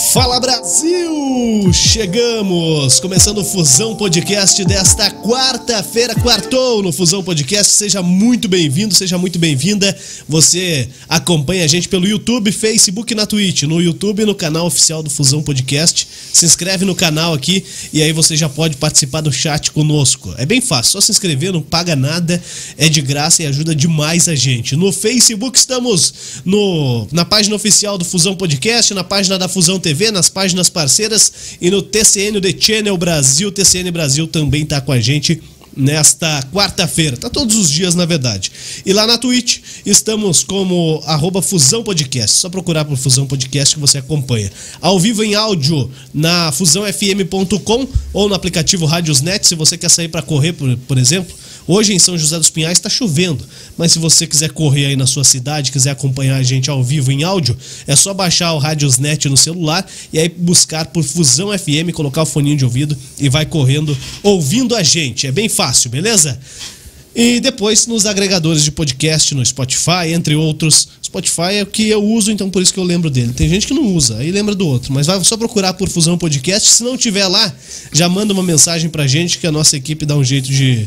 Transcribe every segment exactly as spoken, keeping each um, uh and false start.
Fala Brasil! Chegamos! Começando o Fusão Podcast desta quarta-feira, quartou no Fusão Podcast. Seja muito bem-vindo, seja muito bem-vinda. Você acompanha a gente pelo YouTube, Facebook e na Twitch. No YouTube, no canal oficial do Fusão Podcast. Se inscreve no canal aqui e aí você já pode participar do chat conosco. É bem fácil, só se inscrever, não paga nada, é de graça e ajuda demais a gente. No Facebook estamos no, na página oficial do Fusão Podcast, na página da Fusão T V, nas páginas parceiras e no T C N The Channel Brasil. T C N Brasil também tá com a gente nesta quarta-feira, tá todos os dias na verdade. E lá na Twitch estamos como arroba Fusão Podcast, só procurar por Fusão Podcast que você acompanha. Ao vivo em áudio na fusão f m ponto com ou no aplicativo Radiosnet, se você quer sair para correr, por, por exemplo. Hoje em São José dos Pinhais está chovendo, mas se você quiser correr aí na sua cidade, quiser acompanhar a gente ao vivo em áudio, é só baixar o Radiosnet no celular e aí buscar por Fusão F M, colocar o foninho de ouvido e vai correndo ouvindo a gente. É bem fácil, beleza? E depois nos agregadores de podcast, no Spotify, entre outros. Spotify é o que eu uso, então por isso que eu lembro dele. Tem gente que não usa, aí lembra do outro. Mas vai só procurar por Fusão Podcast. Se não tiver lá, já manda uma mensagem pra gente que a nossa equipe dá um jeito de,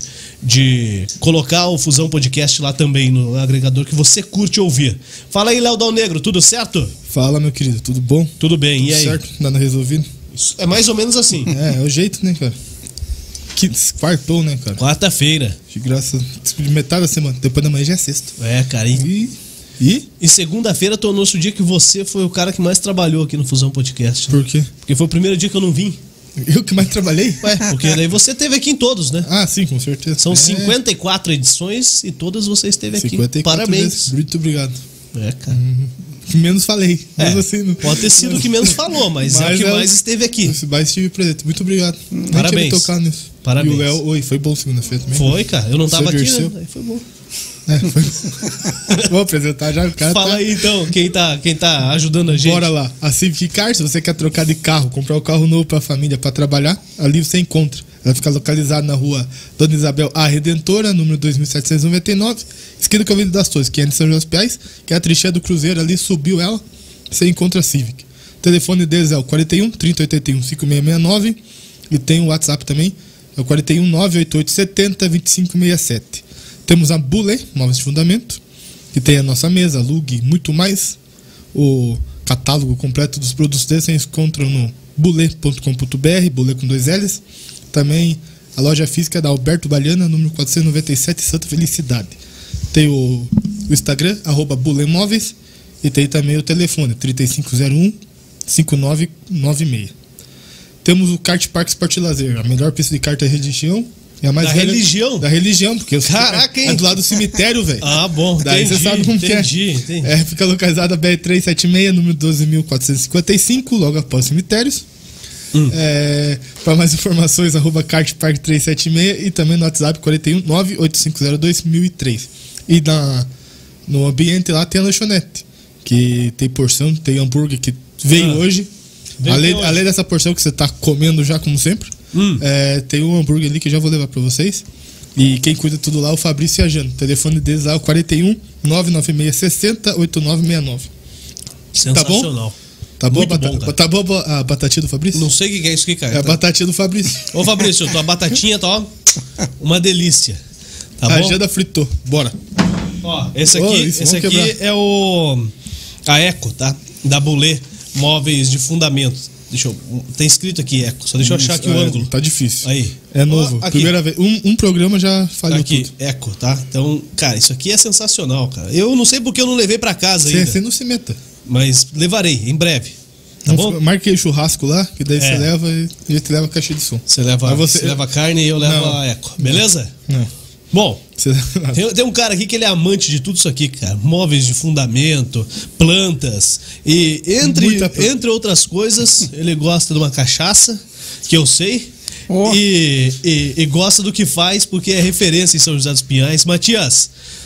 de colocar o Fusão Podcast lá também no agregador que você curte ouvir. Fala aí, Léo Dal Negro, tudo certo? Fala, meu querido, tudo bom? Tudo bem, tudo e aí? Certo, nada resolvido? É mais ou menos assim. É, é o jeito, né, cara? Que quartou, né, cara? Quarta-feira. De graça, de metade da semana. Depois da manhã já é sexta. É, cara. E, e? e segunda-feira tornou-se o dia que você foi o cara que mais trabalhou aqui no Fusão Podcast. Por quê? Porque foi o primeiro dia que eu não vim. Eu que mais trabalhei? Ué, porque daí você esteve aqui em todos, né? Ah, sim, com certeza. São é. cinquenta e quatro edições e todas você esteve aqui. cinquenta e quatro Parabéns. Vezes. Muito obrigado. É, cara. Uhum. Que menos falei. É, mas assim, não... Pode ter sido o que menos falou, mas, mas é o que é mais esteve aqui. Mais estive presente. Muito obrigado. Parabéns. Tocar nisso. Parabéns. E o Léo, oi, foi bom segunda-feira também. Foi, cara. Eu não tava aqui, né? Aí foi bom. É, foi... Vou apresentar já o cara. Fala tá... aí então, quem tá, quem tá ajudando a gente. Bora lá. A Civic Car, se você quer trocar de carro, comprar um carro novo pra família, pra trabalhar, ali você encontra. Ela fica localizada na rua Dona Isabel A Redentora, número dois mil setecentos e noventa e nove, esquina com a Avenida das Torres, que é de São José dos Pinhais, que é a trincheira do Cruzeiro ali, subiu ela, você encontra a Civic. O telefone deles é o quarenta e um, trinta, oitenta e um, cinquenta e seis sessenta e nove e tem o WhatsApp também, é o quarenta e um, nove oito oito sete zero, vinte e cinco sessenta e sete. Temos a Bulé, móveis de fundamento, que tem a nossa mesa, lug e muito mais. O catálogo completo dos produtos deles vocês encontram no bulé ponto com ponto b r, Bulé com dois L's. Também a loja física da Alberto Baliana, número quatrocentos e noventa e sete, Santa Felicidade. Tem o, o Instagram, arroba Bulé Móveis, e tem também o telefone, trinta e cinco zero um, cinquenta e nove noventa e seis. Temos o Kart Park Sport Lazer, a melhor pista de kart da região. É a mais da velha, religião? Da religião, porque Caraca, é, hein? é do lado do cemitério, velho. Ah, bom, daí entendi, você sabe como entendi, que é. Entendi. É. Fica localizada B R trezentos e setenta e seis, número doze mil quatrocentos e cinquenta e cinco, logo após cemitérios. Hum. É, para mais informações, arroba kartpark trezentos e setenta e seis e também no WhatsApp quarenta e um, nove oito cinco zero dois, mil e três. E na, no ambiente lá tem a lanchonete, que tem porção, tem hambúrguer que veio ah, hoje. Além, hoje. Além dessa porção que você tá comendo já, como sempre, hum. é, tem um hambúrguer ali que eu já vou levar para vocês. E quem cuida tudo lá é o Fabrício e a Jana. O telefone deles lá é o quarenta e um, nove nove seis, sessenta, oitenta e nove sessenta e nove. Sensacional. Tá bom? Tá boa, Muito bom, tá boa a batatinha do Fabrício? Não sei o que é isso que cai. É a batatinha do Fabrício. Ô Fabrício, tua batatinha tá ó, uma delícia. Tá a bom? Jana fritou. Bora. Ó, esse aqui, oh, isso, esse aqui é o a Eco, tá? Da Bulé Móveis de Fundamento. Deixa eu, tem escrito aqui Eco, só deixa eu achar aqui é, o ângulo. Tá difícil. Aí. É novo. Ó, Primeira vez. Um, um programa já falhou aqui, tudo. Eco, tá? Então, cara, isso aqui é sensacional, cara. Eu não sei porque eu não levei pra casa cê, ainda. Você não se meta. Mas levarei, em breve. Tá não, bom? Marquei churrasco lá, que daí você é. leva e a gente leva a caixa de som. Você leva, você... Você leva carne e eu levo não. a Eco. Beleza? Não. Bom, tem, tem um cara aqui que ele é amante de tudo isso aqui, cara. Móveis de fundamento, plantas. E entre, entre outras coisas, ele gosta de uma cachaça, que eu sei. Oh. E, e, e gosta do que faz, porque é referência em São José dos Pinhais. Matias,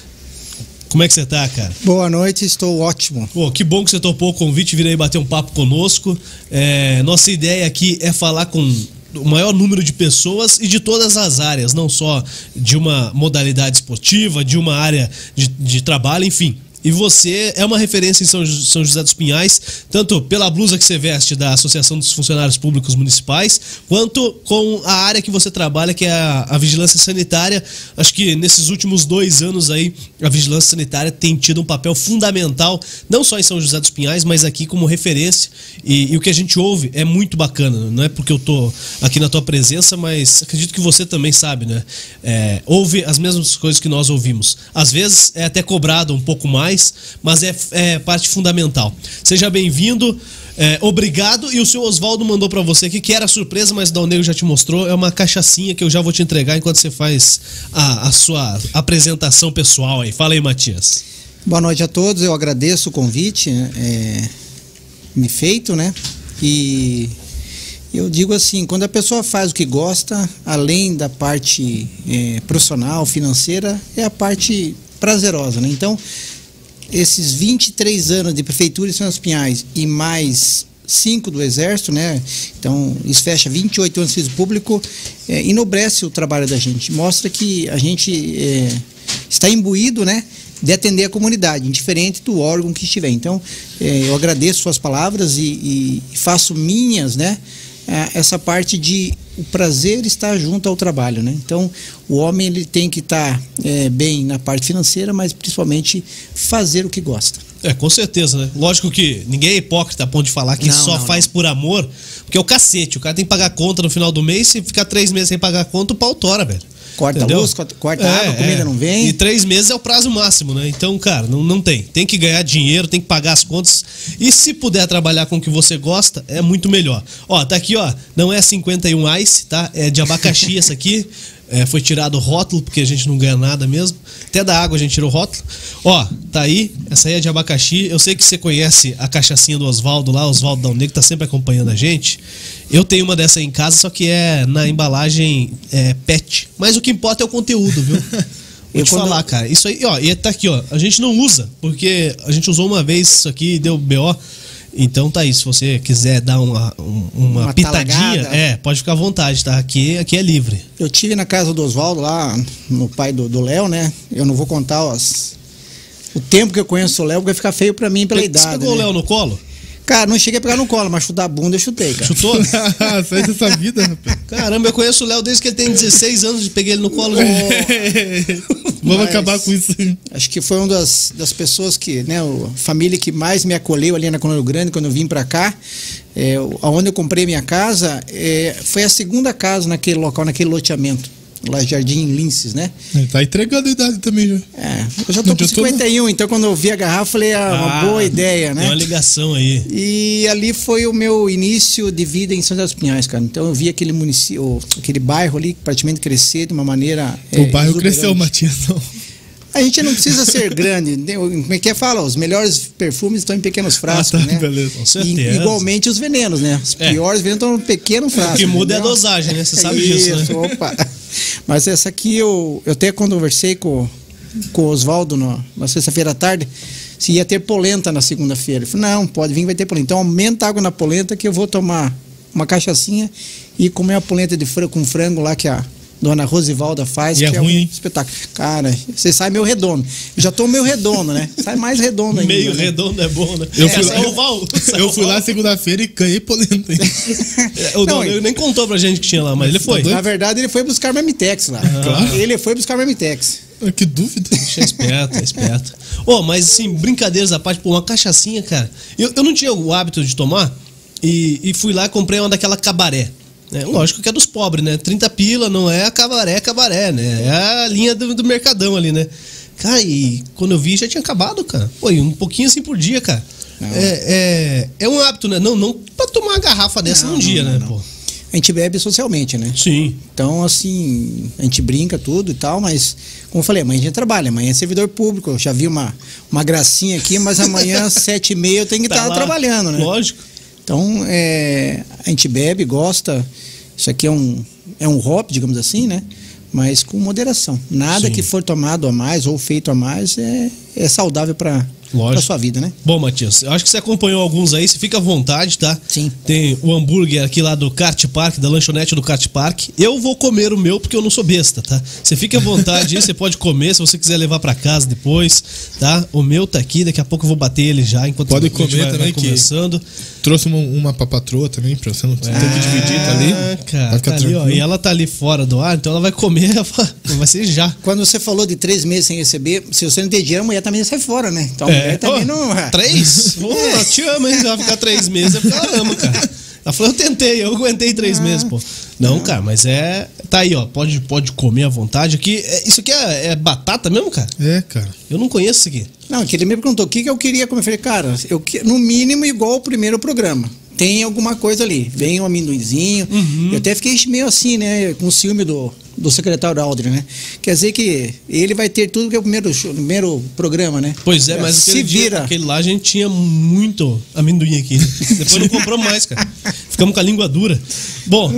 como é que você tá, cara? Boa noite, estou ótimo. Pô, que bom que você topou o convite, vir aí bater um papo conosco. É, nossa ideia aqui é falar com o maior número de pessoas e de todas as áreas, não só de uma modalidade esportiva, de uma área de, de trabalho, enfim. e você é uma referência em São, São José dos Pinhais, tanto pela blusa que você veste da Associação dos Funcionários Públicos Municipais, quanto com a área que você trabalha, que é a, a vigilância sanitária. Acho que nesses últimos dois anos aí, a vigilância sanitária tem tido um papel fundamental, não só em São José dos Pinhais, mas aqui como referência, e, e o que a gente ouve é muito bacana, não é porque eu tô aqui na tua presença, mas acredito que você também sabe, né? É, ouve as mesmas coisas que nós ouvimos. Às vezes é até cobrado um pouco mais, mas é, é parte fundamental. Seja bem-vindo, é, obrigado. E o seu Oswaldo mandou pra você aqui, que era surpresa, mas o Dal Negro já te mostrou, é uma cachaçinha que eu já vou te entregar enquanto você faz a, a sua apresentação pessoal aí. Fala aí, Matias. Boa noite a todos, eu agradeço o convite é, me feito, né? E eu digo assim, quando a pessoa faz o que gosta, além da parte é, profissional, financeira, é a parte prazerosa, né? Então, esses vinte e três anos de Prefeitura de São José dos Pinhais e mais cinco do Exército, né? Então, isso fecha vinte e oito anos de serviço público, é, enobrece o trabalho da gente, mostra que a gente é, está imbuído, né, de atender a comunidade, indiferente do órgão que estiver. Então, é, eu agradeço suas palavras e, e faço minhas, né, essa parte de o prazer estar junto ao trabalho, né? Então, o homem ele tem que estar é, bem na parte financeira, mas principalmente fazer o que gosta. É, com certeza, né? Lógico que ninguém é hipócrita a ponto de falar que não, só não, faz não. por amor, porque é o cacete, o cara tem que pagar conta no final do mês, se ficar três meses sem pagar conta, o pau tora, velho. Corta Entendeu? a luz, corta a é, água, a comida é. não vem. E três meses é o prazo máximo, né? Então, cara, não, não tem. Tem que ganhar dinheiro, tem que pagar as contas. E se puder trabalhar com o que você gosta, é muito melhor. Ó, tá aqui, ó. Não é cinquenta e um Ice, tá? É de abacaxi essa aqui. É, foi tirado o rótulo, porque a gente não ganha nada mesmo. Até da água a gente tirou o rótulo. Ó, tá aí. Essa aí é de abacaxi. Eu sei que você conhece a cachaçinha do Oswaldo lá, Oswaldo Dal Negro, que tá sempre acompanhando a gente. Eu tenho uma dessa aí em casa, só que é na embalagem é, pet. Mas o que importa é o conteúdo, viu? Vou Eu te quando... falar, cara. Isso aí, ó, e tá aqui, ó. A gente não usa, porque a gente usou uma vez isso aqui e deu B O. Então tá aí, se você quiser dar uma, uma, uma pitadinha, talagada. é, pode ficar à vontade, tá? Aqui, aqui é livre. Eu tive na casa do Oswaldo lá, no pai do Léo, né? Eu não vou contar os, o tempo que eu conheço o Léo, porque vai ficar feio pra mim pela Você idade. pegou né? o Léo no colo? Cara, não cheguei a pegar no colo, mas chutar a bunda eu chutei, cara. Chutou? Sai dessa vida, rapaz. Caramba, eu conheço o Léo desde que ele tem dezesseis anos e peguei ele no colo. Vamos Mas acabar com isso. Acho que foi uma das, das pessoas que, né, a família que mais me acolheu ali na Colônia Grande quando eu vim pra cá. É, onde eu comprei minha casa, é, foi a segunda casa naquele local, naquele loteamento. Lá Jardim Linces, né? Ele tá entregando a idade também já. É, eu já tô Não, com eu tô cinquenta e um, então quando eu vi a garrafa, eu falei, ah, uma Ah, boa ideia, né? Tem uma ligação aí. E ali foi o meu início de vida em São José dos Pinhais, cara. Então eu vi aquele município, aquele bairro ali praticamente crescer de uma maneira. O é, bairro exuberante. cresceu, Matias. Não. A gente não precisa ser grande. né? Como é que é? Fala? Os melhores perfumes estão em pequenos frascos, Ah, tá, né? beleza. Com certeza. E, igualmente os venenos, né? Os É. piores venenos estão em pequeno frasco. O que muda é a entendeu? dosagem, né? Você sabe Isso, disso, né? Opa. Mas essa aqui eu, eu até conversei com, com o Oswaldo no- na sexta-feira à tarde, se ia ter polenta na segunda-feira. Ele falou, não, pode vir, vai ter polenta. Então aumenta a água na polenta que eu vou tomar uma cachaçinha e comer a polenta de frango com frango lá que a dona Rosivalda faz, E que é é, ruim, um hein? espetáculo. Cara, você sai meio redondo. Eu já tô meio redondo, né? Sai mais redondo ainda. Meio né? redondo é bom, né? Eu É, fui sai lá- oval, sai Eu fui oval. lá segunda-feira e ganhei polenta. hein? É, O Dal Não, Negro nem contou pra gente que tinha lá, mas ele foi. Na verdade, ele foi buscar Marmitex lá. Claro. Ele foi buscar Marmitex. Ah, que dúvida. Deixa esperto, é esperto. Ô, mas assim, brincadeiras à parte, pô, uma cachaçinha, cara. Eu, eu não tinha o hábito de tomar e, e fui lá e comprei uma daquela cabaré. É, lógico que é dos pobres, né? trinta pila, não é a cabaré, cabaré, né? É a linha do, do Mercadão ali, né? Cara, e quando eu vi já tinha acabado, cara. Pô, e um pouquinho assim por dia, cara. É, é, é um hábito, né? Não, não pra tomar uma garrafa dessa Não, num dia, não, né? não. Pô. A gente bebe socialmente, né? Sim. Então, assim, a gente brinca tudo e tal, mas, como eu falei, amanhã a gente trabalha, amanhã é servidor público. Eu já vi uma, uma gracinha aqui, mas amanhã, às sete e meia, eu tenho que Tá estar lá. trabalhando, né? Lógico. Então, é, a gente bebe, gosta. Isso aqui é um, é um hobby, digamos assim, né? Mas com moderação. Nada Sim. que for tomado a mais ou feito a mais é, é saudável para para sua vida, né? Bom, Matias, eu acho que você acompanhou alguns aí, você fica à vontade, tá? Sim. Tem o hambúrguer aqui lá do Kart Park, da lanchonete do Kart Park. Eu vou comer o meu porque eu não sou besta, tá? Você fica à vontade aí, você pode comer se você quiser levar para casa depois, tá? O meu tá aqui, daqui a pouco eu vou bater ele já enquanto pode a gente comer vai, também, vai conversando. Trouxe uma, uma pra patroa também, pra você não ter que dividir, tá ali. Ah, cara, tá ali, ó, e ela tá ali fora do ar, então ela vai comer, vai ser já. Quando você falou de três meses sem receber, se você não tem dinheiro, a mulher também sai fora, né? Então a É. mulher também Ô, não... Três? Pô, ela te ama, hein? Vai ficar três meses, é porque ela ama, cara. Ela falou, eu tentei, eu aguentei três Ah. meses, pô. Não, cara, mas é... Tá aí, ó, pode, pode comer à vontade. Aqui, é- isso aqui é, é batata mesmo, cara? É, cara. Eu não conheço isso aqui. Não, que ele me perguntou o que, que eu queria comer. Eu falei, cara, eu, que- no mínimo igual o primeiro programa. Tem alguma coisa ali. Vem um amendoinzinho. Uhum. Eu até fiquei meio assim, né? Com ciúme do, do secretário Aldrin, né? Quer dizer que ele vai ter tudo que é o primeiro, show- primeiro programa, né? Pois é, mas se aquele, dia- vira. aquele lá a gente tinha muito amendoim aqui. Depois não comprou mais, cara. Ficamos com a língua dura. Bom...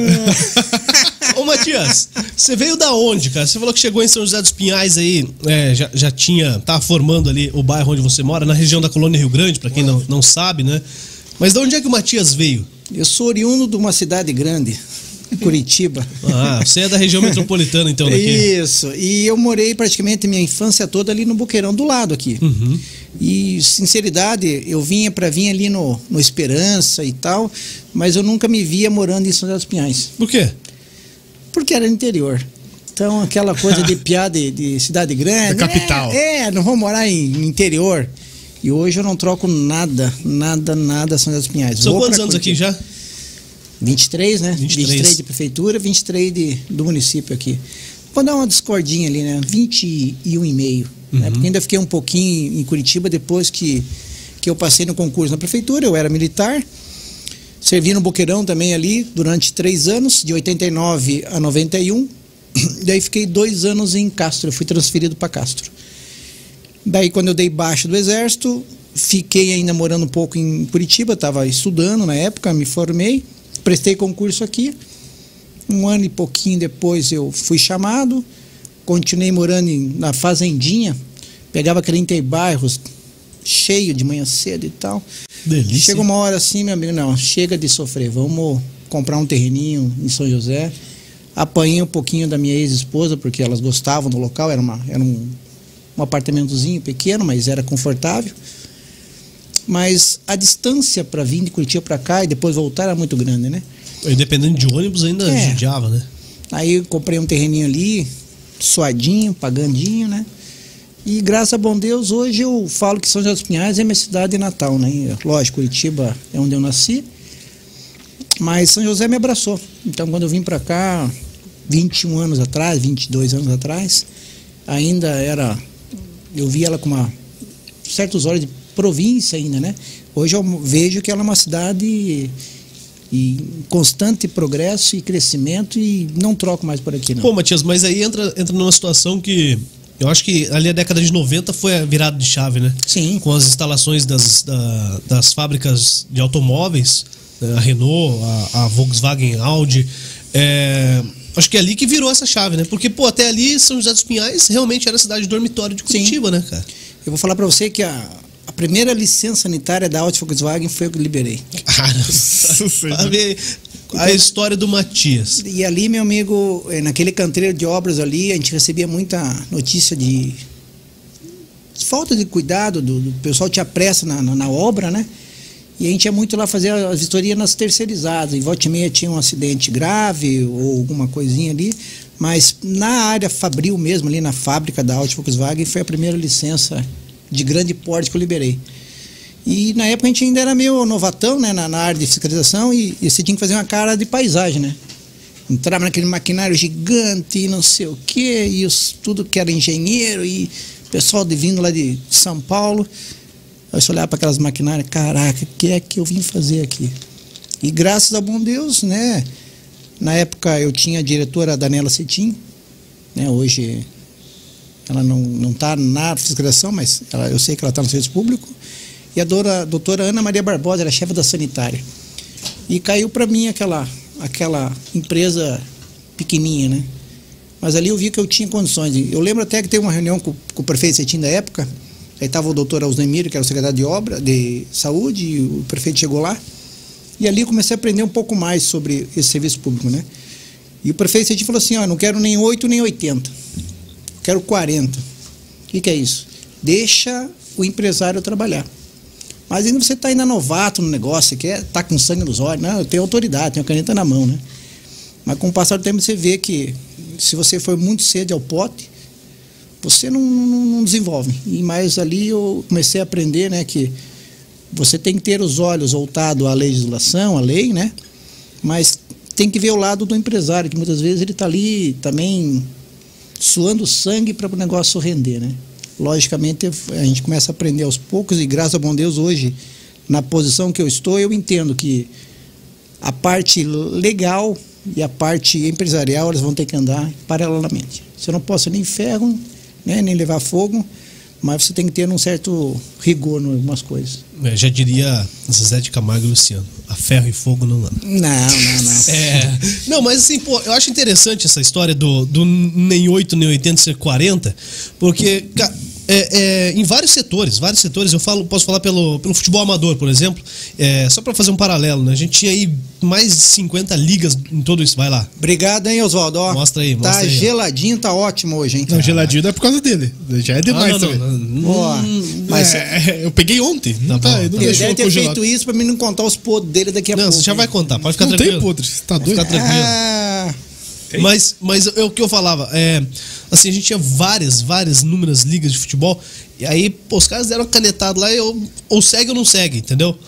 Ô, Matias, você veio da onde, cara? Você falou que chegou em São José dos Pinhais aí, é, já, já tinha, tava formando ali o bairro onde você mora, na região da Colônia Rio Grande, pra quem não, não sabe, né? Mas de onde é que o Matias veio? Eu sou oriundo de uma cidade grande, Curitiba. Ah, você é da região metropolitana, então, daqui. Isso, e eu morei praticamente minha infância toda ali no Boqueirão, do lado aqui. Uhum. E, sinceridade, eu vinha para vir ali no, no Esperança e tal, mas eu nunca me via morando em São José dos Pinhais, Por quê? porque era no interior. Então, aquela coisa de piada de, de cidade grande. Da capital. É, é, não vou morar em, no interior. E hoje eu não troco nada, nada, nada São José dos Pinhais. São Vou quantos pra anos aqui Curitiba. já? vinte e três, né? vinte e três. vinte e três de prefeitura, vinte e três de, do município aqui. Vou dar uma discordinha ali, né? vinte e um e meio. Né? Uhum. Porque ainda fiquei um pouquinho em Curitiba depois que, que eu passei no concurso na prefeitura. Eu era militar. Servi no Boqueirão também ali durante três anos, de oitenta e nove a noventa e um. Daí fiquei dois anos em Castro. Eu fui transferido para Castro. Daí, quando eu dei baixa do Exército, fiquei ainda morando um pouco em Curitiba. Estava estudando na época, me formei. Prestei concurso aqui. Um ano e pouquinho depois eu fui chamado. Continuei morando em, na Fazendinha. Pegava trinta e bairros, cheio de manhã cedo e tal. Delícia. Chega uma hora assim, meu amigo, não, chega de sofrer. Vamos comprar um terreninho em São José. Apanhei um pouquinho da minha ex-esposa, porque elas gostavam do local. Era, uma, era um, um apartamentozinho pequeno, mas era confortável. Mas a distância para vir de Curitiba para cá e depois voltar era muito grande, né? E dependendo de ônibus ainda É. judiava, né? Aí eu comprei um terreninho ali, suadinho, pagandinho, né? E graças a bom Deus, hoje eu falo que São José dos Pinhais é minha cidade natal, né? Lógico, Curitiba é onde eu nasci, mas São José me abraçou. Então, quando eu vim para cá, vinte e um anos atrás, vinte e dois anos atrás, ainda era... Eu via ela com uma... certos olhos de província ainda, né? Hoje eu vejo que ela é uma cidade em constante progresso e crescimento e não troco mais por aqui, não. Pô, Matias, mas aí entra, entra numa situação que eu acho que ali a década de noventa foi a virada de chave, né? Sim. Com as instalações das, da- das fábricas de automóveis, né? A Renault, a, a Volkswagen, Audi. É, acho que é ali que virou essa chave, né? Porque, pô, até ali São José dos Pinhais realmente era a cidade dormitório de Curitiba, né, cara? Eu vou falar para você que a, a primeira licença sanitária da Audi Volkswagen foi eu que liberei. Cara, pra ver a história do Matias. E ali, meu amigo, eh, naquele canteiro de obras ali, a gente recebia muita notícia de falta de cuidado, do, do pessoal tinha pressa na, na, na obra, né? E a gente ia muito lá fazer a vistoria nas terceirizadas. E volta e meia tinha um acidente grave ou alguma coisinha ali. Mas na área fabril mesmo, ali na fábrica da Audi Volkswagen, foi a primeira licença de grande porte que eu liberei. E na época a gente ainda era meio novatão, né, na, na área de fiscalização, e, e você tinha que fazer uma cara de paisagem, né? Entrava naquele maquinário gigante e não sei o quê, e os, tudo que era engenheiro, e pessoal de, vindo lá de São Paulo. Aí você olhava para aquelas maquinárias, caraca, o que é que eu vim fazer aqui? E graças a bom Deus, né? Na época eu tinha a diretora Daniela Cetim, né? Hoje ela não está na fiscalização, mas ela, eu sei que ela está no serviço público. E a doutora, doutora Ana Maria Barbosa era chefe da sanitária. E caiu para mim aquela, aquela empresa pequenininha, né? Mas ali eu vi que eu tinha condições. Eu lembro até que teve uma reunião com, com o prefeito Cetim da época, Aí estava o doutor Alznemiro, que era o secretário de obra, de saúde, e o prefeito chegou lá. E ali eu comecei a aprender um pouco mais sobre esse serviço público, né? E o prefeito falou assim, ó, não quero nem oito nem oitenta, quero quarenta. O que, que é isso? Deixa o empresário trabalhar. Mas ainda você está ainda novato no negócio, você quer tá com sangue nos olhos. Não, eu tenho autoridade, tenho a caneta na mão, né? Mas com o passar do tempo você vê que se você for muito cedo ao pote, você não, não, não desenvolve. E mais ali eu comecei a aprender, né, que você tem que ter os olhos voltados à legislação, à lei, né? Mas tem que ver o lado do empresário, que muitas vezes ele está ali também suando sangue para o negócio render, né? Logicamente, a gente começa a aprender aos poucos e, graças a bom Deus, hoje, na posição que eu estou, eu entendo que a parte legal e a parte empresarial, elas vão ter que andar paralelamente. Você não pode nem ferro, né, nem levar fogo, mas você tem que ter um certo rigor em algumas coisas. É, já diria Zezé de Camargo e Luciano, a ferro e fogo não anda. Não, não, não. É, não, mas assim, pô, eu acho interessante essa história do, do nem oito nem oitenta ser quarenta, porque é, é, em vários setores, vários setores, eu falo, posso falar pelo, pelo futebol amador, por exemplo, é, só para fazer um paralelo, né? A gente tinha aí mais de cinquenta ligas em todo isso, vai lá. Obrigado, hein, Oswaldo? Ó, mostra aí, mostra tá aí. geladinho, tá ótimo hoje, hein? Não, geladinho não é por causa dele. Já é demais ah, não, também. não, não, não, Ó, mas é, eu peguei ontem. Não, Tá tá, bom, não tá. ele deixou deve ter congelado. feito isso pra mim não contar os podres dele daqui a não, pouco. você já vai contar, pode ficar Não tranquilo. tem podre, você tá Pode doido? ficar tranquilo. Ah, Mas, mas é o que eu falava, é, assim, a gente tinha várias, várias, inúmeras ligas de futebol, e aí, pô, os caras deram uma canetada lá e eu, ou segue ou não segue, entendeu?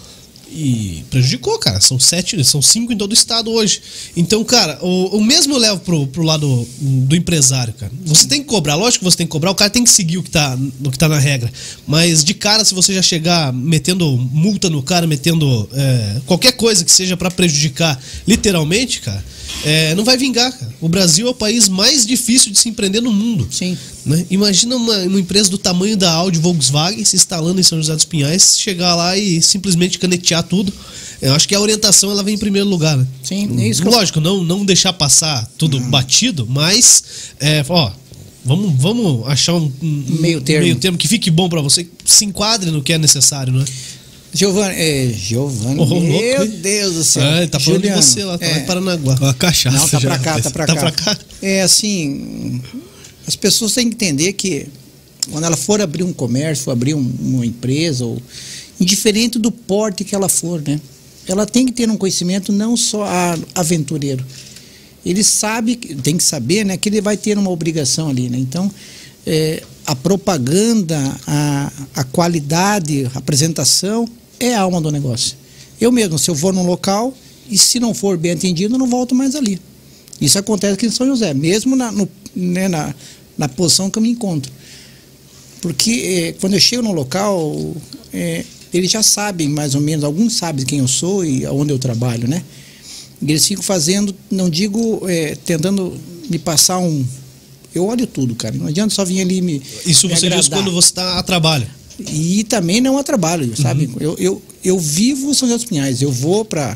E prejudicou, cara, são sete, são cinco em todo o estado hoje. Então, cara, o, o mesmo eu levo pro, pro lado do empresário, cara. Você tem que cobrar, lógico que você tem que cobrar, o cara tem que seguir o que tá, o que tá na regra. Mas de cara, se você já chegar metendo multa no cara, metendo é, qualquer coisa que seja pra prejudicar literalmente, cara, é, não vai vingar, cara. O Brasil é o país mais difícil de se empreender no mundo. sim. Né? Imagina uma, uma empresa do tamanho da Audi Volkswagen se instalando em São José dos Pinhais, chegar lá e simplesmente canetear tudo. Eu acho que a orientação ela vem em primeiro lugar, né? Sim, é isso que eu- Lógico, não, não deixar passar tudo batido, mas é, ó, vamos, vamos achar um, um Meio termo. meio termo que fique bom pra você, que se enquadre no que é necessário, né? Giovanni, é, Giovanni, Oh, louco, meu hein? Deus do céu. Ah, ele tá falando Juliano, de você lá, tá é, lá em Paranaguá. A cachaça Não, tá já pra cá, fez. tá pra Tá cá. pra cá? É assim, as pessoas têm que entender que quando ela for abrir um comércio, for abrir um- uma empresa, ou indiferente do porte que ela for, né? Ela tem que ter um conhecimento não só a- aventureiro. Ele sabe, tem que saber, né, que ele vai ter uma obrigação ali, né? Então, é, a propaganda, a, a qualidade, a apresentação é a alma do negócio. Eu mesmo, se eu vou num local e se não for bem atendido, eu não volto mais ali. Isso acontece aqui em São José, mesmo na, no, né, na, na posição que eu me encontro. Porque eh, quando eu chego no local, eh, eles já sabem mais ou menos, alguns sabem quem eu sou e aonde eu trabalho, né? E eles ficam fazendo, não digo, eh, tentando me passar um... Eu olho tudo, cara. Não adianta só vir ali e me Isso me você diz agradar. quando você tá a trabalho. E também não há trabalho, sabe? Uhum. Eu, eu, eu vivo São José dos Pinhais, eu vou para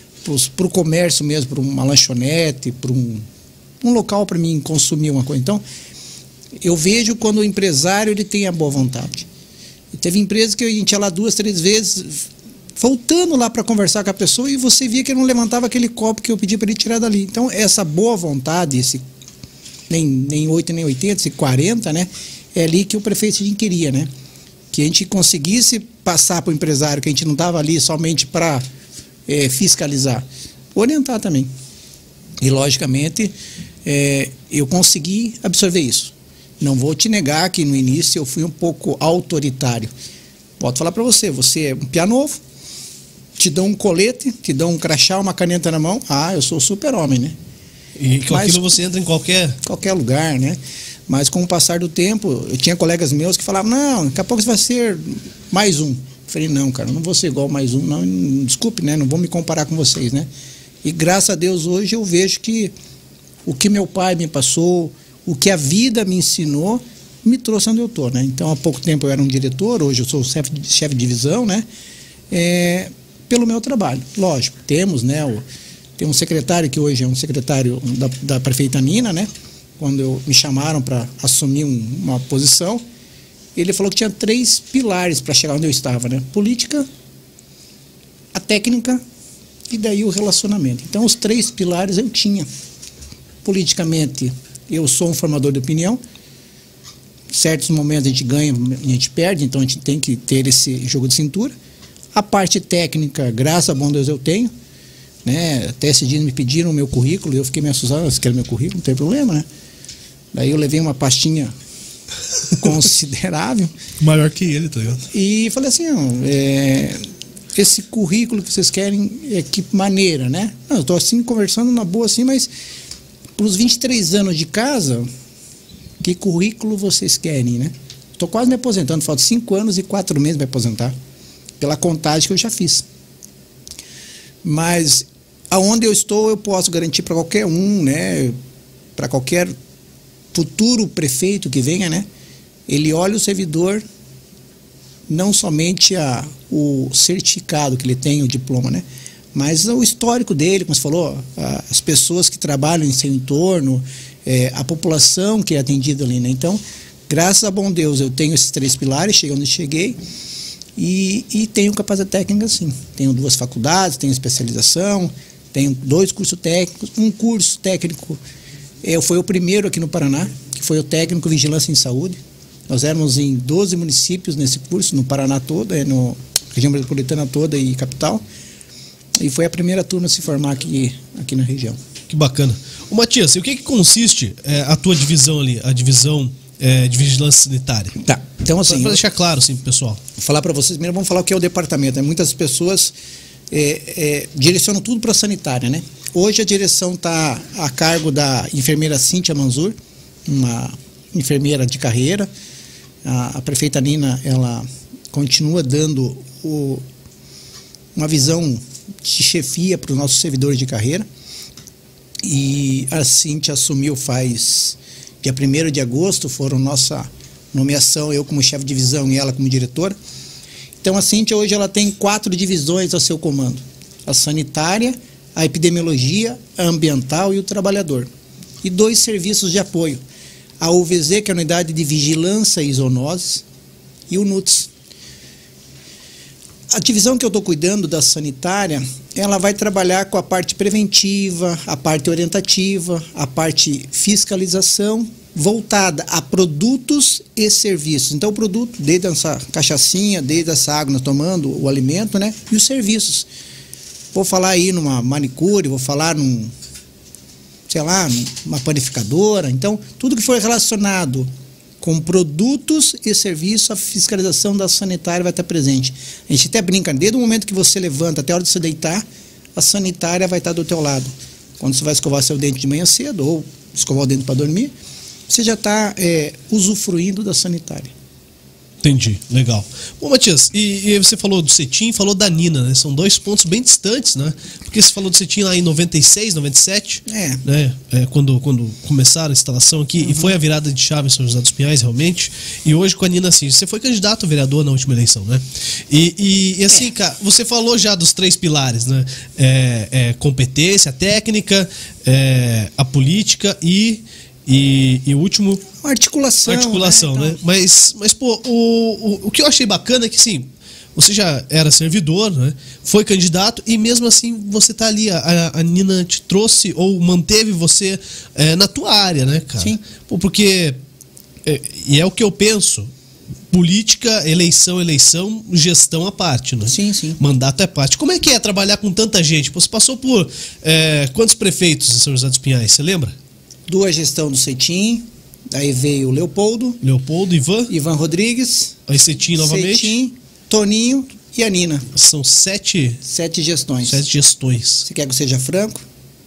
o comércio mesmo, para uma lanchonete, para um, um local para mim consumir uma coisa. Então, eu vejo quando o empresário ele tem a boa vontade. E teve empresas que a gente ia lá duas, três vezes, voltando lá para conversar com a pessoa e você via que ele não levantava aquele copo que eu pedi para ele tirar dali. Então, essa boa vontade, esse nem, nem oito, nem oitenta, esse quarenta, né? É ali que o prefeito queria, né? Que a gente conseguisse passar para o empresário, que a gente não estava ali somente para é, fiscalizar, orientar também. E, logicamente, é, eu consegui absorver isso. Não vou te negar que no início eu fui um pouco autoritário. Posso falar para você, você é um piá novo, te dão um colete, te dão um crachá, uma caneta na mão, ah, eu sou super-homem, né? E com Mas- aquilo você entra em qualquer... Qualquer lugar, né? Mas com o passar do tempo, eu tinha colegas meus que falavam, não, daqui a pouco você vai ser mais um. Eu falei, não, cara, não vou ser igual mais um, não, desculpe, né? Não vou me comparar com vocês, né? E graças a Deus hoje eu vejo que o que meu pai me passou, o que a vida me ensinou, me trouxe onde eu estou, né? Então, há pouco tempo eu era um diretor, hoje eu sou chefe de, chefe de divisão, né? É, pelo meu trabalho. Lógico, temos, né? O, tem um secretário que hoje é um secretário da, da prefeita Nina, né? Quando eu, me chamaram para assumir um, uma posição, ele falou que tinha três pilares para chegar onde eu estava, né? Política, a técnica e daí o relacionamento. Então, os três pilares eu tinha. Politicamente, eu sou um formador de opinião. Em certos momentos a gente ganha, a gente perde, então a gente tem que ter esse jogo de cintura. A parte técnica, graças a bom Deus, eu tenho. Né? Até esse dia me pediram o meu currículo e eu fiquei me assustado, se quer meu currículo, não tem problema, né? Daí eu levei uma pastinha considerável. Maior que ele, tá ligado? E falei assim, ó, é, esse currículo que vocês querem, é que maneira, né? Não, eu tô assim, conversando na boa assim, mas para os vinte e três anos de casa, que currículo vocês querem, né? Tô quase me aposentando, faltam cinco anos e quatro meses para aposentar, pela contagem que eu já fiz. Mas aonde eu estou, eu posso garantir para qualquer um, né? Para qualquer futuro prefeito que venha, né? Ele olha o servidor, não somente a, o certificado que ele tem, o diploma, né? Mas o histórico dele, como você falou, a, as pessoas que trabalham em seu entorno, é, a população que é atendida ali, né? Então, graças a bom Deus, eu tenho esses três pilares, cheguei onde cheguei, e, e tenho capacidade técnica, sim. Tenho duas faculdades, tenho especialização, tenho dois cursos técnicos, um curso técnico, eu fui o primeiro aqui no Paraná, que foi o técnico Vigilância em Saúde. Nós éramos em doze municípios nesse curso, no Paraná todo, é, no região metropolitana toda e capital. E foi a primeira turma a se formar aqui, aqui na região. Que bacana. Ô Matias, e o que, que consiste é, a tua divisão ali, a divisão é, de vigilância sanitária? Tá, então assim... Para deixar claro, assim, pro pessoal. Vou falar para vocês, primeiro vamos falar o que é o departamento. Né? Muitas pessoas é, é, direcionam tudo para a sanitária, né? Hoje a direção está a cargo da enfermeira Cíntia Manzur, uma enfermeira de carreira. A, a prefeita Nina, ela continua dando o, uma visão de chefia para os nossos servidores de carreira. E a Cíntia assumiu faz dia primeiro de agosto, foram nossa nomeação, eu como chefe de divisão e ela como diretora. Então a Cíntia hoje ela tem quatro divisões ao seu comando: a sanitária, a epidemiologia, a ambiental e o trabalhador. E dois serviços de apoio: a U V Z, que é a Unidade de Vigilância e Zoonoses, e o N U T S. A divisão que eu estou cuidando da sanitária, ela vai trabalhar com a parte preventiva, a parte orientativa, a parte fiscalização, voltada a produtos e serviços. Então, o produto, desde essa cachaçinha, desde essa água nós tomando, o alimento, né? E os serviços. Vou falar aí numa manicure, vou falar num, sei lá, numa panificadora. Então, tudo que for relacionado com produtos e serviços, a fiscalização da sanitária vai estar presente. A gente até brinca, desde o momento que você levanta até a hora de você deitar, a sanitária vai estar do teu lado. Quando você vai escovar seu dente de manhã cedo ou escovar o dente para dormir, você já está é, usufruindo da sanitária. Entendi, legal. Bom, Matias, e, e você falou do Cetim, falou da Nina, né? São dois pontos bem distantes, né? Porque você falou do Cetim lá em noventa e seis, noventa e sete, é. né? É, quando, quando começaram a instalação aqui, uhum. E foi a virada de chave em São José dos Pinhais, realmente. E hoje com a Nina, assim, você foi candidato a vereador na última eleição, né? E, e, e assim, é. cara, você falou já dos três pilares, né? É, é, competência, técnica, é, a política e... E, e o último... Articulação. Articulação, né? Então... né? Mas, mas pô, o, o, o que eu achei bacana é que, sim, você já era servidor, né? Foi candidato e mesmo assim você tá ali, a, a Nina te trouxe ou manteve você é, na tua área, né, cara? Sim. Pô, porque, é, e é o que eu penso, política, eleição, eleição, gestão à parte, né? Sim, sim. Mandato é parte. Como é que é trabalhar com tanta gente? Pô, você passou por é, quantos prefeitos em São José dos Pinhais, você lembra? Duas gestão do Cetim, aí veio o Leopoldo. Leopoldo, Ivan. Ivan Rodrigues. Aí Cetim novamente. Cetim, Toninho e a Nina. São sete... Sete gestões. Sete gestões. Você quer que eu seja franco?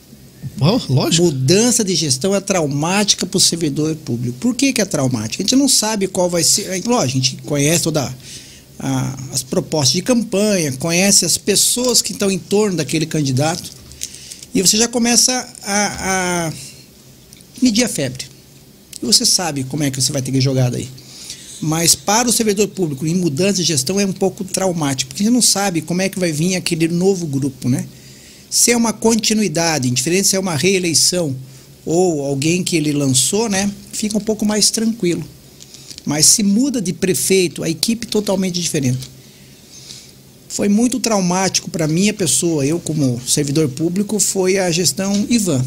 Oh, lógico. Mudança de gestão é traumática para o servidor público. Por que que é traumática? A gente não sabe qual vai ser... Lógico, a gente conhece toda a, as propostas de campanha, conhece as pessoas que estão em torno daquele candidato. E você já começa a... a medir a febre. E você sabe como é que você vai ter que jogar daí. Mas para o servidor público, em mudança de gestão, é um pouco traumático, porque você não sabe como é que vai vir aquele novo grupo, né? Se é uma continuidade, indiferente se é uma reeleição ou alguém que ele lançou, né? Fica um pouco mais tranquilo. Mas se muda de prefeito, a equipe totalmente diferente. Foi muito traumático para minha pessoa, eu como servidor público, foi a gestão Ivan.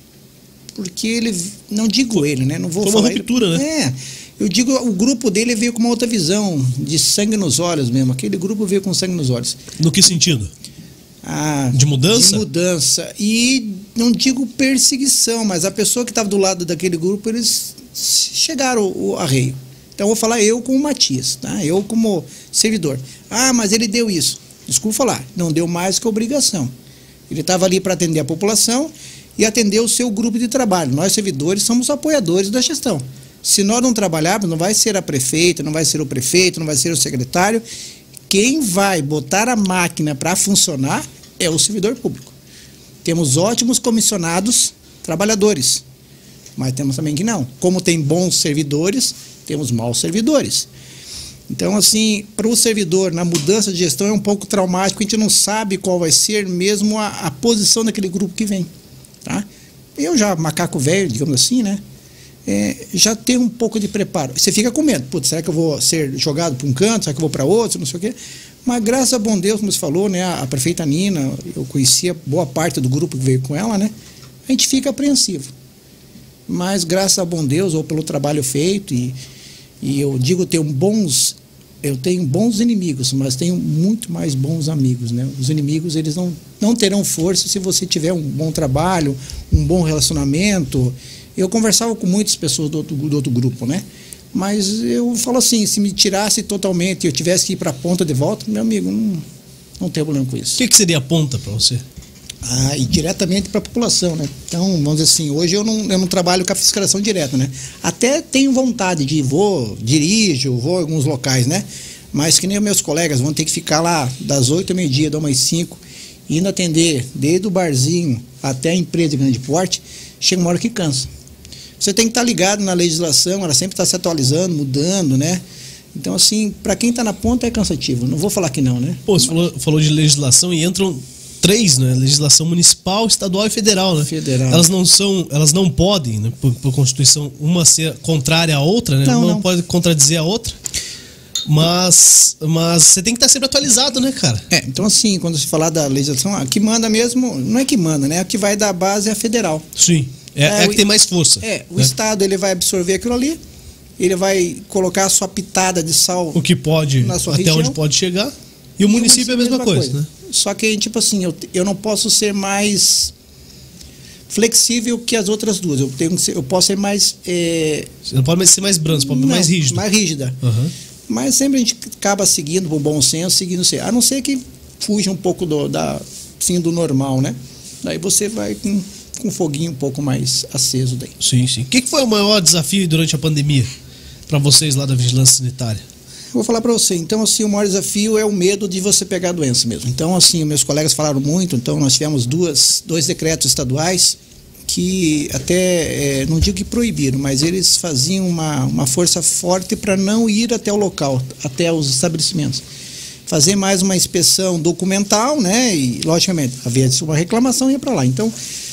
Porque ele, não digo ele, né? Não vou foi falar uma ruptura, ele, né? É, eu digo, o grupo dele veio com uma outra visão, de sangue nos olhos mesmo. Aquele grupo veio com sangue nos olhos. No que sentido? Ah, de mudança? De mudança. E não digo perseguição, mas a pessoa que estava do lado daquele grupo, eles chegaram ao arreio. Então eu vou falar eu como Matias, tá? Eu como servidor. Ah, mas ele deu isso. Desculpa falar, não deu mais que obrigação. Ele estava ali para atender a população e atender o seu grupo de trabalho. Nós, servidores, somos apoiadores da gestão. Se nós não trabalharmos, não vai ser a prefeita, não vai ser o prefeito, não vai ser o secretário. Quem vai botar a máquina para funcionar é o servidor público. Temos ótimos comissionados trabalhadores, mas temos também que não. Como tem bons servidores, temos maus servidores. Então, assim, para o servidor, na mudança de gestão é um pouco traumático, a gente não sabe qual vai ser mesmo a, a posição daquele grupo que vem, tá? Eu já, macaco velho, digamos assim, né? É, já tenho um pouco de preparo. Você fica com medo, putz, será que eu vou ser jogado para um canto, será que eu vou para outro, não sei o quê? Mas graças a bom Deus, como você falou, né? A, a prefeita Nina, eu conhecia boa parte do grupo que veio com ela, né? A gente fica apreensivo. Mas graças a bom Deus, ou pelo trabalho feito, e E eu digo, tenho bons, eu tenho bons inimigos, mas tenho muito mais bons amigos, né? Os inimigos, eles não, não terão força se você tiver um bom trabalho, um bom relacionamento. Eu conversava com muitas pessoas do outro, do outro grupo, né? Mas eu falo assim, se me tirasse totalmente e eu tivesse que ir para a ponta de volta, meu amigo, não, não tem problema com isso. O que, que seria a ponta para você? Ah, e diretamente para a população, né? Então, vamos dizer assim, hoje eu não, eu não trabalho com a fiscalização direta, né? Até tenho vontade de ir, vou, dirijo, vou em alguns locais, né? Mas que nem os meus colegas vão ter que ficar lá das oito ao meio-dia, da uma às cinco, indo atender desde o barzinho até a empresa de grande porte, chega uma hora que cansa. Você tem que estar ligado na legislação, ela sempre está se atualizando, mudando, né? Então, assim, para quem está na ponta é cansativo. Não vou falar que não, né? Pô, você falou, falou de legislação e entram três, né? Legislação municipal, estadual e federal, né? Federal. Elas não são, elas não podem, né? Por, por Constituição, uma ser contrária à outra, né? Não, uma não não pode contradizer a outra. Mas, mas você tem que estar sempre atualizado, né, cara? É, então assim, quando se falar da legislação, a que manda mesmo, não é que manda, né? A que vai dar base é a federal. Sim. É, é, é a que o, tem mais força. É, o né? Estado ele vai absorver aquilo ali, ele vai colocar a sua pitada de sal. O que pode, na sua até região, onde pode chegar. E o município é a mesma, mesma coisa, coisa, né? Só que, tipo assim, eu, eu não posso ser mais flexível que as outras duas. Eu, tenho que ser, eu posso ser mais... É... Você não pode ser mais brando, você pode ser mais rígido. mais rígida. Uhum. Mas sempre a gente acaba seguindo o bom senso, seguindo ser. A não ser que fuja um pouco do, da, assim, do normal, né? Daí você vai com, com um foguinho um pouco mais aceso daí. Sim, sim. O que foi o maior desafio durante a pandemia para vocês lá da Vigilância Sanitária? Vou falar para você, então assim, o maior desafio é o medo de você pegar a doença mesmo. Então assim, meus colegas falaram muito, então nós tivemos duas, dois decretos estaduais que até, é, não digo que proibiram, mas eles faziam uma, uma força forte para não ir até o local, até os estabelecimentos. Fazer mais uma inspeção documental, né, e logicamente, havia uma reclamação e ia para lá. Então,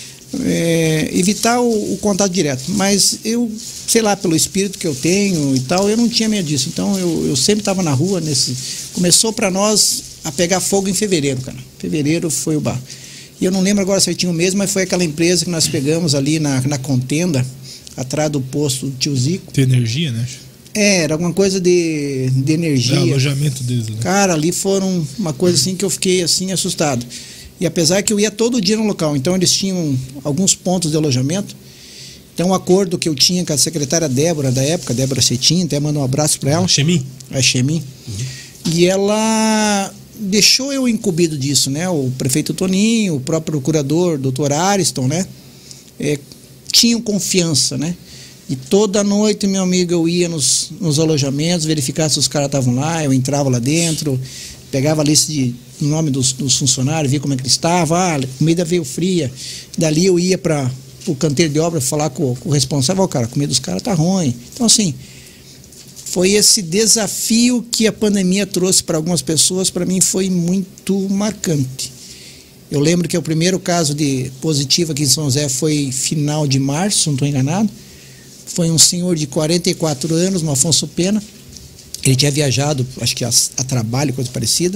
é, evitar o, o contato direto, mas eu, sei lá, pelo espírito que eu tenho e tal, eu não tinha medo disso, então eu, eu sempre estava na rua, nesse, começou para nós a pegar fogo em fevereiro, cara, fevereiro foi o bar, e eu não lembro agora certinho o mês, mas foi aquela empresa que nós pegamos ali na, na contenda, atrás do posto do Tio Zico. Tem energia, né? É, era alguma coisa de, de energia. É o alojamento deles, né? Cara, ali foram uma coisa assim que eu fiquei assim assustado. E apesar que eu ia todo dia no local, então eles tinham alguns pontos de alojamento. Então um acordo que eu tinha com a secretária Débora da época, Débora Cetim, até mando um abraço para ela. A Chemin. A Chemin. Uhum. E ela deixou eu incumbido disso, né? O prefeito Toninho, o próprio procurador, doutor Ariston, né? É, tinham confiança, né? E toda noite, meu amigo, eu ia nos, nos alojamentos, verificar se os caras estavam lá, eu entrava lá dentro, pegava a lista de nome dos, dos funcionários, via como é que eles estavam, ah, a comida veio fria. Dali eu ia para o canteiro de obra falar com, com o responsável, cara, a comida dos caras tá ruim. Então, assim, foi esse desafio que a pandemia trouxe para algumas pessoas, para mim foi muito marcante. Eu lembro que o primeiro caso de positivo aqui em São José foi final de março, não estou enganado. foi um senhor de quarenta e quatro anos, um Afonso Pena. Ele tinha viajado, acho que a, a trabalho, coisa parecida.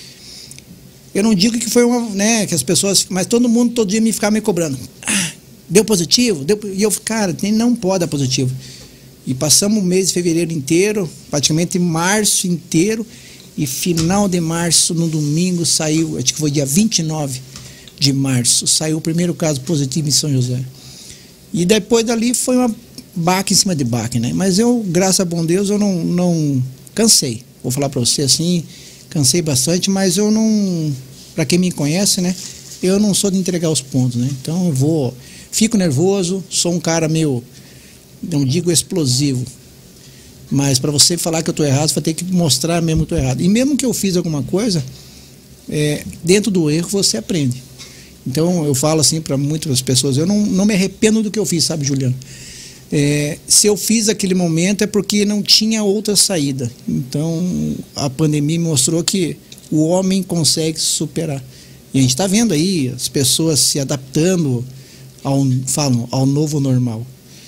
Eu não digo que foi uma, né, que as pessoas, mas todo mundo todo dia me ficava me cobrando. Ah, deu positivo? Deu, e eu, cara, não pode dar positivo. E passamos o mês de fevereiro inteiro, praticamente março inteiro, e final de março, no domingo, saiu, acho que foi dia vinte e nove de março, saiu o primeiro caso positivo em São José. E depois dali foi uma baque em cima de baque, né? Mas eu, graças a bom Deus, eu não, não cansei. Vou falar para você assim, cansei bastante, mas eu não, para quem me conhece, né? Eu não sou de entregar os pontos, né? Então eu vou, fico nervoso, sou um cara meio, não digo explosivo, mas para você falar que eu estou errado, você vai ter que mostrar mesmo que eu estou errado. E mesmo que eu fiz alguma coisa, é, dentro do erro você aprende. Então eu falo assim para muitas pessoas, eu não, não me arrependo do que eu fiz, sabe, Juliano? É, se eu fiz aquele momento é porque não tinha outra saída. Então a pandemia mostrou que o homem consegue se superar. E a gente está vendo aí as pessoas se adaptando ao, falam, ao novo normal.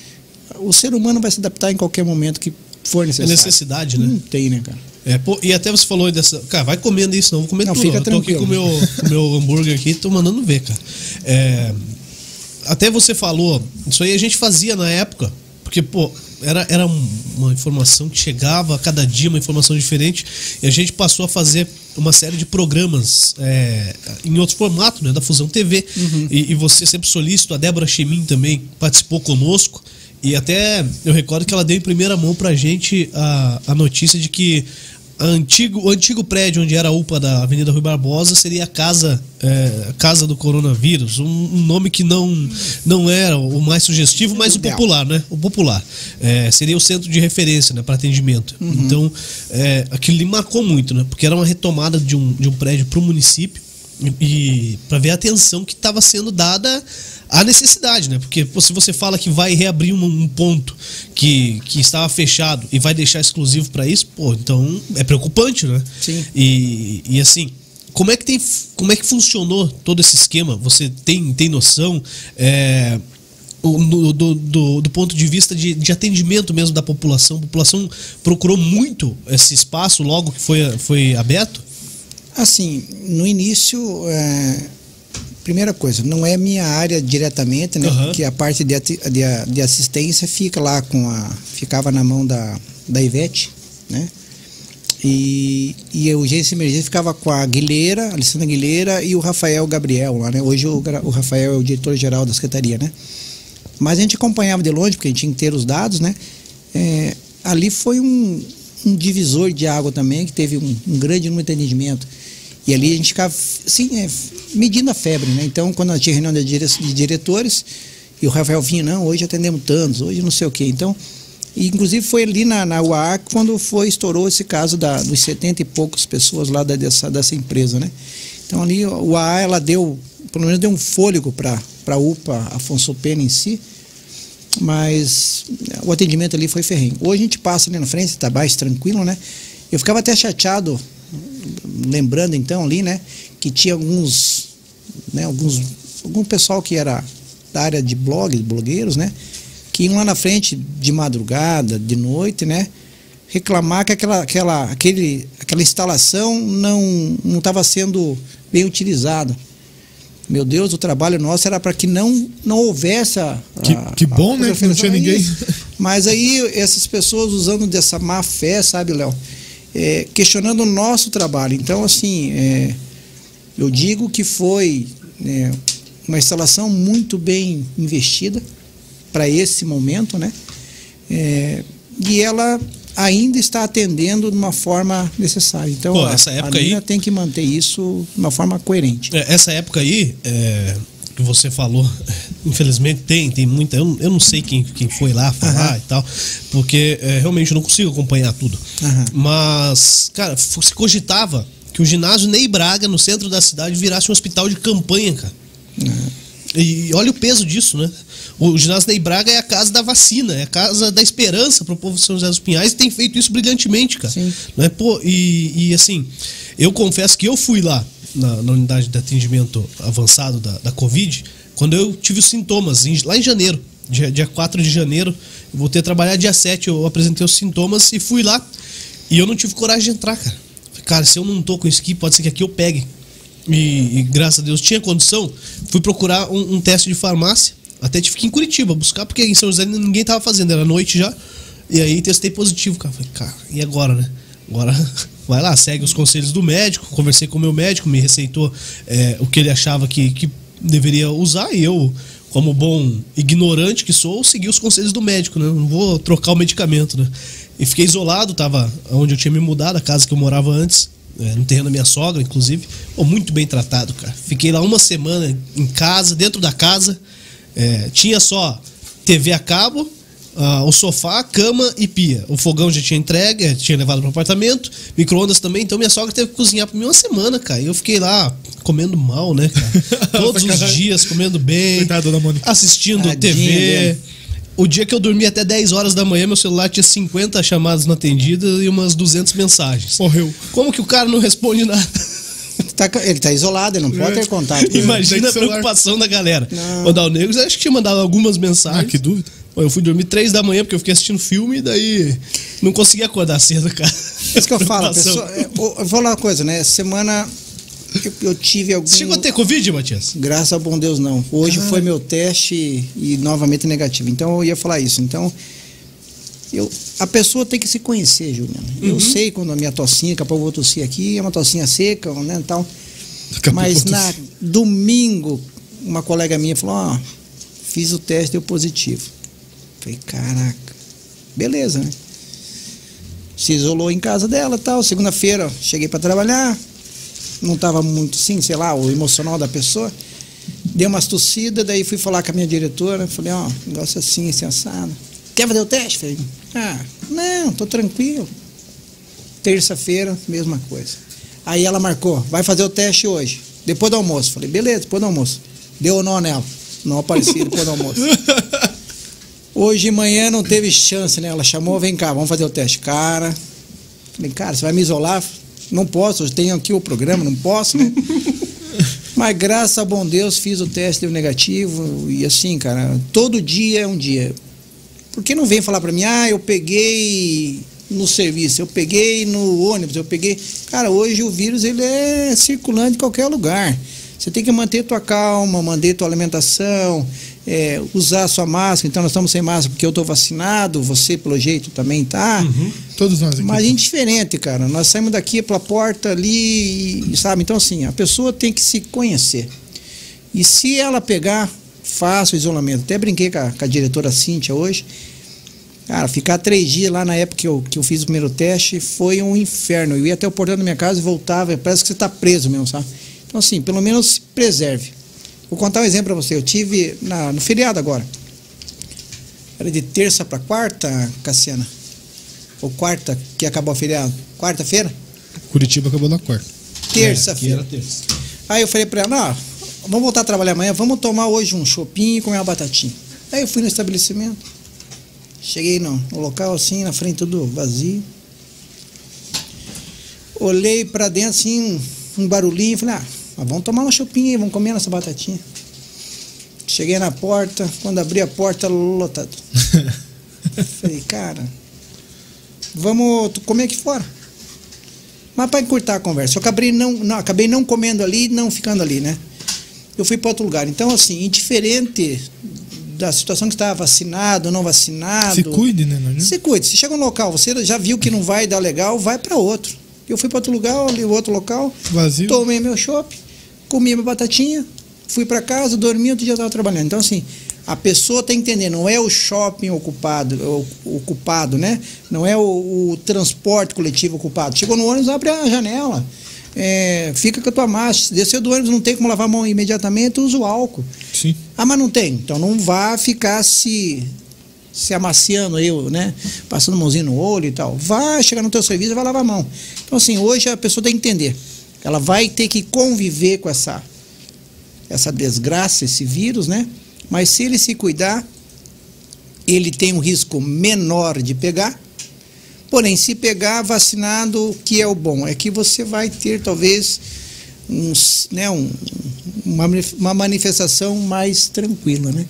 O ser humano vai se adaptar em qualquer momento que for necessário. É necessidade, né? Não tem, né, cara? É, pô, e até você falou dessa... Cara, vai comendo isso, não vou comer não, tudo. Fica eu tô aqui com o meu, meu hambúrguer aqui, tô mandando ver, cara. É, até você falou, isso aí a gente fazia na época, porque, pô, era, era uma informação que chegava a cada dia, uma informação diferente, e a gente passou a fazer uma série de programas é, em outro formato, né, da Fusão T V, uhum. e, e você sempre solícito, a Débora Chemin também participou conosco, e até eu recordo que ela deu em primeira mão pra gente a, a notícia de que a antigo, o antigo prédio onde era a U P A da Avenida Rui Barbosa seria a casa, é, casa do coronavírus, um, um nome que não, não era o mais sugestivo, mas o popular, né? O popular. É, seria o centro de referência, né, para atendimento. Uhum. Então, é, aquilo lhe marcou muito, né? Porque era uma retomada de um, de um prédio para o município e, e para ver a atenção que estava sendo dada a necessidade, né? Porque pô, se você fala que vai reabrir um, um ponto que, que estava fechado e vai deixar exclusivo para isso, pô, então é preocupante, né? Sim. E, e assim, como é que tem, como é que funcionou todo esse esquema? Você tem, tem noção é, do, do, do, do ponto de vista de, de atendimento mesmo da população? A população procurou muito esse espaço logo que foi, foi aberto? Assim, no início... É... Primeira coisa, não é minha área diretamente, né? Uhum. Porque a parte de, de, de assistência fica lá com a... Ficava na mão da, da Ivete, né? E, e a urgência e emergência ficava com a Aguilera, a Alessandra Aguilera e o Rafael Gabriel lá, né? Hoje o, o Rafael é o diretor-geral da Secretaria, né? Mas a gente acompanhava de longe, porque a gente tinha que ter os dados, né? É, ali foi um, um divisor de água também, que teve um, um grande número de atendimento. E ali a gente ficava, assim, é, medindo a febre, né? Então, quando nós tinha reunião de, dire de diretores, e o Rafael vinha, não, hoje atendemos tantos, hoje não sei o quê. Então, e, inclusive foi ali na, na U A A quando foi, estourou esse caso da, dos setenta e poucas pessoas lá da, dessa, dessa empresa, né? Então, ali a U A A, ela deu, pelo menos deu um fôlego para a U P A Afonso Pena em si, mas o atendimento ali foi ferrenho. Hoje a gente passa ali na frente, está mais tranquilo, né? Eu ficava até chateado, lembrando então ali, né, que tinha alguns, né, alguns, algum pessoal que era da área de blog, blogueiros, né, que iam lá na frente de madrugada, de noite, né, reclamar que aquela, aquela, aquele, aquela instalação não não estava sendo bem utilizada. Meu Deus, o trabalho nosso era para que não, não houvesse a... Que, a, que bom, a, né, que não tinha ninguém. Mas aí essas pessoas usando dessa má fé, sabe, Léo? É, questionando o nosso trabalho. Então, assim, é, eu digo que foi é, uma instalação muito bem investida para esse momento, né? É, e ela ainda está atendendo de uma forma necessária. Então, Pô, a, essa época a Nina aí tem que manter isso de uma forma coerente. Essa época aí, é, que você falou, infelizmente tem, tem muita. Eu, eu não sei quem, quem foi lá falar uhum. e tal, porque é, realmente eu não consigo acompanhar tudo. Uhum. Mas, cara, se cogitava que o ginásio Ney Braga, no centro da cidade, virasse um hospital de campanha, cara. Uhum. E olha o peso disso, né? O ginásio Ney Braga é a casa da vacina, é a casa da esperança para o povo de São José dos Pinhais e tem feito isso brilhantemente, cara. Sim. Não é? Pô, e, e assim, eu confesso que eu fui lá na, na unidade de atendimento avançado da, da Covid, quando eu tive os sintomas, em, lá em janeiro. dia, dia quatro de janeiro. Eu voltei a trabalhar dia sete, eu apresentei os sintomas e fui lá. E eu não tive coragem de entrar, cara. Falei, cara, se eu não tô com isso aqui, pode ser que aqui eu pegue. E, e graças a Deus tinha condição. Fui procurar um, um teste de farmácia. Até tive que ir em Curitiba buscar, porque em São José ninguém tava fazendo, era noite já. E aí testei positivo, cara. Falei, cara, e agora, né? Agora vai lá, segue os conselhos do médico. Conversei com o meu médico, me receitou é, o que ele achava que, que deveria usar. E eu, como bom ignorante que sou, segui os conselhos do médico, né? Não vou trocar o medicamento, né? E fiquei isolado, tava onde eu tinha me mudado, a casa que eu morava antes, é, no terreno da minha sogra, inclusive. Pô, muito bem tratado, cara. Fiquei lá uma semana em casa, dentro da casa. É, tinha só T V a cabo, uh, o sofá, cama e pia. O fogão já tinha entregue, tinha levado para o apartamento, micro-ondas também. Então minha sogra teve que cozinhar para mim uma semana, cara. E eu fiquei lá comendo mal, né, cara? Todos os dias comendo bem, Coitado da Mônica. assistindo Tadinha T V. dele. O dia que eu dormi até dez horas da manhã, meu celular tinha cinquenta chamadas não atendidas e umas duzentas mensagens. Morreu. Como que o cara não responde nada? Tá- ele tá isolado, ele não pode ter contato. Imagina Tem a celular. preocupação da galera. Não. O Dal Negros, acho que tinha mandado algumas mensagens. Ah, que dúvida. Pô, eu fui dormir três da manhã porque eu fiquei assistindo filme e daí não consegui acordar cedo, cara. Isso que eu falo, a Preocupação. pessoa, é, eu vou falar uma coisa, né? Semana eu, eu tive algum. Você chegou a ter Covid, Matias? Graças ao bom Deus, não. Hoje foi meu teste e, e novamente negativo. Então eu ia falar isso. Então, eu, a pessoa tem que se conhecer, Juliano. Uhum. Eu sei quando a minha tossinha, daqui a pouco eu vou tossir aqui, é uma tossinha seca, né? Tal. Daqui a Mas pouco eu na domingo, uma colega minha falou: Ó, fiz o teste, deu positivo. Falei, caraca, beleza, né? Se isolou em casa dela, tal. Segunda-feira, cheguei para trabalhar, não estava muito assim, sei lá, o emocional da pessoa. Dei umas tossidas, daí fui falar com a minha diretora, falei, ó, negócio assim, assim, assado. Quer fazer o teste? Falei, ah, não, tô tranquilo. Terça-feira, mesma coisa. Aí ela marcou, vai fazer o teste hoje, depois do almoço. Falei, beleza, depois do almoço. Deu o nó nela, não apareci depois do almoço. Hoje de manhã não teve chance, né? Ela chamou, vem cá, vamos fazer o teste. Cara, falei, cara, você vai me isolar? Não posso, eu tenho aqui o programa, não posso, né? Mas graças a bom Deus fiz o teste, deu negativo. E assim, cara, todo dia é um dia. Por que não vem falar pra mim, ah, eu peguei no serviço, eu peguei no ônibus, eu peguei... Cara, hoje o vírus, ele é circulante em qualquer lugar. Você tem que manter tua calma, manter tua alimentação, é, usar a sua máscara. Então nós estamos sem máscara porque eu estou vacinado, você pelo jeito também tá. Uhum. Todos nós aqui. Mas indiferente, cara. Nós saímos daqui pela porta ali, e, sabe? Então assim, a pessoa tem que se conhecer. E se ela pegar, faça o isolamento. Até brinquei com a, com a diretora Cíntia hoje. Cara, ficar três dias lá na época que eu, que eu fiz o primeiro teste foi um inferno. Eu ia até o portão da minha casa e voltava, parece que você está preso mesmo, sabe? Então assim, pelo menos se preserve. Vou contar um exemplo para você. Eu tive na, no feriado agora. Era de terça para quarta, Cassiana? Ou quarta que acabou o feriado? Quarta-feira? Curitiba acabou na quarta. Terça-feira. É, aqui era terça. Aí eu falei para ela, não, vamos voltar a trabalhar amanhã, vamos tomar hoje um chopinho e comer uma batatinha. Aí eu fui no estabelecimento. Cheguei no, no local assim, na frente tudo vazio. Olhei para dentro assim, um, um barulhinho e falei, ah, mas vamos tomar uma chopinha aí, vamos comer nossa batatinha. Cheguei na porta, quando abri a porta, lotado. Falei, cara, vamos comer aqui fora. Mas para encurtar a conversa, eu acabei não, não, acabei não comendo ali, não ficando ali, né? Eu fui para outro lugar. Então, assim, indiferente da situação que está vacinado, não vacinado. Se cuide, né? Não é? Se cuide. Se chega um local, você já viu que não vai dar legal, vai para outro. Eu fui para outro lugar, olhei o outro local, Vazio. tomei meu chopp, comi minha batatinha, fui para casa, dormi, outro dia eu estava trabalhando. Então, assim, a pessoa tem que entender, não é o shopping ocupado, ocupado, né? Não é o, o transporte coletivo ocupado. Chegou no ônibus, abre a janela. É, fica com a tua máscara. Desceu do ônibus, não tem como lavar a mão imediatamente, usa o álcool. Sim. Ah, mas não tem. Então não vá ficar se, se amaciando aí, né? Passando mãozinha no olho e tal. Vai chegar no teu serviço e vai lavar a mão. Então assim, hoje a pessoa tem que entender. Ela vai ter que conviver com essa, essa desgraça, esse vírus, né? Mas se ele se cuidar, ele tem um risco menor de pegar. Porém, se pegar vacinado, o que é o bom? É que você vai ter, talvez, uns, né, um, uma, uma manifestação mais tranquila, né?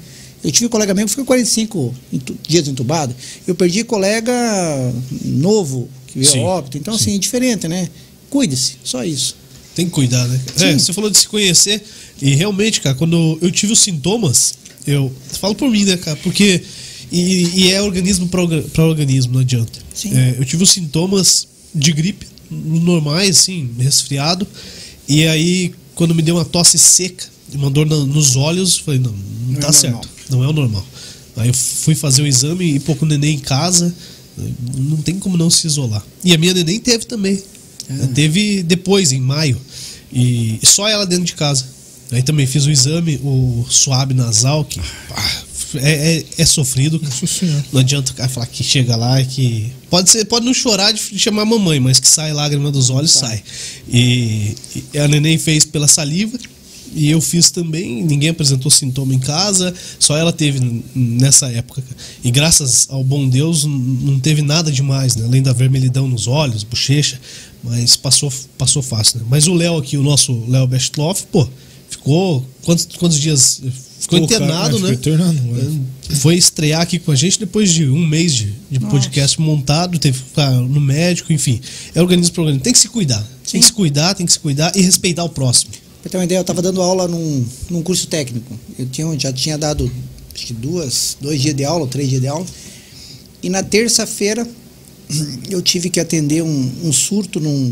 Eu tive um colega meu que ficou quarenta e cinco dias entubado. Eu perdi colega novo, que veio a óbito. Então, sim. assim, é diferente, né? Cuide-se, só isso. Tem que cuidar, né? É, você falou de se conhecer. E realmente, cara, quando eu tive os sintomas, eu falo por mim, né, cara? Porque. E, e é organismo para organismo, não adianta. É, eu tive os sintomas de gripe normais, assim, resfriado. E aí, quando me deu uma tosse seca, uma dor na, nos olhos, falei, não, não, não tá é certo. Normal. Não é o normal. Aí eu fui fazer o exame e pô, com o neném em casa, não tem como não se isolar. E a minha neném teve também. É. Teve depois, em maio. E só ela dentro de casa. Aí também fiz o exame, o suave nasal, que pá, é, é, é sofrido. Não adianta o cara falar que chega lá e que. Pode, ser, pode não chorar de chamar a mamãe, mas que sai lágrima dos olhos, tá. sai. E, e a neném fez pela saliva. E eu fiz também, ninguém apresentou sintoma em casa, só ela teve nessa época. E graças ao bom Deus não teve nada demais, né? Além da vermelhidão nos olhos, bochecha, mas passou, passou fácil, né? Mas o Léo aqui, o nosso Léo Bestloff, pô, ficou quantos, quantos dias? Ficou pô, internado, cara, né? Internado, foi estrear aqui com a gente depois de um mês de, de podcast montado, teve que ficar no médico, enfim. É organismo para organismo. Tem que se cuidar, Sim. tem que se cuidar, tem que se cuidar e respeitar o próximo. Pra ter uma ideia, eu estava dando aula num, num curso técnico. Eu tinha, já tinha dado acho que duas, dois dias de aula, três dias de aula. E na terça-feira eu tive que atender um, um surto num,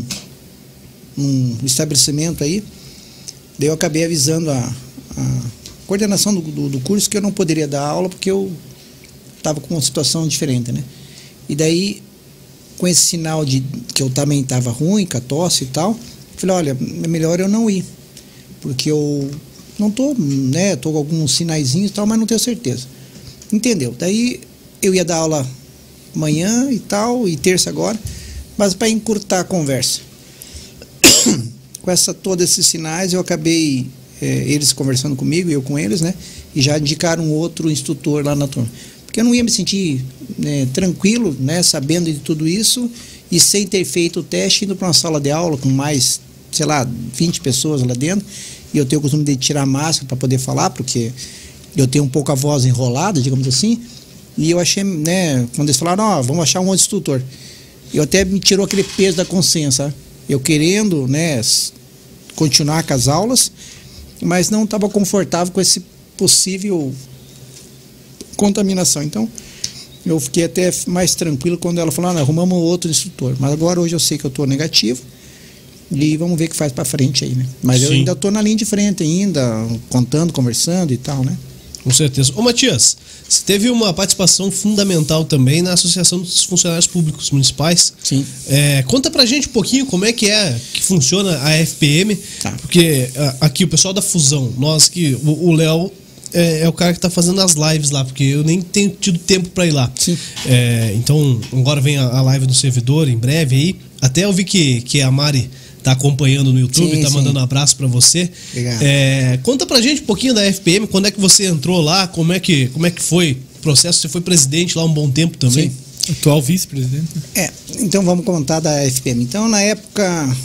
num estabelecimento aí. Daí eu acabei avisando a, a coordenação do, do, do curso que eu não poderia dar aula porque eu estava com uma situação diferente, né? E daí, com esse sinal de que eu também estava ruim, com a tosse e tal, falei, olha, é melhor eu não ir. Porque eu não tô, né, tô com alguns sinaizinhos e tal, mas não tenho certeza. Entendeu? Daí eu ia dar aula amanhã e tal, e terça agora, mas para encurtar a conversa. Com essa, todos esses sinais, eu acabei, é, eles conversando comigo, eu com eles, né, e já indicaram outro instrutor lá na turma. Porque eu não ia me sentir né, tranquilo, né, sabendo de tudo isso, e sem ter feito o teste, indo para uma sala de aula com mais, sei lá, vinte pessoas lá dentro, e eu tenho o costume de tirar a máscara para poder falar, porque eu tenho um pouco a voz enrolada, digamos assim, e eu achei, né, quando eles falaram, ó, oh, vamos achar um outro instrutor, eu até me tirou aquele peso da consciência, eu querendo, né, continuar com as aulas, mas não estava confortável com esse possível contaminação, então eu fiquei até mais tranquilo quando ela falou, ah, arrumamos outro instrutor, mas agora hoje eu sei que eu estou negativo, e vamos ver o que faz para frente aí, né? Mas Sim. eu ainda estou na linha de frente ainda, contando, conversando e tal, né? Com certeza. Ô Matias, você teve uma participação fundamental também na Associação dos Funcionários Públicos Municipais. Sim. É, conta pra gente um pouquinho como é que é que funciona a F P M, tá. Porque aqui o pessoal da Fusão, nós que o Léo é, é o cara que tá fazendo as lives lá, porque eu nem tenho tido tempo para ir lá. Sim. É, então agora vem a, a live do servidor em breve aí. Até eu vi que, que a Mari tá acompanhando no YouTube, sim, tá sim. mandando um abraço para você. Obrigado. É, conta pra gente um pouquinho da F P M, quando é que você entrou lá, como é que, como é que foi o processo? Você foi presidente lá um bom tempo também? Sim. Atual vice-presidente. É, então vamos contar da F P M. Então, na época,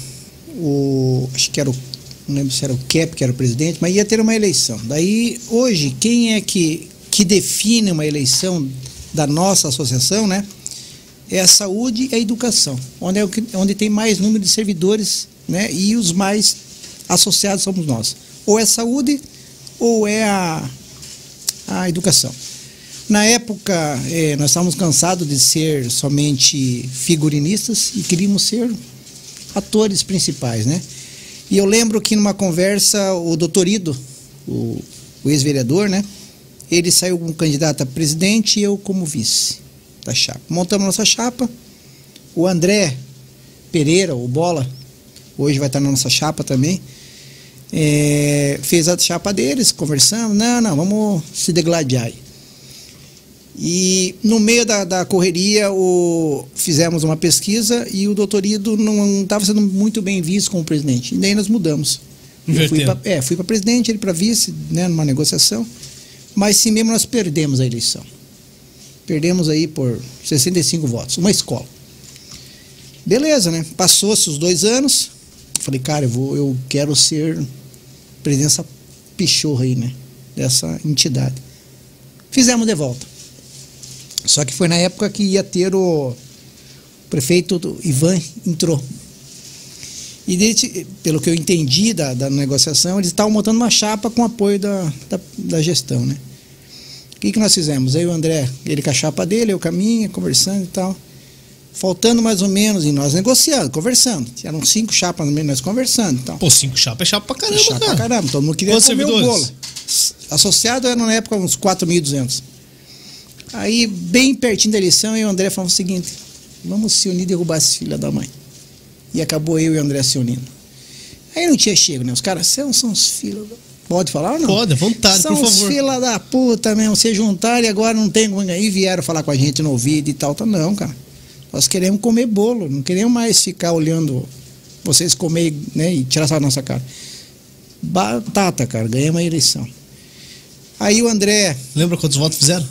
o, acho que era o, não lembro se era o Cap que era o presidente, mas ia ter uma eleição. Daí, hoje, quem é que, que define uma eleição da nossa associação, né? É a saúde e a educação, onde, é o que, onde tem mais número de servidores, né? E os mais associados somos nós. Ou é saúde ou é a, a educação. Na época, é, nós estávamos cansados de ser somente figurinistas e queríamos ser atores principais, né? E eu lembro que numa conversa, o doutor Ido, o, o ex-vereador, né? Ele saiu como candidato a presidente e eu como vice da chapa. Montamos nossa chapa. O André Pereira, o Bola, hoje vai estar na nossa chapa também, é, fez a chapa deles, conversamos, não, não, vamos se degladiar aí. E no meio da, da correria, o, fizemos uma pesquisa e o doutor Ido não estava sendo muito bem visto como presidente. E daí nós mudamos. Eu fui para é, fui para presidente, ele para vice, né, numa negociação. Mas sim mesmo nós perdemos a eleição. Perdemos aí por sessenta e cinco votos, uma escola. Beleza, né? Passou-se os dois anos. Falei, cara, eu, vou, eu quero ser presidência pichorra aí, né? Dessa entidade. Fizemos de volta. Só que foi na época que ia ter o, o prefeito Ivan entrou. E desde, pelo que eu entendi da, da negociação, eles estavam montando uma chapa com apoio da, da, da gestão, né? O que, que nós fizemos? Eu e o André, ele com a chapa dele, eu com a minha, conversando e tal. Faltando mais ou menos, e nós negociando, conversando. Eram cinco chapas no meio, nós conversando e tal. Pô, cinco chapas é chapa pra caramba, chapa cara. pra caramba, todo mundo queria Quantos comer o servidores? bolo. Associado era na época uns quatro mil e duzentos. Aí, bem pertinho da eleição, eu e o André falamos o seguinte: vamos se unir e derrubar esse filho da mãe. E acabou eu e o André se unindo. Aí não tinha chego, né? Os caras são, são os filhos. Pode falar ou não? Pode, à vontade, são por favor. São os filhos da puta mesmo. Se juntaram e agora não tem como. Aí vieram falar com a gente no ouvido e tal. Tá, não, cara. Nós queremos comer bolo. Não queremos mais ficar olhando vocês comer, né, e tirar essa nossa cara. Batata, cara. Ganhamos a eleição. Aí o André. Lembra quantos votos fizeram?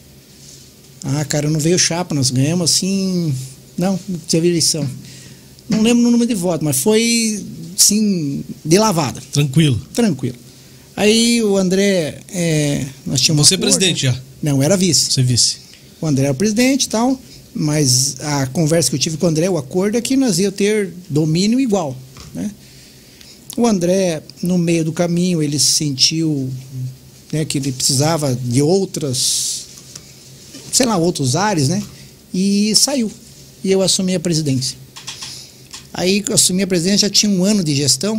Ah, cara, não veio chapa. Nós ganhamos assim. Não, não teve eleição. Não lembro o número de votos, mas foi, sim, de lavada. Tranquilo. Tranquilo. Aí o André, é, nós tínhamos... Você é presidente já? Não, era vice. Você é vice. O André era presidente e tal, mas a conversa que eu tive com o André, o acordo é que nós ia ter domínio igual, né? O André, no meio do caminho, ele sentiu, né, que ele precisava de outras, sei lá, outros ares, né? E saiu. E eu assumi a presidência. Aí eu assumi a presidência, já tinha um ano de gestão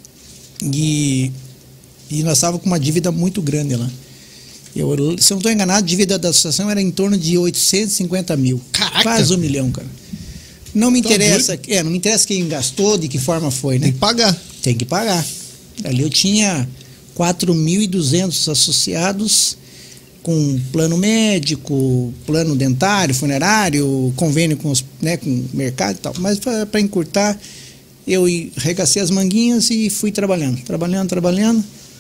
e, e nós estávamos com uma dívida muito grande lá. Eu, se eu não estou enganado, a dívida da associação era em torno de oitocentos e cinquenta mil. Caraca! Quase um milhão, cara. Não me Tá interessa, é, não me interessa quem gastou, de que forma foi, né? Tem que pagar. Tem que pagar. Ali eu tinha quatro mil e duzentos associados com plano médico, plano dentário, funerário, convênio com, os, né, com o mercado e tal. Mas para encurtar, eu arregacei as manguinhas e fui trabalhando, trabalhando, trabalhando.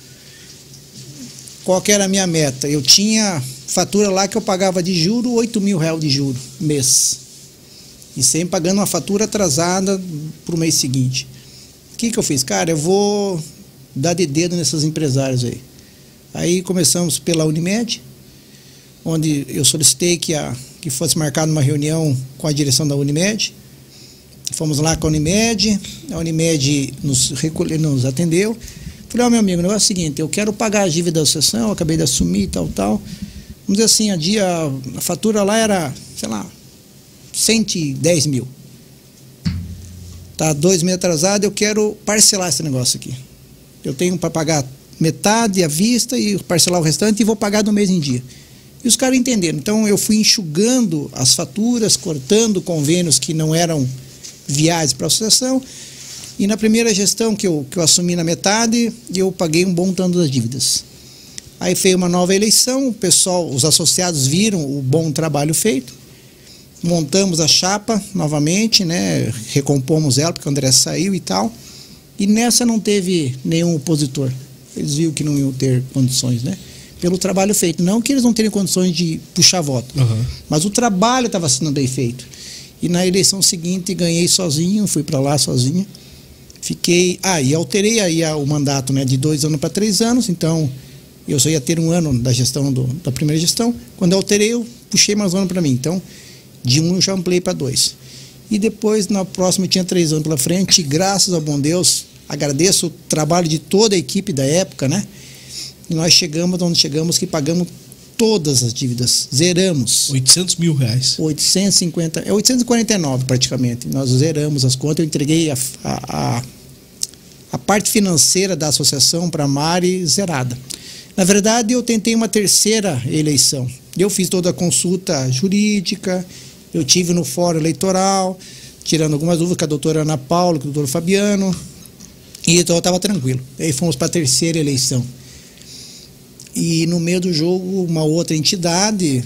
Qual que era a minha meta? Eu tinha fatura lá que eu pagava de juro, oito mil reais de juro, mês. E sempre pagando uma fatura atrasada para o mês seguinte. O que que eu fiz? Cara, eu vou dar de dedo nesses empresários aí. Aí começamos pela Unimed, onde eu solicitei que, a, que fosse marcada uma reunião com a direção da Unimed. Fomos lá com a Unimed, a Unimed nos, recolhe, nos atendeu. Falei, ó, oh, meu amigo, o negócio é o seguinte, eu quero pagar a dívida da associação, eu acabei de assumir, tal, tal. Vamos dizer assim, a, dia, a fatura lá era, sei lá, cento e dez mil. Tá dois meses atrasado, eu quero parcelar esse negócio aqui. Eu tenho para pagar metade à vista e parcelar o restante e vou pagar do mês em dia. E os caras entenderam. Então eu fui enxugando as faturas, cortando convênios que não eram viáveis para a associação. E na primeira gestão que eu, que eu assumi na metade, eu paguei um bom tanto das dívidas. Aí veio uma nova eleição, o pessoal, os associados viram o bom trabalho feito. Montamos a chapa novamente, né? Recompomos ela, porque o André saiu e tal. E nessa não teve nenhum opositor. Eles viram que não iam ter condições, né? Pelo trabalho feito. Não que eles não teriam condições de puxar voto, uhum. Mas o trabalho estava sendo bem feito. E na eleição seguinte ganhei sozinho, fui para lá sozinho. Fiquei... Ah, e alterei aí o mandato, né, de dois anos para três anos, então eu só ia ter um ano da gestão, do, da primeira gestão. Quando eu alterei, eu puxei mais um ano para mim. Então, de um eu já ampliei para dois. E depois, na próxima, eu tinha três anos pela frente, e graças ao bom Deus, agradeço o trabalho de toda a equipe da época, né? E nós chegamos onde chegamos, que pagamos todas as dívidas, zeramos. oitocentos mil reais. oitocentos e cinquenta, é oitocentos e quarenta e nove praticamente. Nós zeramos as contas, eu entreguei a, a, a, a parte financeira da associação para a Mari zerada. Na verdade, eu tentei uma terceira eleição. Eu fiz toda a consulta jurídica, eu tive no fórum eleitoral, tirando algumas dúvidas com a doutora Ana Paula, com o doutor Fabiano, e então eu estava tranquilo. Aí fomos para a terceira eleição. E no meio do jogo, uma outra entidade,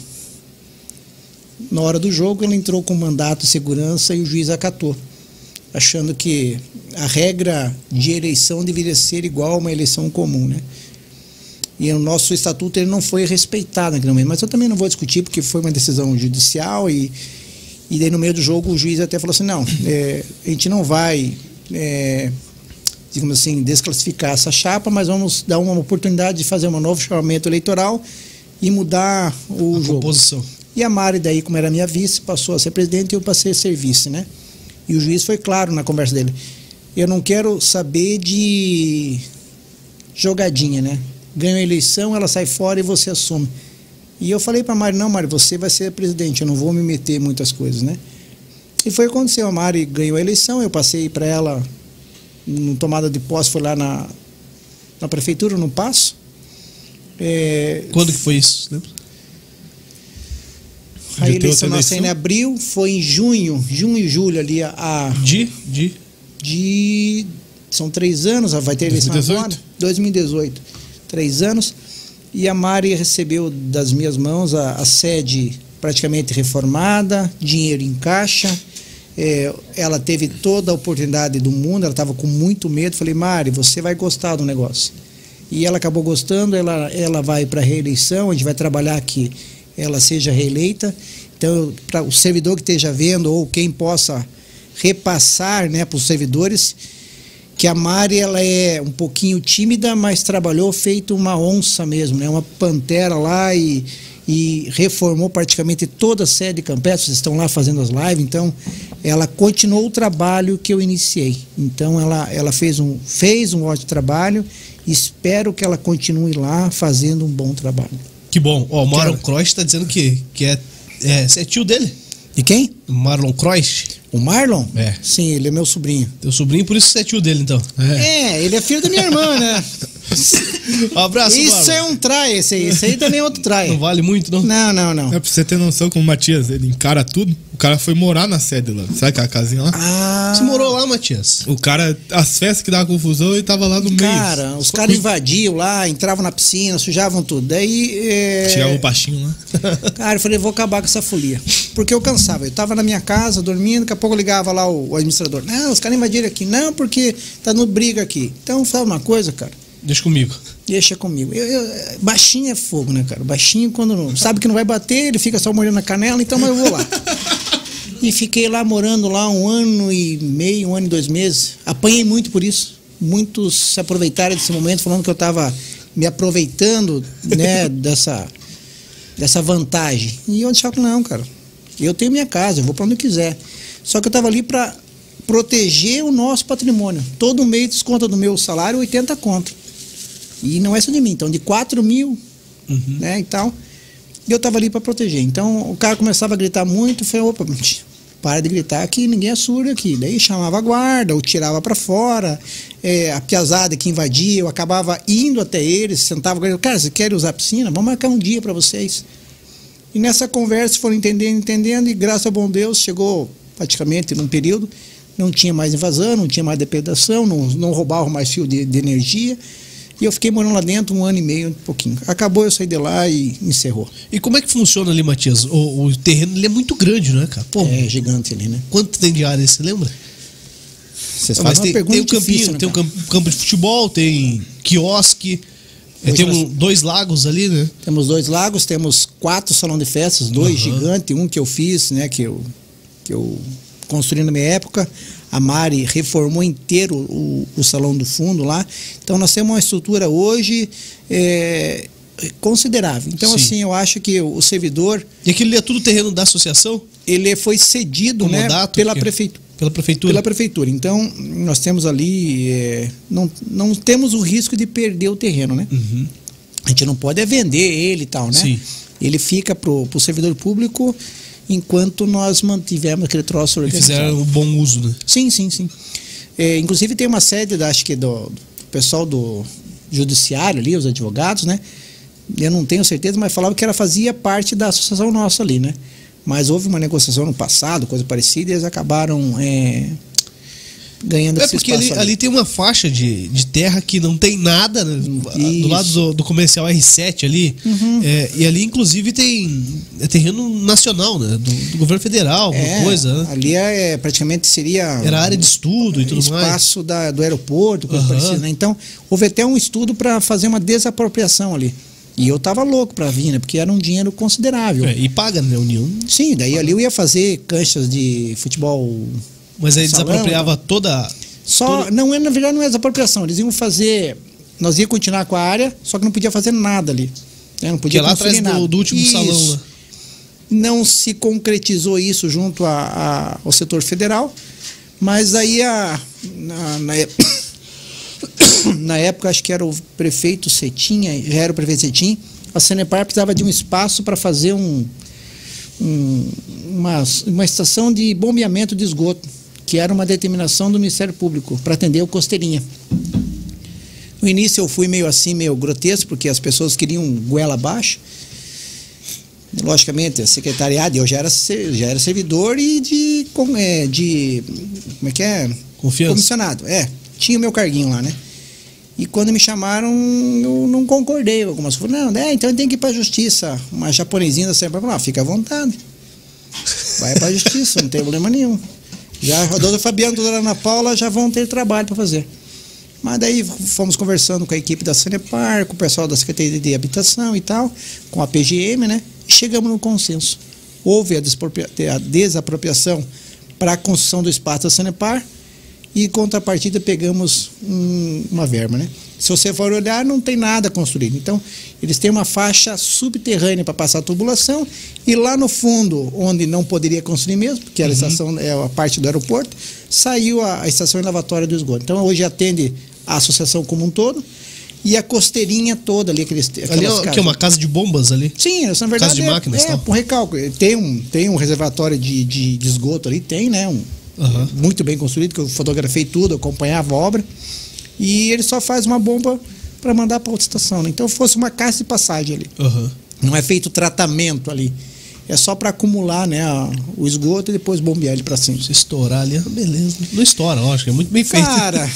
na hora do jogo, ela entrou com mandato de segurança e o juiz acatou, achando que a regra de eleição deveria ser igual a uma eleição comum, né? E o nosso estatuto ele não foi respeitado naquele momento, mas eu também não vou discutir porque foi uma decisão judicial e, e daí no meio do jogo o juiz até falou assim, não, é, a gente não vai... É, digamos assim, desclassificar essa chapa, mas vamos dar uma oportunidade de fazer um novo chamamento eleitoral e mudar o A jogo. composição. E a Mari, daí, como era minha vice, passou a ser presidente e eu passei a ser vice, né? E o juiz foi claro na conversa dele. Eu não quero saber de jogadinha, né? Ganha a eleição, ela sai fora e você assume. E eu falei pra Mari, não, Mari, você vai ser presidente, eu não vou me meter em muitas coisas, né? E foi o que aconteceu, a Mari ganhou a eleição, eu passei para ela, no tomada de posse, foi lá na, na prefeitura, no Paço. É, Quando que foi isso? Lembra? a eleição nossa em abril, foi em junho, junho e julho ali, a, a De? De? de... São três anos, vai ter eleição dois mil e agora? dezoito? dois mil e dezoito. Três anos. E a Mari recebeu das minhas mãos a, a sede praticamente reformada, dinheiro em caixa. É, ela teve toda a oportunidade do mundo, ela estava com muito medo. Falei, Mari, você vai gostar do negócio. E ela acabou gostando, ela, ela vai para a reeleição, a gente vai trabalhar aqui, ela seja reeleita. Então, para o servidor que esteja vendo, ou quem possa repassar, né, para os servidores, que a Mari, ela é um pouquinho tímida, mas trabalhou feito uma onça mesmo, né? Uma pantera lá e, e reformou praticamente toda a sede campestre. Vocês estão lá fazendo as lives, então ela continuou o trabalho que eu iniciei. Então ela, ela fez, um, fez um ótimo trabalho e espero que ela continue lá fazendo um bom trabalho. Que bom. Ó, o Marlon Quero. Croix tá dizendo que, que é, é... Você é tio dele? De quem? Marlon Croix? O Marlon? É. Sim, ele é meu sobrinho. Teu sobrinho, por isso você é tio dele, então. É, ele é filho da minha irmã, né? Um abraço, Isso Marlon. é um trai, esse aí. Esse aí também é outro trai. Não vale muito, não? Não, não, não. É pra você ter noção como o Matias, ele encara tudo. O cara foi morar na sede lá. Sabe aquela casinha lá? Ah, Você morou lá, Matias? O cara, as festas que dava confusão, ele tava lá no meio. cara, os caras invadiam lá, entravam na piscina, sujavam tudo. Daí. É... Tirava o baixinho lá. Cara, eu falei, vou acabar com essa folia. Porque eu cansava. Eu tava na minha casa, dormindo, daqui a pouco eu ligava lá o, o administrador. Não, os caras invadiram aqui. Não, porque tá no briga aqui. Então, fala uma coisa, cara. Deixa comigo. Deixa comigo. Eu, eu, baixinho é fogo, né, cara? Baixinho, quando não, sabe que não vai bater, ele fica só mordendo na canela, então eu vou lá. E fiquei lá morando lá um ano e meio, um ano e dois meses. Apanhei muito por isso. Muitos se aproveitaram desse momento, falando que eu estava me aproveitando, né, dessa, dessa vantagem. E eu disse, não, cara. Eu tenho minha casa, eu vou para onde eu quiser. Só que eu estava ali para proteger o nosso patrimônio. Todo mês desconta do meu salário oitenta conto. E não é só de mim, então de quatro mil, uhum. né, e tal. E eu tava ali para proteger. Então o cara começava a gritar muito, eu falei, opa, para de gritar que ninguém é surdo aqui. Daí chamava a guarda, ou tirava para fora. É, a piazada que invadia, eu acabava indo até eles, sentava com eles, cara, você quer usar a piscina? Vamos marcar um dia para vocês. E nessa conversa foram entendendo, entendendo, e graças ao bom Deus chegou praticamente num período, não tinha mais invasão, não tinha mais depredação, não, não roubavam mais fio de, de energia. E eu fiquei morando lá dentro um ano e meio, um pouquinho. Acabou, eu saí de lá e encerrou. E como é que funciona ali, Matias? O, o terreno ele é muito grande, não é, cara? Pô, é gigante ali, né? Quanto tem de área, você lembra? Vocês Não, fazem mas uma tem, pergunta tem um campinho, difícil, né, tem um cara? campo, campo de futebol, tem quiosque, é, Pois tem nós- um, dois lagos ali, né? Temos dois lagos, temos quatro salões de festas, dois Aham. gigantes, um que eu fiz, né, que eu, que eu construí na minha época. A Mari reformou inteiro o, o salão do fundo lá. Então nós temos uma estrutura hoje é, considerável. Então, Sim. assim, eu acho que o servidor, E aquilo ali é tudo terreno da associação? ele foi cedido, né, Comodato, pela que- prefeitura. Pela prefeitura? Pela prefeitura. Então, nós temos ali, é, não, não temos o risco de perder o terreno, né? Uhum. A gente não pode é vender ele e tal, né? Sim. Ele fica pro, pro servidor público enquanto nós mantivemos aquele troço E organizado. fizeram um bom uso, né? Sim, sim, sim. É, inclusive tem uma sede, da, acho que do, do pessoal do judiciário ali, os advogados, né? Eu não tenho certeza, mas falava que ela fazia parte da associação nossa ali, né? Mas houve uma negociação no passado, coisa parecida, e eles acabaram é, ganhando É esse porque espaço ali, ali tem uma faixa de, de terra que não tem nada, né? Do Isso. lado do, do comercial R sete ali. Uhum. É, e ali, inclusive, tem é terreno nacional, né? Do, do governo federal, alguma É, coisa, né? ali é, praticamente seria Era área de estudo e tudo mais. espaço da, do aeroporto, coisa Aham. parecida, né? Então, houve até um estudo para fazer uma desapropriação ali. E eu tava louco para vir, né? Porque era um dinheiro considerável. É, e paga, né, União? Sim, daí ali eu ia fazer canchas de futebol. Mas aí Salão, desapropriava toda. Só, toda- não é, na verdade não é desapropriação, eles iam fazer, nós ia continuar com a área, só que não podia fazer nada ali. Né? Não Que podia é lá atrás conferir nada. do, do último Isso. salão, né? Não se concretizou isso junto a, a, ao setor federal, mas aí a, na, na, na época, acho que era o prefeito Cetim, já era o prefeito Cetim, a Sanepar precisava de um espaço para fazer um, um, uma, uma estação de bombeamento de esgoto, que era uma determinação do Ministério Público, para atender o Costeirinha. No início eu fui meio assim, meio grotesco, porque as pessoas queriam goela abaixo. Logicamente, a secretariado, eu já era, já era servidor e de, é, de. Como é que é? Confiança. Comissionado. É, tinha o meu carguinho lá, né? E quando me chamaram, eu não concordei com algumas coisas. Não, é, então tem que ir para a justiça. Uma japonesinha da Sanepar falou: ah, fica à vontade. Vai para a justiça, não tem problema nenhum. Já a doutora Fabiana e a doutora Ana Paula já vão ter trabalho para fazer. Mas daí fomos conversando com a equipe da Sanepar, com o pessoal da Secretaria de Habitação e tal, com a P G M, né? E chegamos no consenso. Houve a, a desapropriação para a construção do espaço da Sanepar e, em contrapartida, pegamos um, uma verba, né? Se você for olhar, não tem nada construído. Então, eles têm uma faixa subterrânea para passar a tubulação e lá no fundo, onde não poderia construir mesmo, que era a estação, é a parte do aeroporto, saiu a, a estação lavatória do esgoto. Então, hoje atende a associação como um todo e a costeirinha toda ali, aqueles, Ali é que é uma casa de bombas ali? Sim, essa na verdade casa de é, máquinas, é tá? um recalque. Tem um, tem um reservatório de, de, de esgoto ali, tem, né? Um, Uhum. muito bem construído, que eu fotografei tudo, eu acompanhava a obra. E ele só faz uma bomba para mandar para outra estação, né? Então fosse uma caixa de passagem ali. Uhum. Não é feito tratamento ali. É só para acumular, né, a, o esgoto e depois bombear ele para cima. Se estourar ali, beleza. Não estoura, lógico, é muito bem feito. Cara,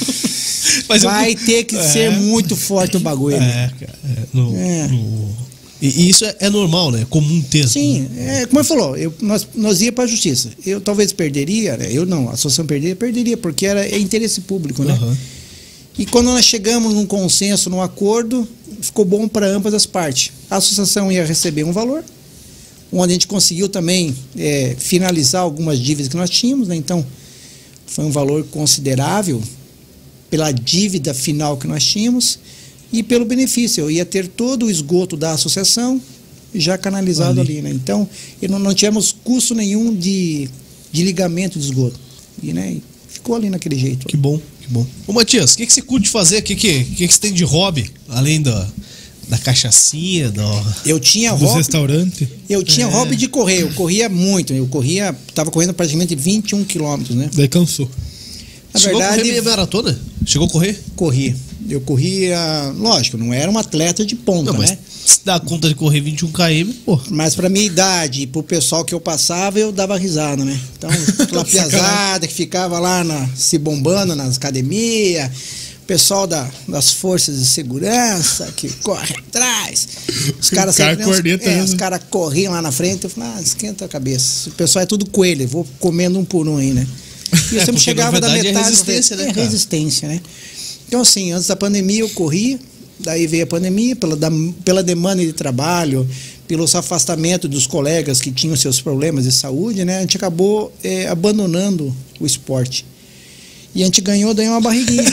Mas vai eu... ter que é. ser muito forte o bagulho. É, cara. É, no, É. no... E, e isso é, é normal, né? É comum ter. Sim, é, como ele falou, eu, nós, nós ia para a justiça. Eu talvez perderia, né? Eu não, a associação perderia, perderia, porque era é interesse público, né? Uhum. E quando nós chegamos num consenso, num acordo, ficou bom para ambas as partes. A associação ia receber um valor, onde a gente conseguiu também é, finalizar algumas dívidas que nós tínhamos, né? Então, foi um valor considerável pela dívida final que nós tínhamos e pelo benefício. Eu ia ter todo o esgoto da associação já canalizado ali, ali né? Então, não, não tivemos custo nenhum de, de ligamento de esgoto. E, né, ficou ali naquele jeito. Que bom, que bom. Ô Matias, o que, que você curte fazer? O que, que, que, que você tem de hobby? Além da, da cachaçinha, do... Eu tinha Dos hobby. restaurantes. Eu tinha É. hobby de correr. Eu corria muito. Eu corria, estava correndo praticamente vinte e um quilômetros, né? Daí cansou. Na Chegou a verdade, correr meia maratona? Chegou a correr? corri. Eu corria, lógico, não era um atleta de ponta, Não, mas né? se dá conta de correr vinte e um quilômetros, pô. Mas pra minha idade, pro pessoal que eu passava, eu dava risada, né? Então, aquela piazada que ficava lá na, se bombando nas academias, o pessoal da, das forças de segurança que corre atrás. Os caras O cara sempre- corneta, é, né? os caras corriam lá na frente, eu falava, ah, esquenta a cabeça. O pessoal é tudo coelho, eu vou comendo um por um aí, né? E eu É, sempre porque, chegava na da verdade, é metade. resistência, né, é cara? resistência, né? Então, assim, antes da pandemia eu corri, daí veio a pandemia, pela, da, pela demanda de trabalho, pelo afastamento dos colegas que tinham seus problemas de saúde, né? A gente acabou é, abandonando o esporte. E a gente ganhou daí uma barriguinha.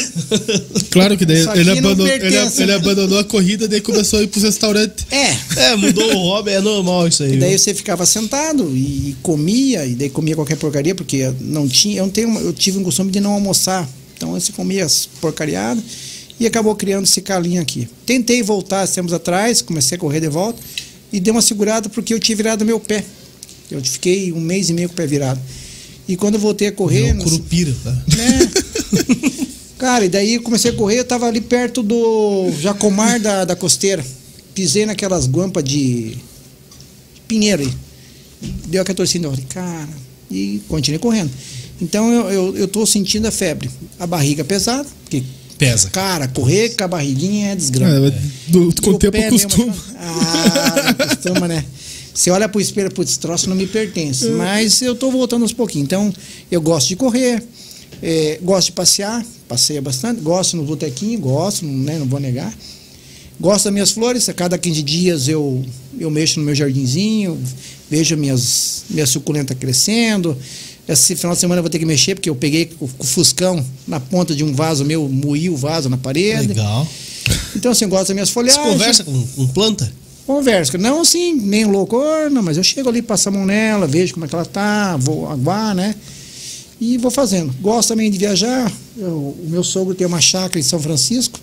Claro que daí Isso ele aqui não abandonou, ele, pertence. ele abandonou a corrida, daí começou a ir pros restaurantes. É. É, mudou o hobby, é normal isso aí. E daí viu? você ficava sentado e comia, e daí comia qualquer porcaria, porque não tinha, eu não tenho, uma- eu tive um costume de não almoçar. Então você comia as porcariadas e acabou criando esse calinho aqui. Tentei voltar tempos atrás, comecei a correr de volta e dei uma segurada porque eu tinha virado meu pé. Eu fiquei um mês e meio com o pé virado. E quando eu voltei a correr, Virou curupira, cara. né? Cara, e daí eu comecei a correr, eu tava ali perto do Jacomar da, da Costeira. Pisei naquelas guampas de, de pinheiro aí. Deu aquela torcida, eu falei, cara, e continuei correndo. Então eu, eu, eu tô sentindo a febre. A barriga pesada, porque, Pesa. cara, correr com a barriguinha é desgrama. É, do, E com o tempo pé mesmo, acostuma. Ah, acostuma, né? Você olha pro espelho, putz, esse troço não me pertence. Mas eu tô voltando aos pouquinhos. Então, eu gosto de correr, é, gosto de passear, passeio bastante, gosto no botequinho, gosto, né, não vou negar. Gosto das minhas flores, a cada quinze dias eu, eu mexo no meu jardinzinho, vejo minhas, minhas suculentas crescendo. Esse final de semana eu vou ter que mexer, porque eu peguei o, o fuscão na ponta de um vaso meu, moí o vaso na parede. Legal. Então, assim, eu gosto das minhas Você folhagens. conversa com, com planta? Converso. Não assim, nem louco, oh, não, mas eu chego ali, passo a mão nela, vejo como é que ela tá, vou aguar, né? E vou fazendo. Gosto também de viajar. Eu, o meu sogro tem uma chácara em São Francisco.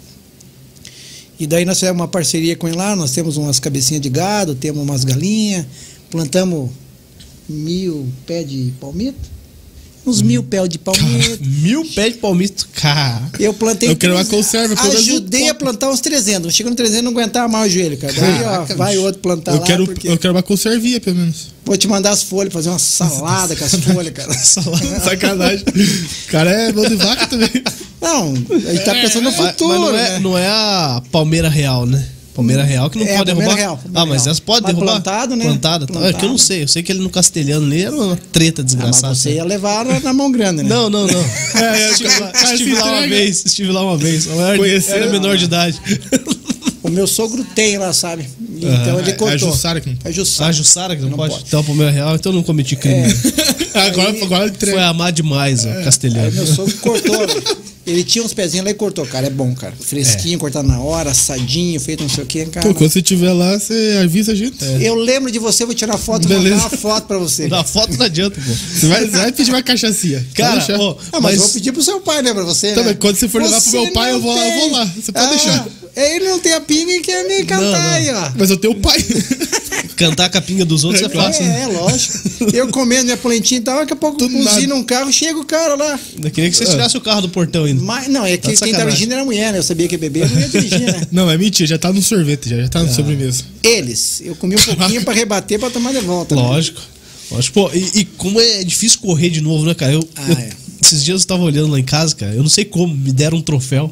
E daí nós fizemos uma parceria com ele lá, nós temos umas cabecinhas de gado, temos umas galinhas, plantamos mil pés de palmito. Uns mil pés de palmito. Mil pés de palmito, cara. Eu plantei. Eu quero uma conserva. Ajudei a plantar uns trezentos. Chegou no trezentos, não aguentava mais o joelho, cara. Daí, Caraca, ó, vai bicho. outro plantar Eu lá. quero, porque eu quero uma conservinha, pelo menos. vou te mandar as folhas, fazer uma salada com as folhas, cara. Sacanagem. O cara é mão de vaca também. Não, a gente tá pensando no Mas, futuro. mas não, é, né? não é a palmeira real, né? Palmeira real que não É, pode palmeira derrubar. real, palmeira ah, mas real. elas podem Mas derrubar. plantado, né? Plantada. tá. É que eu não sei. Eu sei que ele no castelhano ali era uma treta Ah, desgraçada. mas você ia levar na, na mão grande, né? Não, não, não. É, estive lá, cara, estive se lá uma entrega. vez. Estive lá uma vez. Eu era, Conheceu? era menor de idade. O meu sogro tem lá, sabe? Então ele É a cortou. Jussara que não É Ah, Jussara. Jussara que não, Não pode? pode. Então, palmeira real, então eu não cometi crime. Agora, agora Foi entrega. amar demais o Aí castelhano. meu sogro cortou. Ele tinha uns pezinhos lá e cortou, cara. É bom, cara. Fresquinho, cortado na hora, assadinho, feito não sei o que, cara. Pô, quando você estiver lá, você avisa a gente. Eu lembro de você, vou tirar foto, vou Beleza. mandar uma foto pra você. Na foto não adianta, pô. Você vai, você vai pedir uma cachaçinha. Cara, Pode deixar. ó, Ah, mas, mas eu vou pedir pro seu pai, né, pra você, Tá, né? mas quando você for levar pro Você meu pai, eu não vou, eu tem. vou lá. Você pode Ah, deixar. Ele não tem a pinga e quer me cantar Não, não. aí, ó. Mas eu tenho o pai. cantar com a pinga dos outros é, É claro. fácil, né? É, é, lógico. Eu comendo minha polentinha e tal, daqui a pouco Do buzina nada. um carro, chega o cara lá. Eu queria que você tirasse o carro do portão ainda. Mas, não, é que Tá de quem tá sacanagem. dirigindo era a mulher, né? Eu sabia que ia beber, eu não ia dirigir, né? Não, é mentira, já tá no sorvete, já, já tá no sobremesa. Eles, eu comi um pouquinho pra rebater pra tomar de volta. né? Lógico. Lógico. Pô, e, e como é difícil correr de novo, né, cara? Eu, Ah, eu- é. Esses dias eu tava olhando lá em casa, cara. Eu não sei como, me deram um troféu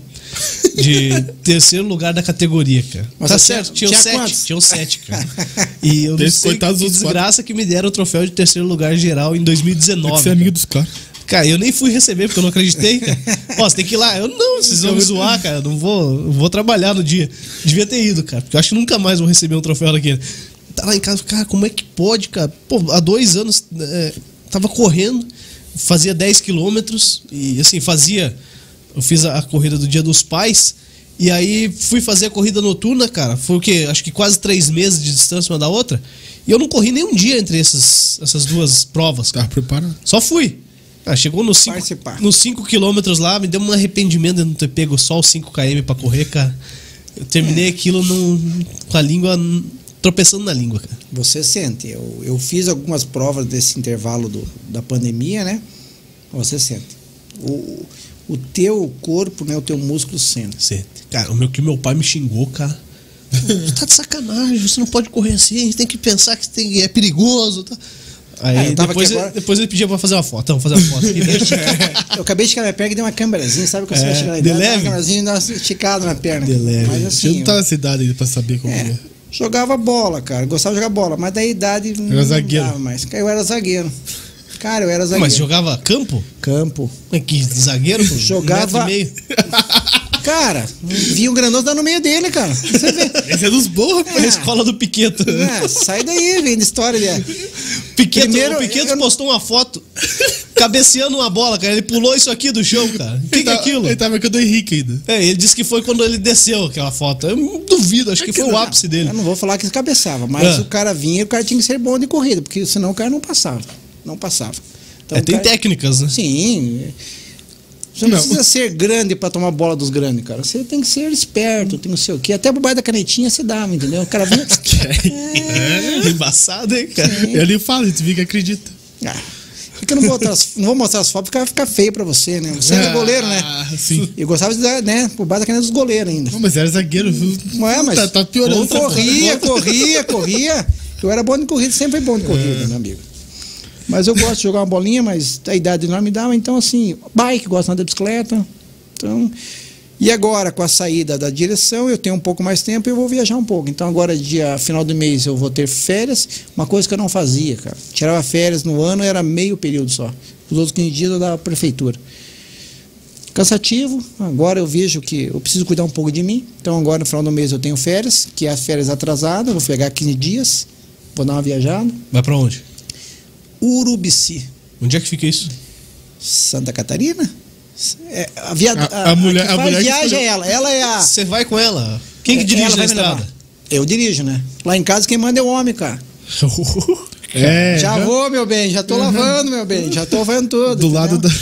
de terceiro lugar da categoria, cara. Mas tá você certo, tinha- tinham tinha sete. quantos? Tinham sete, cara. E eu não Tem que sei cortar os que outros desgraça que me deram o troféu de terceiro lugar geral em dois mil e Tem que dezenove. ser amigo dos caras. Cara, eu nem fui receber porque eu não acreditei, cara. Ó, você tem que ir lá. Eu não, vocês vão me zoar, cara. Eu não vou, eu vou trabalhar no dia. Devia ter ido, cara, porque eu acho que nunca mais vou receber um troféu daquele. Tá lá em casa, cara, como é que pode, cara? Pô, há dois anos é, tava correndo, fazia dez quilômetros e assim, fazia. Eu fiz a, a corrida do Dia dos Pais e aí fui fazer a corrida noturna, cara. Foi o quê? Acho que quase três meses de distância uma da outra. E eu não corri nenhum dia entre essas, essas duas provas, cara. Tá preparado. Só fui. Ah, chegou nos cinco, Participar. nos cinco quilômetros lá, me deu um arrependimento de não ter pego só os cinco quilômetros pra correr, cara. Eu terminei aquilo num- com a língua tropeçando na língua, cara. Você sente. Eu, eu fiz algumas provas desse intervalo do, da pandemia, né? Você sente. O, o teu corpo, né? O teu músculo sente. Você- Cara, o meu que meu pai me xingou, cara. Você tá de sacanagem, você não pode correr assim, a gente tem que pensar que tem, é perigoso. Tá? Aí Ah, eu tava depois, aqui ele, agora- depois ele pedia pra fazer uma foto. Então, fazer uma foto aqui. Eu acabei de esticar minha perna e dei uma câmerazinha, sabe? Que você É, vai chegar lá e de dá uma leve? câmerazinha e dá uma esticada na perna. De leve. Mas Você assim, não tá na cidade ainda pra saber como é, é. jogava bola, cara. Gostava de jogar bola, mas da idade não, Era zagueiro. dava mais. Eu era zagueiro. Cara, eu era zagueiro. Mas jogava campo? Campo. É que zagueiro? pô? Jogava- Um metro e meio. Cara, vi um granoso dar no meio dele, cara. Você vê. Esse é dos burros, pô. Na escola do Piqueto. É, sai daí, vem de história ali. Piqueto, Primeiro, o Piqueto eu- postou uma foto cabeceando uma bola, cara. Ele pulou isso aqui do chão, cara. O que, que é Ele tá- aquilo? Ele tá marcando o Henrique ainda. É, ele disse que foi quando ele desceu aquela foto. Eu duvido, acho que foi o ápice dele. Eu não vou falar que ele cabeçava, mas Ah. o cara vinha e o cara tinha que ser bom de corrida, porque senão o cara não passava. Não passava. Então, É, o tem cara- técnicas, né? Sim. Você não, Não. precisa ser grande pra tomar bola dos grandes, cara. Você tem que ser esperto, tem não sei o quê. Até por baixo da canetinha você dava, entendeu? O cara vinha. É, embaçado, hein, cara? Ele fala, tu fica acredita. Ah, é que eu não vou, mostrar as, não vou mostrar as fotos porque vai ficar feio pra você, né? Você era goleiro, né? Ah, sim. Eu gostava de dar, né? Por baixo da caneta dos goleiros ainda. Não, mas era zagueiro, viu? Não é, mas Tá, tá piorando. eu corria, corria, corria. Eu era bom de corrida, sempre fui bom de corrida, meu amigo. Mas eu gosto de jogar uma bolinha, mas a idade não me dá, então assim, bike, gosto de andar de bicicleta. Então, e agora, com a saída da direção, eu tenho um pouco mais tempo e eu vou viajar um pouco. Então agora, dia final do mês, eu vou ter férias, uma coisa que eu não fazia, cara. Tirava férias no ano, era meio período só. Os outros quinze dias eu dava prefeitura. Cansativo, agora eu vejo que eu preciso cuidar um pouco de mim. Então agora no final do mês eu tenho férias, que é as férias atrasadas, vou pegar quinze dias, vou dar uma viajada. Vai pra onde? Urubici, Onde é que fica isso? Santa Catarina? É, a, via, A- a mulher- que a faz mulher que viagem escolheu. é ela, ela é a... Você vai com ela. Quem que É, dirige ela na vai me estrada? levar. Eu dirijo, né? Lá em casa quem manda é o homem, cara. É, já né? vou, meu bem, já tô uhum. lavando, meu bem, já tô lavando tudo. Do entendeu? Lado da...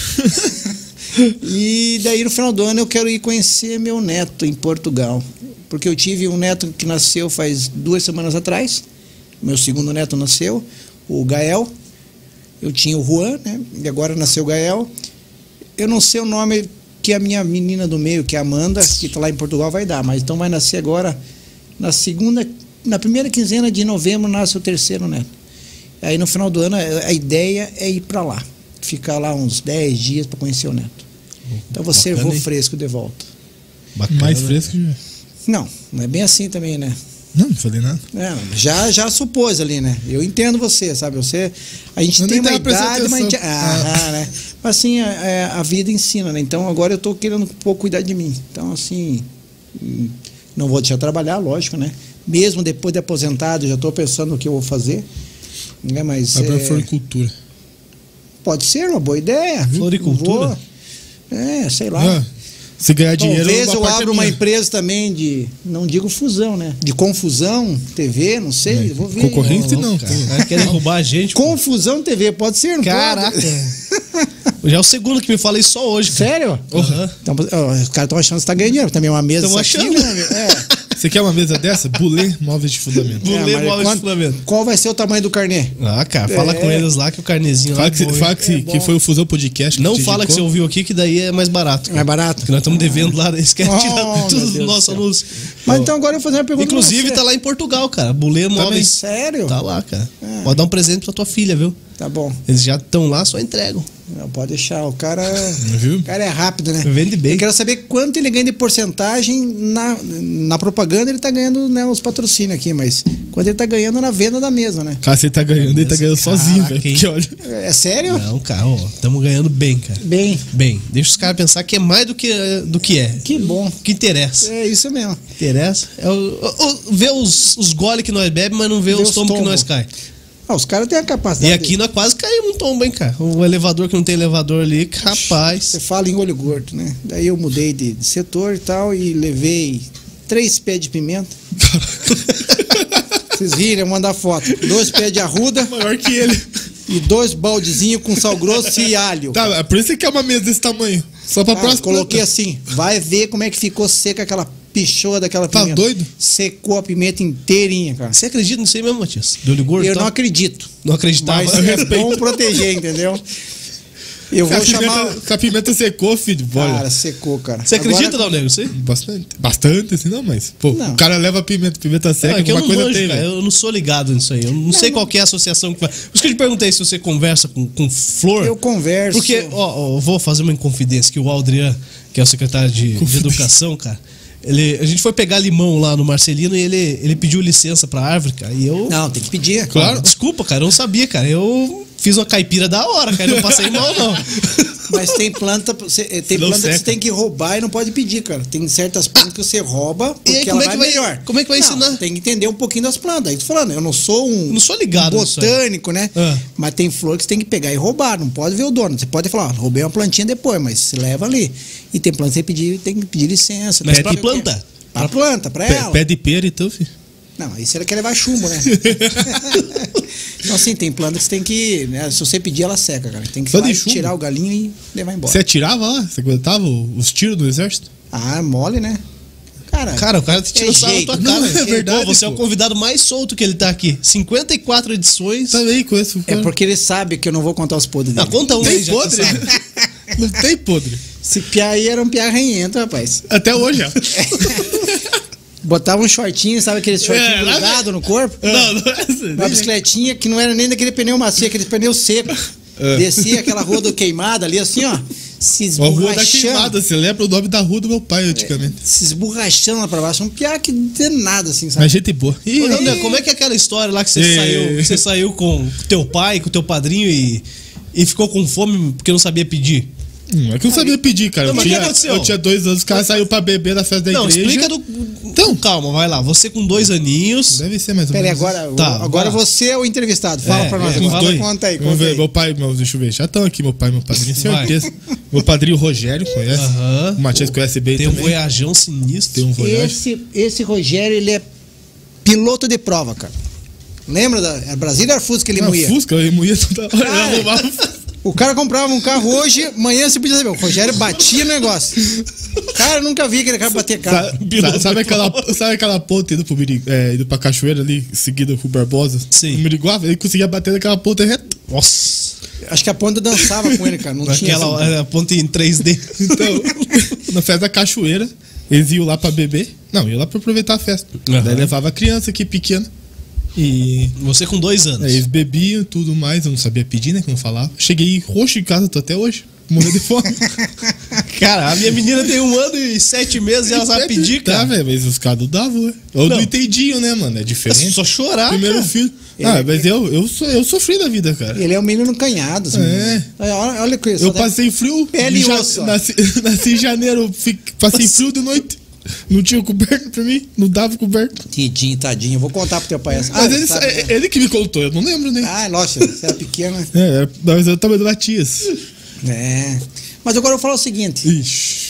E daí no final do ano eu quero ir conhecer meu neto em Portugal. Porque eu tive um neto que nasceu faz duas semanas atrás. Meu segundo neto nasceu, o Gael. Eu tinha o Juan, né? E agora nasceu o Gael. Eu não sei o nome que a minha menina do meio, que é a Amanda, que está lá em Portugal, vai dar. Mas então vai nascer agora, na segunda, na primeira quinzena de novembro, nasce o terceiro neto. Aí no final do ano, a ideia é ir para lá. Ficar lá uns dez dias para conhecer o neto. Então você Bacana, vou hein? fresco de volta. Bacana, mais fresco já. Não, não é bem assim também, né? Não, não falei nada. É, já, já supôs ali, né? Eu entendo você, sabe? Você, a gente eu tem uma idade, atenção. mas a gente, ah, ah, né? Mas assim, a, a vida ensina, né? Então agora eu tô querendo um pouco cuidar de mim. Então assim, não vou deixar trabalhar, lógico, né? Mesmo depois de aposentado, já tô pensando no que eu vou fazer. Né? Mas vai pra é, floricultura. Pode ser uma boa ideia. Floricultura? Vou, é, sei lá. Ah, se ganhar dinheiro... Talvez eu parte abra é uma minha. empresa também de, não digo fusão, né? De confusão, T V, não sei, É, vou ver. concorrente não, cara. O cara quer derrubar a gente. pô. Confusão T V, pode ser, não Caraca. pode? Já é o segundo que me fala isso só hoje. Cara. Sério? Uhum. Então, ó, os caras estão achando que você tá ganhando dinheiro. Também é uma mesa Tamo aqui, achando. né? É. Você quer uma mesa dessa? Bulê Móveis de Fundamento. Bulê É, mas Móveis de quanto- Fundamento. Qual vai ser o tamanho do carnê? Ah, cara, fala É. com eles lá que o carnezinho lá Fala é que, bom, fala hein? que, É que bom. foi o Fusão Podcast. Que Não te fala que você indicou. ouviu aqui, que daí é mais barato. É mais barato? Porque nós estamos devendo lá, eles querem Oh, tirar meu tudo Deus do do nosso céu. anúncio. Mas então agora eu vou fazer uma pergunta. pra Inclusive você. tá lá em Portugal, cara. Bulê Móveis. Sério? Tá lá, cara. É. Pode dar um presente pra tua filha, viu? Tá bom. Eles já estão lá, só entregam. Não, pode deixar. O cara, Viu? o cara é rápido, né? Vende bem. Eu quero saber quanto ele ganha de porcentagem na, na propaganda. Ele tá ganhando, né, os patrocínios aqui, mas quanto ele tá ganhando na venda da mesa, né? Cara, você tá ganhando, ele tá ganhando sozinho, Caraca, velho. hein? Porque olha. É sério? Não, cara, ó, estamos ganhando bem, cara. Bem, Bem, deixa os caras pensar que é mais do que, do que é. que bom. O que interessa. É isso mesmo. Interessa é o, o, o- ver os, os gole que nós bebemos, mas não ver Ver os os tombos que tombos. nós cai. Ah, os caras têm a capacidade. E aqui nós quase caímos um tombo, hein, cara. O elevador que não tem elevador ali, rapaz. Você fala em olho gordo, né? Daí eu mudei de, de setor e tal e levei três pés de pimenta. Vocês viram, eu mandar foto. Dois pés de arruda Maior que ele. e dois baldezinhos com sal grosso e alho. Tá, é por isso que quer uma mesa desse tamanho. Só pra Ah, próxima. coloquei assim, vai ver como é que ficou seca aquela pichoa daquela Tá pimenta. doido? Secou a pimenta inteirinha, cara. Você acredita nisso aí mesmo, Matias? Do olho gordo? Eu e não tal? acredito, Não acreditava. mas é bom proteger, entendeu? Eu Se a, vou chamar... pimenta, se a pimenta secou, filho, bora. Cara, secou, cara. Você acredita, Agora- não, nego? Você? Bastante. Bastante, assim, não, mas. Pô, Não. o cara leva pimenta, pimenta seca, Não, é que eu alguma não coisa manjo, tem, cara. velho. Eu não sou ligado nisso aí. Eu não, sei qual que é a associação que faz. Por isso que eu te perguntei se você conversa com, com flor. Eu converso. Porque, ó, ó, eu vou fazer uma inconfidência que o Aldrian, que é o secretário de, de Educação, cara, ele, a gente foi pegar limão lá no Marcelino e ele, ele pediu licença pra árvore, cara. E eu. Não, tem que pedir. Claro. Desculpa, cara, eu não sabia, cara. Eu fiz uma caipira da hora, cara. Eu não passei mal, não. Mas tem planta, você- tem Senão planta que seca. você tem que roubar e não pode pedir, cara. Tem certas plantas que você rouba porque E aí, ela como é vai que vai- melhor. como é que vai Não, ensinar? Tem que entender um pouquinho das plantas. Aí tô falando, eu não sou um, Eu não sou ligado um nisso aí. botânico, né? Ah. Mas tem flor que você tem que pegar e roubar, não pode ver o dono. Você pode falar, ó, roubei uma plantinha depois, mas você leva ali. E tem planta que você pedir, tem que pedir licença. Mas tem pra que- planta? Pra planta, pra Pé, ela. pé de pera, então, filho. Não, aí você quer levar chumbo, né? Então assim, tem planta que você tem que, né, se você pedir, ela seca, cara. Tem que Só ir lá de e chumbo? tirar o galinho e levar embora. Você atirava lá? Você aguentava os tiros do exército? Ah, mole, né? Cara, Cara, o cara te tira É o sarro da jeito. tua Não, cara. é verdade, Pô, você é o pô. convidado mais solto que ele tá aqui. cinquenta e quatro edições. Também conheço o é cara. porque ele sabe que eu não vou contar os podres Ah, dele. conta um aí, Tem já que podre? você sabe. Não tem podre. Esse piá aí era um piá ranhento, rapaz. Até hoje, ó. Botava um shortinho, sabe aquele shortinho É, lá grudado no corpo? Não, não é assim. Uma bicicletinha que não era nem daquele pneu macio, aquele pneu seco. É. Descia aquela rua do Queimada ali, assim, ó. Se A rua da esborrachando. queimada, você lembra o nome da rua do meu pai antigamente. Se esborrachando lá pra baixo. Um piá que não tem nada, assim, sabe? Mas gente boa. Ih, Ô, Leandro, como é que é aquela história lá que você Ei. saiu, que você saiu com teu pai, com teu padrinho e, e ficou com fome porque não sabia pedir? Hum, é que eu não sabia pedir, cara. Não, Eu mas o que tinha, aconteceu? eu tinha dois anos, o cara saiu pra beber na festa da não, igreja. explica do. Então, calma, vai lá. Você com dois aninhos. Deve ser mais ou Pera aí, menos. agora, Tá, agora vai lá. você é o entrevistado. Fala É, pra nós é, Os agora. dois. Conta aí, Vamos conta ver, aí. meu pai, meu, deixa eu ver. Já estão aqui, meu pai e meu padrinho, Vai. certeza. Meu padrinho Rogério conhece. Aham. O Matias conhece bem Tem um também. voyajão sinistro. Tem um voyage. Esse, esse Rogério, ele é piloto de prova, cara. Lembra da era Brasília era Fusca que ele Não, moía? Fusca, ele moía toda hora. Ah, Ele roubava. O cara comprava um carro hoje, amanhã você podia saber. O Rogério batia no negócio. Cara, eu nunca vi aquele cara bater carro. Sabe, sabe, aquela, sabe aquela ponte indo, pro Mirig, é, indo pra Cachoeira ali, seguida com o Barbosa? Sim. O Miriguava, ele conseguia bater naquela ponte reto. Nossa. Acho que a ponta dançava com ele, cara. Não tinha. Aquela essa- era ponte em três D. Então, na festa da Cachoeira, eles iam lá pra beber. Não, iam lá pra aproveitar a festa. Uhum. Daí levava a criança aqui pequena. E Você com dois anos. aí eles bebiam tudo mais, eu não sabia pedir, né? Como falava. Cheguei roxo em casa, tô até hoje. Morrendo de fome. Cara, a minha menina tem um ano e sete meses e ela sabe pedir, Tá, cara. velho, mas os caras não davam, né? Ou Não. não entendinho, né, mano? É É diferente. só chorar, Primeiro cara. filho. Ah, mas eu, eu, sou, eu sofri da vida, cara. Ele é um menino canhado. Assim, É. Olha, olha com isso. Eu passei frio. Pele e já- osso, ó. nasci, nasci em janeiro, fiquei- passei frio de noite. Não tinha coberto pra mim, não dava coberto. Tidinho, tadinho. Eu vou contar pro teu pai essa. Mas Ah, ele, sabe, é- né? ele que me contou, eu não lembro, né? Ah, lógico, você era pequeno, né? É, era- mas eu tava do Matias. É. Mas agora eu vou falar o seguinte: Ixi.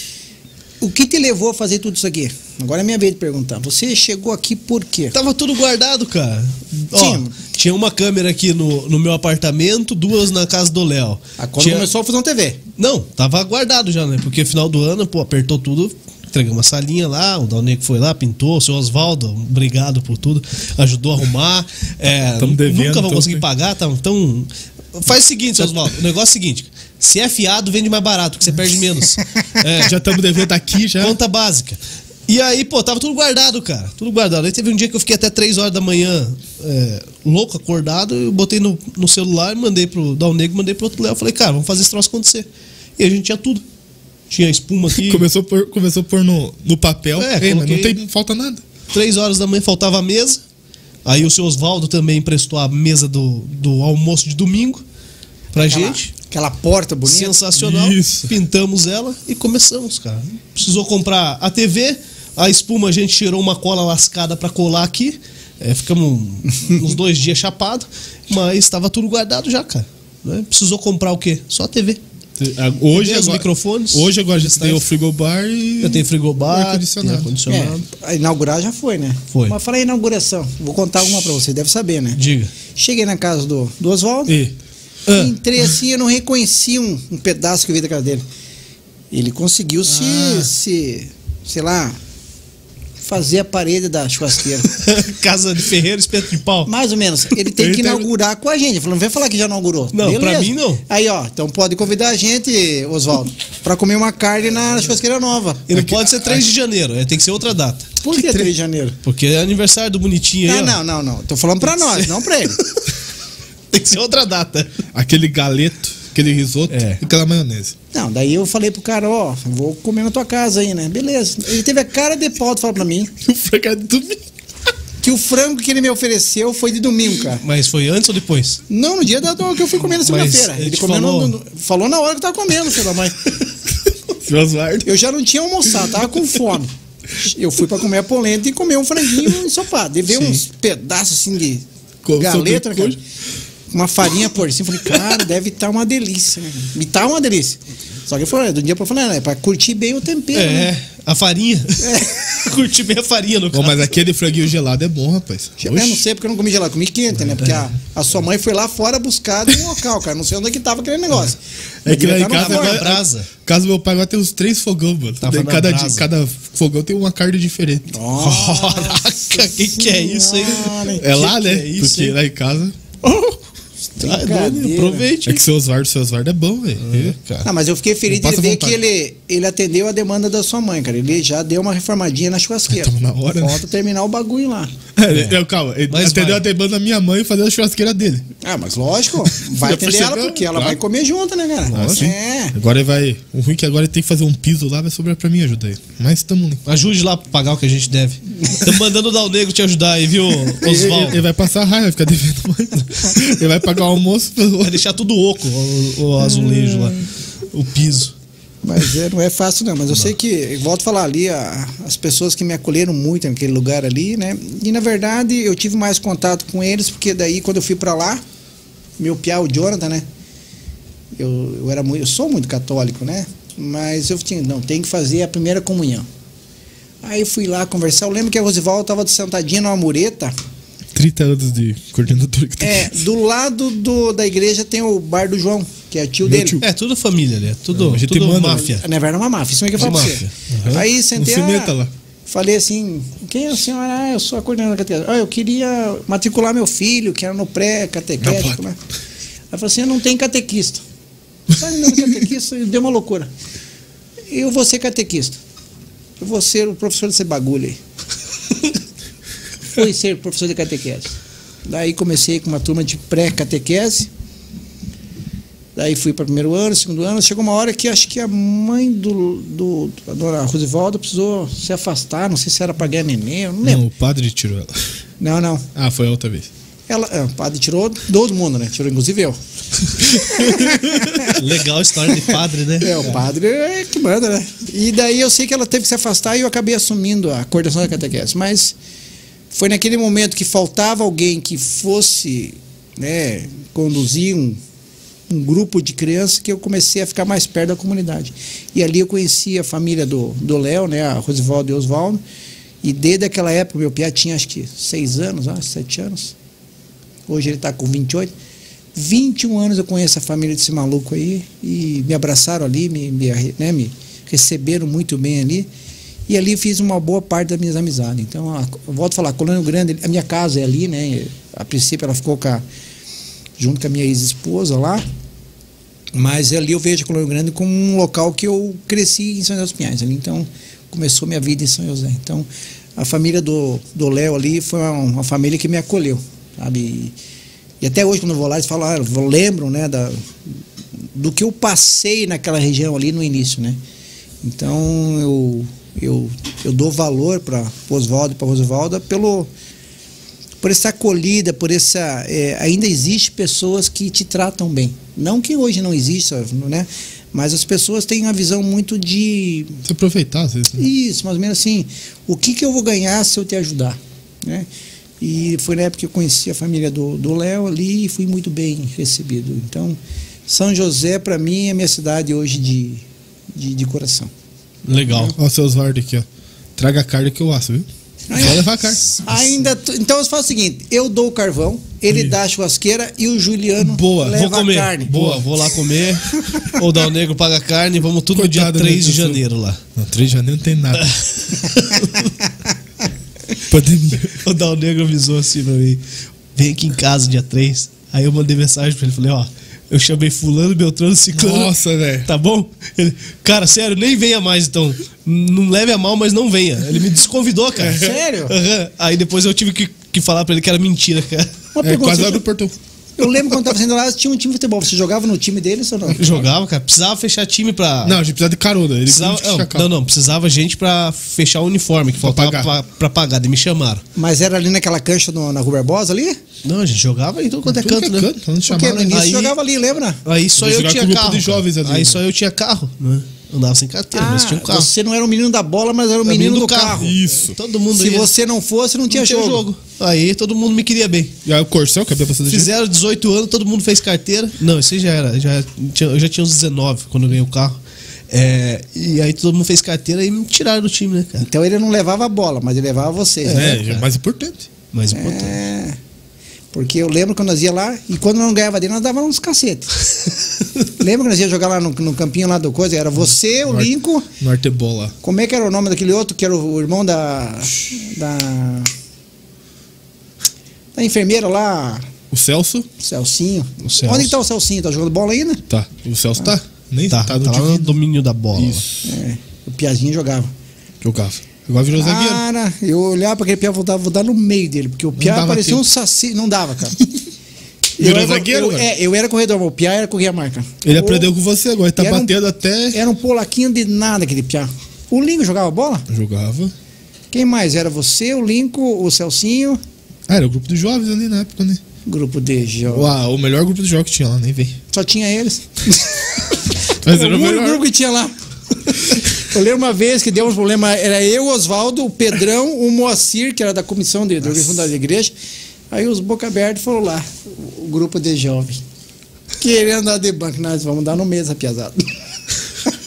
o que te levou a fazer tudo isso aqui? Agora é minha vez de perguntar. Você chegou aqui por quê? Tava tudo guardado, cara. Ó, Sim. tinha uma câmera aqui no, no meu apartamento, duas na casa do Léo. Ah, quando Tinha- começou a Fusão T V. Não, tava guardado já, né? Porque final do ano, pô, apertou tudo, entregamos uma salinha lá, o Dalnego foi lá, pintou, o seu Oswaldo, obrigado por tudo, ajudou a arrumar. É, Tamo devendo, nunca vou tamo conseguir bem. pagar, tá, então. Faz o seguinte, seu Oswaldo, o negócio é o seguinte: se é fiado, vende mais barato, que você perde menos. É, Já estamos devendo aqui já. conta básica. E aí, pô, tava tudo guardado, cara. Tudo guardado. Aí teve um dia que eu fiquei até três horas da manhã, é, louco, acordado, eu botei no, no celular, mandei pro Dal Negro, mandei pro outro Léo. Falei, cara, vamos fazer esse troço acontecer. E a gente tinha tudo. Tinha espuma aqui. Começou por, começou a pôr no, no papel. É, Ei, mas não coloquei- tem, falta nada. Três horas da manhã faltava a mesa. Aí o seu Oswaldo também emprestou a mesa do, do almoço de domingo pra Aquela, gente. aquela porta bonita. Sensacional. Isso. Pintamos ela e começamos, cara. Precisou comprar a T V, a espuma a gente tirou uma cola lascada pra colar aqui. É, ficamos uns dois dias chapado, mas estava tudo guardado já, cara. Né? Precisou comprar o quê? Só a T V. Hoje, Tem os agora, microfones. hoje agora a gente Está tem aí. o frigobar e. Eu tenho frigobar, e ar-condicionado. tem ar-condicionado. É, a inaugurar já foi, né? Foi. Mas fala aí, inauguração. Vou contar uma pra você, deve saber, né? Diga. Cheguei na casa do, do Oswaldo, E. Ah. entrei assim, eu não reconheci um, um pedaço que eu vi da casa dele. Ele conseguiu se, Ah. se, sei lá, fazer a parede da churrasqueira. Casa de ferreiro, espeto de pau. Mais ou menos. Ele tem Ele que tem- inaugurar com a gente. Ele falou, não vem falar que já inaugurou. Não, pra mim não. Aí, ó, então pode convidar a gente, Oswaldo, pra comer uma carne na churrasqueira nova. E não pode ser três de janeiro, é, tem que ser outra data. Por que três de janeiro? Porque é aniversário do bonitinho aí. Ah, ó. não, não, não. Tô falando pra nós, não pra ele. Tem que ser outra data. Aquele galeto, aquele risoto É. e aquela maionese. Não, daí eu falei pro cara, ó, vou comer na tua casa aí, né? Beleza. Ele teve a cara de pau de falar pra mim O frango é do domingo. que o frango que ele me ofereceu foi de domingo, cara. Mas foi antes ou depois? Não, no dia da, do- que eu fui comer na segunda-feira. ele Ele te comeu no- falou? no- falou na hora que eu tava comendo, filho da mãe. Seu Oswaldo. Eu já não tinha almoçado, tava com fome. Eu fui pra comer a polenta e comer um franguinho ensopado. E veio Sim. uns pedaços assim de Com galeta, né, cara? sobrecoxa. Uma farinha por cima. Falei, cara, deve estar uma delícia, né? E tá uma delícia. Só que eu falei, do dia pra falar, é pra curtir bem o tempero, É, né? a farinha. Curti bem a farinha no Bom, caso. mas aquele franguinho gelado é bom, rapaz. Eu não sei porque eu não comi gelado, comi quente, né? Porque a, a sua mãe foi lá fora buscar de um local, cara. Não sei onde é que tava aquele negócio. É que lá Devia em tá no casa, forno. na agora, brasa. casa do meu pai agora tem uns três fogão, mano. Tava Tem na cada, brasa. dia- cada fogão tem uma carne diferente. Caraca, que que é isso aí? Senhora, É lá, que né? é isso, Porque hein? lá em casa. Tá doido, Brincadeira. aproveite. É que seu Oswaldo, seu Oswaldo é bom, velho. É, cara. Não, mas eu fiquei feliz Não de passa ver vontade. que ele, ele atendeu a demanda da sua mãe, cara. Ele já deu uma reformadinha na churrasqueira. Tamo na hora, né? Falta terminar o bagulho lá. É, é, calma, ele Mas atendeu vai. a demanda da minha mãe fazendo a churrasqueira dele. Ah, mas lógico, vai Já atender ela percebeu? porque ela Claro. vai comer junto, né, cara? Ah, sim. É. Agora ele vai. O ruim é que agora ele tem que fazer um piso lá, vai sobrar pra mim ajudar ele. Mas tamo ali. Ajude lá pra pagar o que a gente deve. Estamos mandando o Dal Negro te ajudar aí, viu, Ele, ele- Oswaldo? ele vai passar raiva, vai ficar devendo mais. Ele vai pagar o almoço. Vai deixar tudo oco, o, o azulejo lá, o piso. Mas é, não é fácil não, mas eu sei que, eu volto a falar ali, a- as pessoas que me acolheram muito naquele lugar ali, né? E na verdade eu tive mais contato com eles, porque daí quando eu fui pra lá, meu piá, o Jonathan, né? Eu, eu, era muito, eu sou muito católico, né? Mas eu tinha, não, tem que fazer a primeira comunhão. Aí fui lá conversar. Eu lembro que a Rosivaldo tava sentadinha numa mureta. trinta anos de coordenador que tem. É, do lado do, da igreja tem o bar do João, que é tio Meu dele. tio. É, tudo família, né? Tudo, É, a gente tudo manda, máfia. Na verdade, é uma máfia, isso é que eu falo pra Máfia. você. Uhum. Aí Não sentei. se ah, meta lá. Falei assim, quem é a senhora? Ah, eu sou a coordenadora da catequese. Ah, eu queria matricular meu filho, que era no pré-catequético, né? Aí falou assim, eu não tenho catequista. Sabe, não tem catequista? Deu uma loucura. Eu vou ser catequista. Eu vou ser o professor desse bagulho aí. Fui ser professor de catequese. Daí comecei com uma turma de pré-catequese. Daí fui para o primeiro ano, segundo ano. Chegou uma hora que acho que a mãe do, do a dona Rosivaldo precisou se afastar. Não sei se era para ganhar neném, eu não lembro. Não, o padre tirou ela. Não, não. Ah, foi a outra vez. Ela, é, o padre tirou todo mundo, né? Tirou inclusive eu. Legal a história de padre, né? É, o padre é que manda, né? E daí eu sei que ela teve que se afastar e eu acabei assumindo a coordenação da catequese. Mas foi naquele momento que faltava alguém que fosse, né, conduzir um, um grupo de crianças que eu comecei a ficar mais perto da comunidade. E ali eu conheci a família do do Léo, né, a Rosivaldo e Osvaldo. E desde aquela época, meu piá tinha acho que seis anos, acho, sete anos. Hoje ele está com vinte e oito. vinte e um anos eu conheço a família desse maluco aí. E me abraçaram ali, me, me, né, me receberam muito bem ali. E ali fiz uma boa parte das minhas amizades. Então, a, eu volto a falar, Colônia Grande, a minha casa é ali, né? A princípio ela ficou com a, junto com a minha ex-esposa lá. Mas ali eu vejo a Colônia Grande como um local que eu cresci em São José dos Pinhais. Ali, então, começou minha vida em São José. Então, a família do do Léo ali foi uma, uma família que me acolheu, sabe? E, e até hoje, quando eu vou lá, eles falam, ah, eu lembro, né, da, do que eu passei naquela região ali no início, né? Então, eu, eu, eu dou valor para o Osvaldo e para a Rosivalda pelo, por essa acolhida, por essa... É, ainda existe pessoas que te tratam bem. Não que hoje não exista, né? Mas as pessoas têm uma visão muito de... Se aproveitar, às vezes. Né? Isso, mais ou menos assim, o que, que eu vou ganhar se eu te ajudar, né? E foi na época que eu conheci a família do do Léo ali e fui muito bem recebido. Então, São José, para mim, é a minha cidade hoje de, de, de coração. Legal. Ó, o seu Osvaldo aqui, ó. Traga a carne que eu asso, viu? Só levar a carne. Ainda, t- então eu faço o seguinte, eu dou o carvão, ele Isso. dá a churrasqueira e o Juliano Boa, leva Vou comer. a carne. Boa, vou lá comer. O Dal Negro paga carne. Vamos tudo Coitado, no dia três de né, pessoa? janeiro lá. Não, três de janeiro não tem nada. Pandemia. O Dal Negro avisou assim pra mim: vem aqui em casa dia três. Aí eu mandei mensagem pra ele, falei, ó, eu chamei fulano, Beltrano, Ciclano. Nossa, velho. Tá bom? Ele, cara, sério, nem venha mais então. Não leve a mal, mas não venha. Ele me desconvidou, cara. Sério? Aham. Aí depois eu tive que, que falar pra ele que era mentira, cara. Uma É, pergunta, quase você- lá do portão. eu lembro quando estava fazendo lá, tinha um time de futebol, você jogava no time deles ou não? Eu jogava, cara. Precisava fechar time pra. Não, a gente precisa de carona. Ele Precisava, que puxa não, não, não, precisava gente pra fechar o uniforme, que Pra faltava pagar. pra, pra pagar, daí me chamaram. Mas era ali naquela cancha no- na Rua Barbosa ali? Não, a gente jogava em tudo quanto é Tudo canto, que é né? canto, não Porque chamaram. no início Aí- jogava ali, lembra? Aí só Eles eu jogavam tinha com o grupo carro. de jovens cara. ali, Aí né? só eu tinha carro, né? Andava sem carteira, mas tinha um carro. Você não era o menino da bola, mas era o Era menino, do carro. Isso. Todo mundo Se ia. você não fosse, não tinha, Não tinha jogo. jogo. Aí todo mundo me queria bem. E aí o Corcel, que é passando de Fizeram dezoito anos, todo mundo fez carteira. Não, isso aí já era. Já tinha, eu já tinha uns dezenove quando eu ganhei o carro. É, e aí todo mundo fez carteira e me tiraram do time, né, cara? Então ele não levava a bola, mas ele levava vocês. né? É, já é mais importante. Mais importante. É. Porque eu lembro quando nós ia lá e quando não ganhava dele, nós dávamos uns cacetes. Lembra que nós ia jogar lá no, no campinho lá do coisa? Era você, o No ar- Lincoln. No Artebola. Como é que era o nome daquele outro que era o irmão da. Da. Da enfermeira lá, O Celso, o Celcinho. O Celso. Onde que tá o Celcinho? Tá jogando bola ainda? tá. O Celso tá. Nem Tá, tá, tá, no lá no divino. domínio da bola. Isso. É, o Piazinho jogava. Jogava. Agora virou zagueiro. Cara, eu olhava pra aquele Pia, vou dar, vou dar no meio dele, porque o Pia dava parecia tempo. um saci. Não dava, cara. Virou era- zagueiro, eu, velho? é, eu era corredor, mas o Pia era correr a marca. Ele O- aprendeu com você agora, ele tá era um- batendo até. Era um polaquinho de nada aquele Pia. O Lincoln jogava bola? Jogava. Quem mais? Era você, o Lincoln, o Celcinho, Ah, era o grupo de jovens ali na época, né? grupo de jovens. Uau, o melhor grupo de jogos que tinha lá, nem vem. Só tinha eles. Mas Era era o o único melhor. grupo que tinha lá. Eu lembro uma vez que deu um problema, era eu, Oswaldo, o Pedrão, o Moacir, que era da comissão de, da organização da igreja. Aí os boca abertos foram lá, o grupo de jovens. Querendo dar de banco, nós vamos dar no mês a piazada.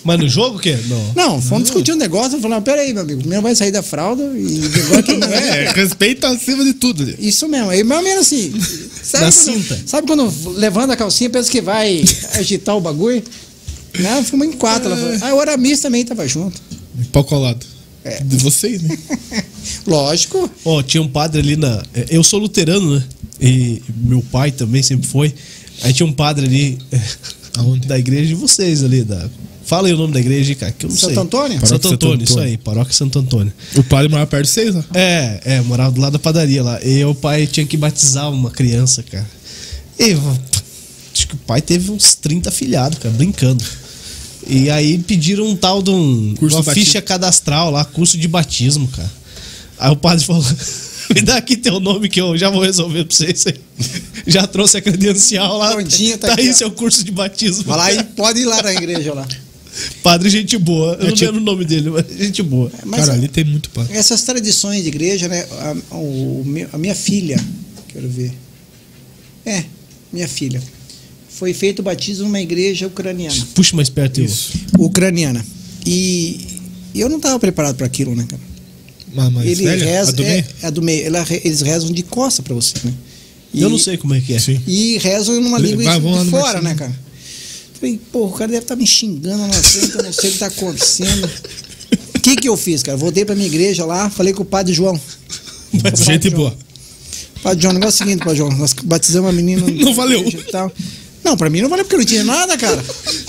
Mas no jogo o quê? Não. Não, fomos discutir um negócio, falando, peraí, meu amigo, o meu vai sair da fralda e agora que não É, respeito acima de tudo. Ali. Isso mesmo, aí mais ou menos assim. Sabe Da quando, cinta. Sabe quando levanta a calcinha, pensa que vai agitar o bagulho? Não, ficamos em quatro. Ela falou. Ah, o Aramis também tava junto. Pau colado. É. De vocês, né? Lógico. Ó, tinha um padre ali na. Eu sou luterano, né? E meu pai também sempre foi. Aí tinha um padre ali. Aonde? Da igreja de vocês ali. Da... Fala aí o nome da igreja, cara, que eu não Santo sei. Antônio? Santo Paróquia Antônio, Santo isso Antônio. aí, Paróquia Santo Antônio. O padre morava perto de vocês, né? É, é, morava do lado da padaria lá. E o pai tinha que batizar uma criança, cara. E acho que o pai teve uns trinta afilhados, cara, brincando. E aí pediram um tal de um, Curso uma de batismo. ficha cadastral lá, curso de batismo, cara. Aí o padre falou: me dá aqui teu nome que eu já vou resolver pra vocês. Já trouxe a credencial lá. Prontinho, tá tá aqui, aí ó. seu curso de batismo. Vai lá e pode ir lá na igreja lá. Padre, gente boa. Eu É, não tipo- lembro o nome dele, mas gente boa. Mas Cara, a- ali tem muito padre. essas tradições de igreja, né? A, o, meu- a minha filha, quero ver. É, minha filha. Foi feito o batismo numa igreja ucraniana. Puxa mais perto eu. Isso. Ucraniana. E eu não estava preparado para aquilo, né, cara? Mas, mas Ele velha? reza, A do é, meio? é a do meio. Ela re- eles rezam de costa para você, né? E, Eu não sei como é que é. Sim. E rezam numa Vai, língua vamos lá de no fora, Marcinho. né, cara? Falei, pô, o cara deve estar me xingando lá na frente, eu não sei o que tá acontecendo. O que que eu fiz, cara? Voltei pra minha igreja lá, falei com o padre João. Gente boa. Padre João, o negócio é o seguinte, padre João, nós batizamos a menina. Não valeu. E tal. Não, pra mim não valeu porque eu não tinha nada, cara.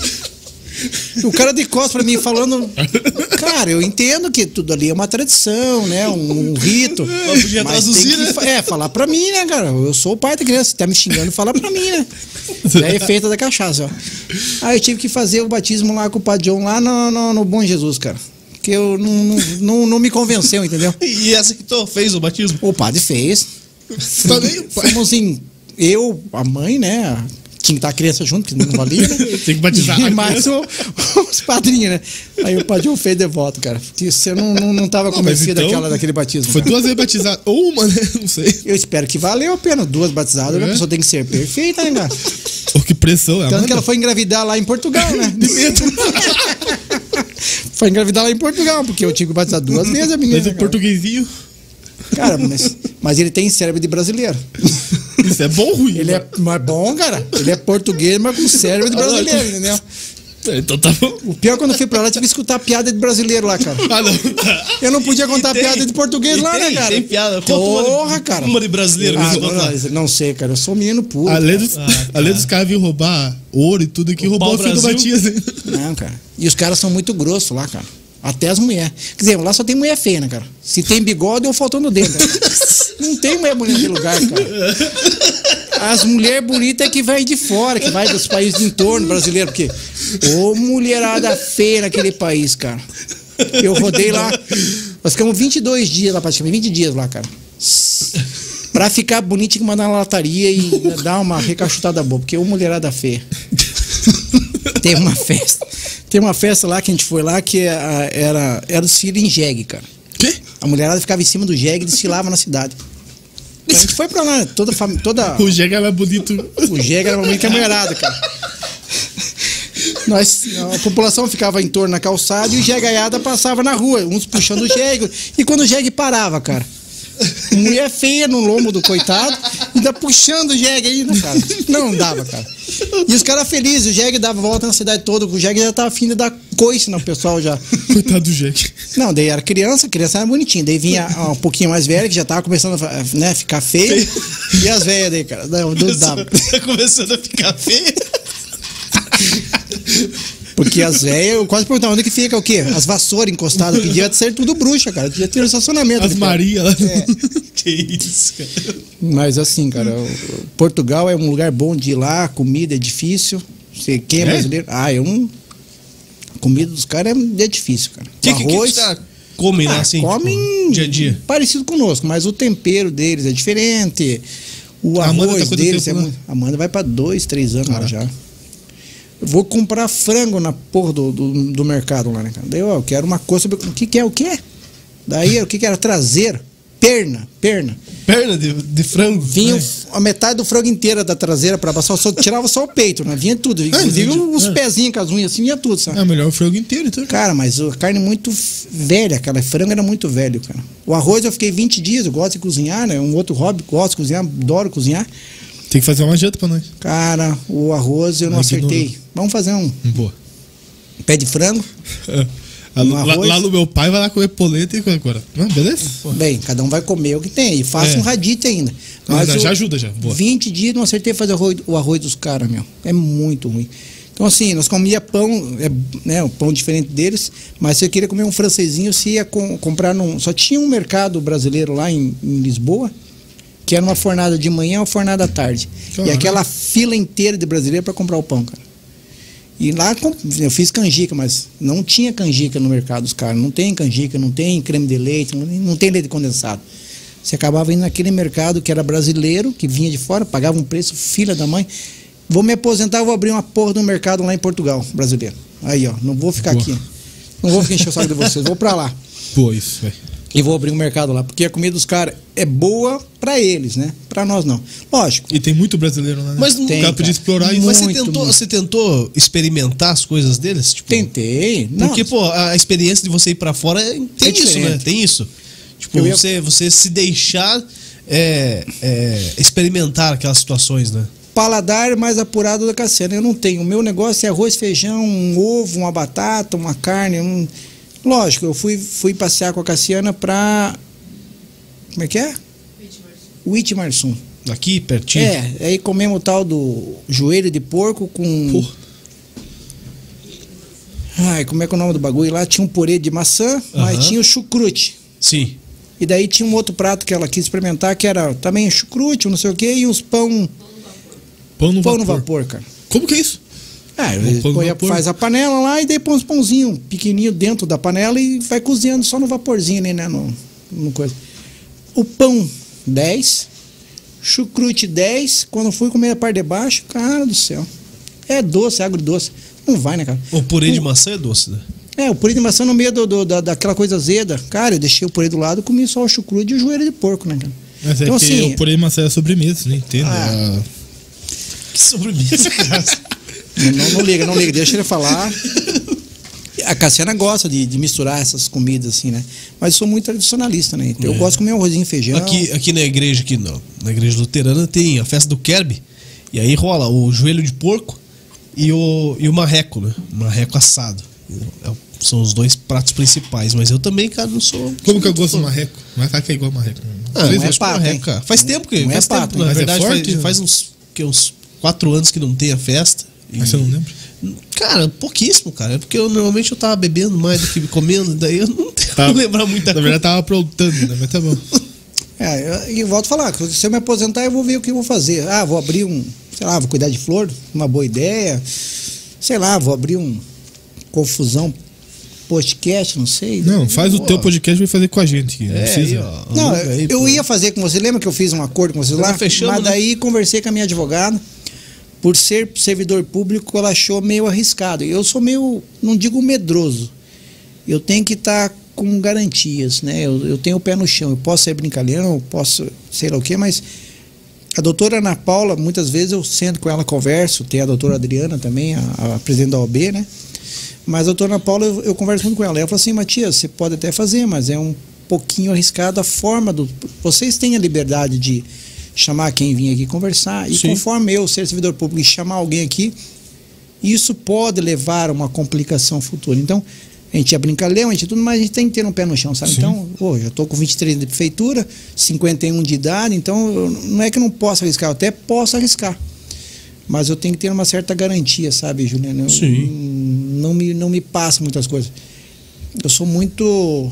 O cara de costas pra mim falando. Cara, eu entendo que tudo ali é uma tradição, né? Um, um rito. Mas podia Mas traduzir, tem que, né? fa- É, falar pra mim, né, cara? Eu sou o pai da criança. Se tá me xingando, fala pra mim, né? É efeito da cachaça, ó. Aí eu tive que fazer o batismo lá com o padre João lá no, no, no Bom Jesus, cara. Que eu não, não, não, não me convenceu, entendeu? E aceitou, fez o batismo? O padre fez. Também, pai. Fomos em. Eu, a mãe, né? Tinha que estar a criança junto, que não valia, né? Tem que batizar E a mais o, os padrinhos, né? Aí o padre João fez de volta, cara. Porque você não, não, não tava mas convencido então, daquela, daquele batismo. Foi cara. duas vezes batizado. Ou uma, né? Não sei. Eu espero que valeu a pena. Duas batizadas, É. a pessoa tem que ser perfeita, né, cara? Oh, que pressão. Tanto Amanda. que ela foi engravidar lá em Portugal, né? Foi engravidar lá em Portugal, porque eu tive que batizar duas vezes a menina. Mas o cara. portuguesinho. Cara, mas, mas ele tem cérebro de brasileiro. Isso é bom ou ruim? Ele é mas bom, cara. Ele é português, mas com cérebro de brasileiro, entendeu? Então tá bom. O pior é quando eu fui pra lá, eu tive que escutar piada de brasileiro lá, cara. Ah, não. Eu não podia contar tem- piada de português e lá, tem- né, cara? tem piada. Conta uma de- Porra, cara. uma de brasileiro, Ah, que você não, conta. não, não sei, cara. Eu sou menino puro. Além cara. dos, Ah, além dos caras virem roubar ouro e tudo, que O roubou o filho do pau-brasil. Matias. hein? Não, cara. E os caras são muito grossos lá, cara. Até as mulheres. Quer dizer, lá só tem mulher feia, né, cara? Se tem bigode ou faltando dentro. Né? Não tem mulher bonita em lugar, cara. As mulheres bonitas é que vai de fora, que vai dos países do entorno brasileiro, porque ô mulherada feia naquele país, cara. Eu rodei lá, nós ficamos vinte e dois dias lá, praticamente, vinte dias lá, cara. Pra ficar bonito, tinha que mandar na lataria e dar uma recachutada boa, porque ô mulherada feia. Tem uma festa. Tem uma festa lá que a gente foi lá que a- era, era desfile em jegue, cara. Quê? A mulherada ficava em cima do jegue e desfilava na cidade. Então a gente foi pra lá, toda a família, toda. O Jega é mais bonito. O jegue era muito que a mulherada, cara. Nós, a população ficava em torno na calçada e o jegaiada passava na rua, uns puxando o jegue. E quando o jegue parava, cara, mulher feia no lombo do coitado, ainda puxando o jegue ainda, cara. Não dava, cara. E os caras felizes, o jegue dava volta na cidade toda, o jegue já tava afim de dar coice no pessoal já. Coitado do Jega. Não, daí era criança, criança era bonitinha. Daí vinha ó, um pouquinho mais velha, que já tava começando a né, ficar feia. E as velhas daí, cara, não, não dava. Tá começando a ficar feio. Porque as velhas, eu quase perguntava onde que fica o quê? As vassouras encostadas, que devia ser tudo bruxa, cara. Devia ter um estacionamento. As ali, cara. Maria lá. É. Que isso, cara. Mas assim, cara, o- o Portugal é um lugar bom de ir lá, a comida é difícil. Você, quem é, É? brasileiro? Ah, eu não. A comida dos caras é, é difícil, cara. Que, O que, que arroz. os caras comem lá Ah, assim? comem tipo, dia a dia? parecido conosco, mas o tempero deles é diferente. O A Amanda arroz tá quanto deles é tempo lá? muito. A Amanda vai pra dois, três anos lá Caraca. já. Eu vou comprar frango na porra do, do, do mercado lá, né, cara? Daí, ó, eu quero uma coisa. O que, que é o quê? Daí, o que, que era traseiro? perna, perna. Perna de, de frango. Vinha é. a metade do frango inteira da traseira pra baixo, só tirava só o peito, né? Vinha tudo, inclusive os é. pezinhos com as unhas assim, vinha tudo, sabe? É melhor o frango inteiro, então. Cara, mas a carne muito velha, cara. Frango era muito velho, cara. O arroz eu fiquei vinte dias, eu gosto de cozinhar, né? Um outro hobby, gosto de cozinhar, adoro cozinhar. Tem que fazer uma janta pra nós. Cara, o arroz eu não, não acertei. Ignorou. Vamos fazer um Boa. pé de frango. Um lá, lá no meu pai vai lá comer polenta e agora. Não, beleza? Bem, cada um vai comer o que tem. E faça é. um radite ainda. Mas não, já ajuda já. Boa. vinte dias não acertei fazer o arroz, o arroz dos caras, meu. É muito ruim. Então, assim, nós comia pão, é, né, um pão diferente deles, mas se eu queria comer um francesinho, você ia com, comprar num. Só tinha um mercado brasileiro lá em, em Lisboa, que era uma fornada de manhã ou fornada à tarde. Caramba. E aquela fila inteira de brasileiro para comprar o pão, cara. E lá eu fiz canjica, mas não tinha canjica no mercado dos caras. Não tem canjica, não tem creme de leite, não tem leite condensado. Você acabava indo naquele mercado que era brasileiro, que vinha de fora, pagava um preço, filha da mãe. Vou me aposentar, vou abrir uma porra de um mercado lá em Portugal, brasileiro. Aí, ó, não vou ficar Boa. aqui. Não vou ficar encher o saco de vocês, vou pra lá. Pô, isso, velho. E vou abrir um mercado lá, porque a comida dos caras é boa pra eles, né? Pra nós não. Lógico. E tem muito brasileiro lá, né? Mas não tem, cara, podia explorar isso. Mas você tentou, você tentou experimentar as coisas deles? Tipo, Tentei. Não. Porque, pô, a experiência de você ir pra fora tem é isso, diferente. né? Tem isso. Tipo, ia... você, você se deixar é, é, experimentar aquelas situações, né? Paladar mais apurado da Cassiana. Eu não tenho. O meu negócio é arroz, feijão, um ovo, uma batata, uma carne. Um... Lógico, eu fui, fui passear com a Cassiana pra. Como é que é? Witmarsum. Aqui, pertinho? É, aí comemos o tal do joelho de porco com. Pô. Ai, como é que é o nome do bagulho lá? Tinha um purê de maçã, uh-huh. mas tinha o chucrute. Sim. E daí tinha um outro prato que ela quis experimentar, que era também chucrute, não sei o quê, e uns pão. Pão no pão vapor. no vapor, cara. Como que é isso? É, põe, faz a panela lá e daí põe uns pãozinhos pequenininhos dentro da panela e vai cozinhando só no vaporzinho ali, né? No, no coisa. O pão, dez. Chucrute, dez. Quando fui comer a parte de baixo, cara do céu. É doce, agridoce. Não vai, né, cara? O purê de maçã é doce, né? É, o purê de maçã no meio do, do, da, daquela coisa azeda. Cara, eu deixei o purê do lado e comi só o chucrute e o joelho de porco, né, cara? Mas é então, que assim, o purê de maçã é sobremesa, não entendo. Ah, que sobremesa, cara? Não, não liga, não liga, deixa ele falar. A Cassiana gosta de, de misturar essas comidas assim, né? Mas eu sou muito tradicionalista, né? Então, é. Eu gosto de comer um arrozinho e feijão. Aqui, aqui na igreja, aqui não, na igreja luterana tem a festa do Kerb. E aí rola o joelho de porco e o, e o marreco, né? O marreco assado. É, são os dois pratos principais. Mas eu também, cara, não sou... Como que eu gosto do marreco? Marreco é igual marreco. Ah, não é pato, marreco, cara. Faz tempo que... Não faz é pato, tempo, na mas verdade, é forte, faz, faz uns, que, uns quatro anos que não tem a festa. Mas você não lembra? Cara, pouquíssimo, cara. É porque eu normalmente eu tava bebendo mais do que comendo, daí eu não tenho tá, como lembrar muita na coisa. Na verdade, tava aprontando, né? Mas tá bom. É, e volto a falar, se eu me aposentar, eu vou ver o que eu vou fazer. Ah, vou abrir um, sei lá, vou cuidar de flor, uma boa ideia. Sei lá, vou abrir um Confusão podcast, não sei. Não, faz o teu podcast e vai fazer com a gente. Não é, precisa. Aí, ó, não, aí, eu pô. ia fazer com você. Lembra que eu fiz um acordo com vocês lá? Fechamos, mas daí né? conversei com a minha advogada. Por ser servidor público, ela achou meio arriscado. Eu sou meio, não digo medroso. Eu tenho que estar tá com garantias, né? Eu, eu tenho o pé no chão. Eu posso ser brincalhão, eu posso sei lá o quê, mas a doutora Ana Paula, muitas vezes eu sento com ela, converso. Tem a doutora Adriana também, a, a presidente da O A B, né? Mas a doutora Ana Paula, eu, eu converso muito com ela. Ela fala assim, Matias, você pode até fazer, mas é um pouquinho arriscado a forma do... Vocês têm a liberdade de chamar quem vinha aqui conversar. E Sim. conforme eu ser servidor público e chamar alguém aqui, isso pode levar a uma complicação futura. Então, a gente é brincalhão, a gente é tudo, mas a gente tem que ter um pé no chão, sabe? Sim. Então, pô, já estou com vinte e três de prefeitura, cinquenta e um de idade, então eu, não é que eu não posso arriscar, eu até posso arriscar. Mas eu tenho que ter uma certa garantia, sabe, Juliano? Eu, Sim. Não me, não me passa muitas coisas. Eu sou muito,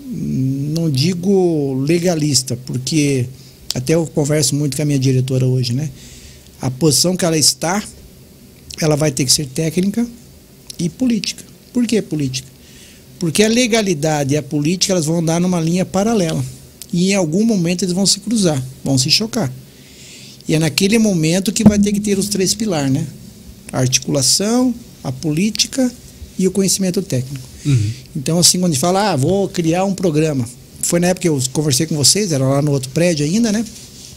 não digo legalista, porque até eu converso muito com a minha diretora hoje, né? A posição que ela está, ela vai ter que ser técnica e política. Por que política? Porque a legalidade e a política, elas vão andar numa linha paralela. E em algum momento eles vão se cruzar, vão se chocar. E é naquele momento que vai ter que ter os três pilares, né? A articulação, a política e o conhecimento técnico. Uhum. Então, assim, quando a gente fala, ah, vou criar um programa. foi na época que eu conversei com vocês, era lá no outro prédio ainda, né?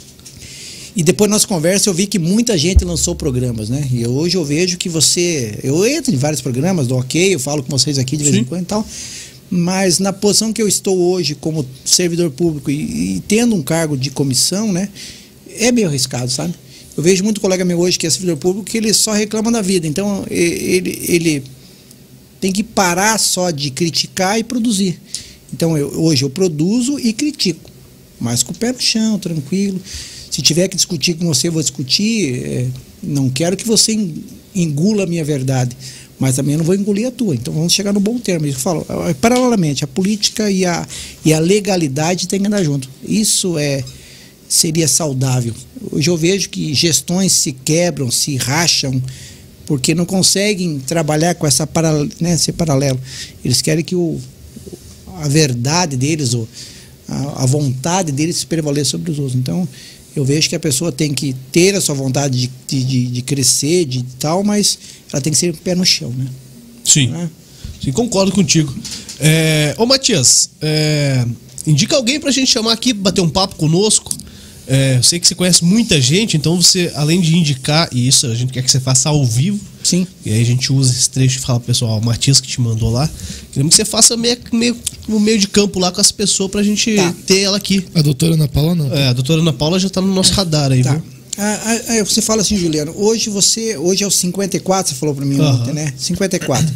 E depois da nossa conversa eu vi que muita gente lançou programas, né? E hoje eu vejo que você... Eu entro em vários programas, dou ok, eu falo com vocês aqui de vez Sim. em quando e tal. Mas na posição que eu estou hoje como servidor público e, e tendo um cargo de comissão, né? É meio arriscado, sabe? Eu vejo muito colega meu hoje que é servidor público que ele só reclama da vida. Então ele, ele tem que parar só de criticar e produzir. Então eu, hoje eu produzo e critico, mas com o pé no chão, tranquilo. Se tiver que discutir com você, eu vou discutir. É, não quero que você engula a minha verdade, mas também não vou engolir a tua. Então vamos chegar no bom termo. Eu falo, paralelamente, a política e a, e a legalidade tem que andar junto. Isso é, seria saudável. Hoje eu vejo que gestões se quebram, se racham, porque não conseguem trabalhar com essa paral, né, esse paralelo. Eles querem que o, a verdade deles, ou a, a vontade deles se prevaleça sobre os outros. Então eu vejo que a pessoa tem que ter a sua vontade de, de, de crescer, de tal, mas ela tem que ser pé no chão, né? Sim, é? Sim, concordo contigo. É, ô Matias, é, indica alguém pra gente chamar aqui, bater um papo conosco. É, eu sei que você conhece muita gente, então você, além de indicar, e isso a gente quer que você faça ao vivo. Sim. E aí a gente usa esse trecho e fala pro pessoal, o Matias que te mandou lá. Queremos que você faça meio, meio, no meio de campo lá com as pessoas pra gente tá. ter ela aqui. A doutora Ana Paula não. É, a doutora Ana Paula já tá no nosso radar aí, tá. viu? Ah, ah, você fala assim, Juliano, hoje você, hoje é o cinquenta e quatro, você falou pra mim uhum. ontem, né? cinquenta e quatro.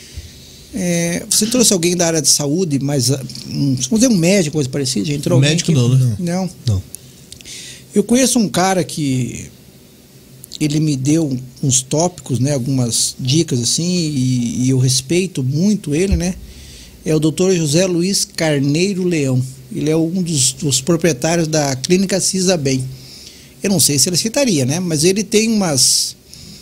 É, você trouxe alguém da área de saúde, mas um, vamos dizer um médico, coisa parecida? Já entrou médico alguém não, né? Não. Não. Eu conheço um cara que ele me deu uns tópicos, né, algumas dicas assim, e, e eu respeito muito ele, né? É o doutor José Luiz Carneiro Leão. Ele é um dos, dos proprietários da Clínica Cisa Bem. Eu não sei se ele citaria, né? Mas ele tem umas...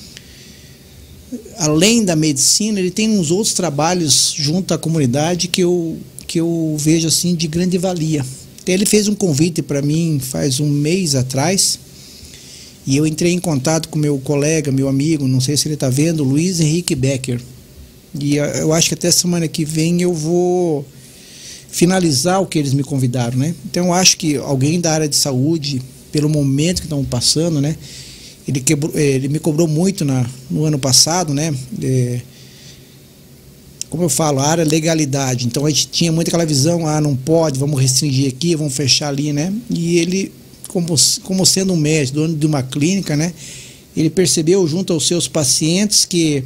Além da medicina, ele tem uns outros trabalhos junto à comunidade que eu, que eu vejo assim de grande valia. Ele fez um convite para mim faz um mês atrás e eu entrei em contato com meu colega, meu amigo, não sei se ele está vendo, Luiz Henrique Becker. E eu acho que até semana que vem eu vou finalizar o que eles me convidaram, né? Então eu acho que alguém da área de saúde, pelo momento que estão passando, né? Ele, quebrou, ele me cobrou muito na, no ano passado, né? É, como eu falo, a área legalidade. Então a gente tinha muito aquela visão, ah, não pode, vamos restringir aqui, vamos fechar ali, né? E ele, como, como sendo um médico, dono de uma clínica, né? Ele percebeu junto aos seus pacientes que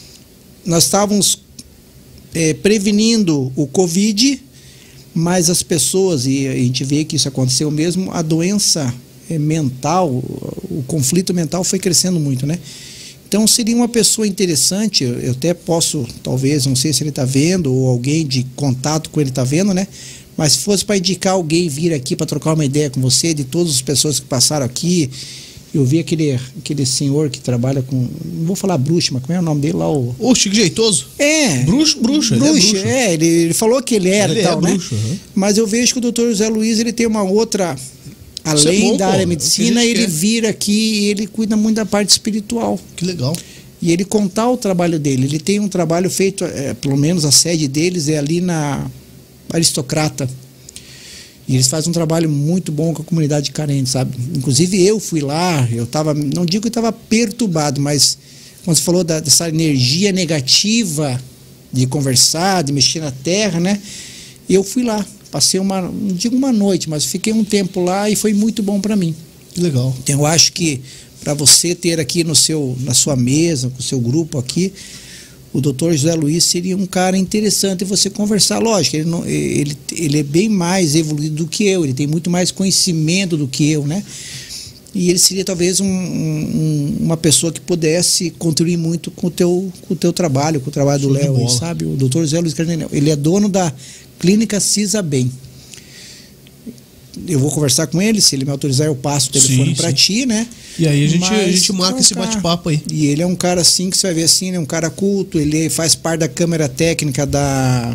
nós estávamos é, prevenindo o Covid, mas as pessoas, e a gente vê que isso aconteceu mesmo, a doença é, mental, o conflito mental foi crescendo muito, né? Então seria uma pessoa interessante, eu até posso, talvez, não sei se ele está vendo, ou alguém de contato com ele está vendo, né? Mas se fosse para indicar alguém vir aqui para trocar uma ideia com você, de todas as pessoas que passaram aqui, eu vi aquele, aquele senhor que trabalha com, não vou falar bruxo, mas como é o nome dele lá? O, o Chico Jeitoso? É. Bruxo, bruxo. Bruxo, ele é, bruxo. é ele, ele falou que ele era ele e tal, é né? Bruxo, uhum. Mas eu vejo que o doutor José Luiz, ele tem uma outra... Além é bom, da área pô, medicina, ele quer. Vira aqui e ele cuida muito da parte espiritual. Que legal. E ele contar o trabalho dele. Ele tem um trabalho feito, é, pelo menos a sede deles é ali na Aristocrata. E eles fazem um trabalho muito bom com a comunidade carente, sabe? Inclusive eu fui lá, eu tava, não digo que eu estava perturbado, mas quando você falou da, dessa energia negativa de conversar, de mexer na terra, né? Eu fui lá. Passei uma, não digo uma noite, mas fiquei um tempo lá e foi muito bom para mim. Que legal. Então eu acho que para você ter aqui no seu, na sua mesa, com o seu grupo aqui, o doutor José Luiz seria um cara interessante você conversar. Lógico, ele, não, ele, ele é bem mais evoluído do que eu, ele tem muito mais conhecimento do que eu, né? E ele seria talvez um, um, uma pessoa que pudesse contribuir muito com o teu, com o teu trabalho, com o trabalho do Léo, sabe? O doutor José Luiz Carneiro, ele é dono da Clínica Cisa Bem. Eu vou conversar com ele, se ele me autorizar eu passo o telefone para ti, né? E aí a gente, a gente marca é um esse bate-papo aí. E ele é um cara assim, que você vai ver assim, ele é um cara culto, ele faz parte da câmara técnica da...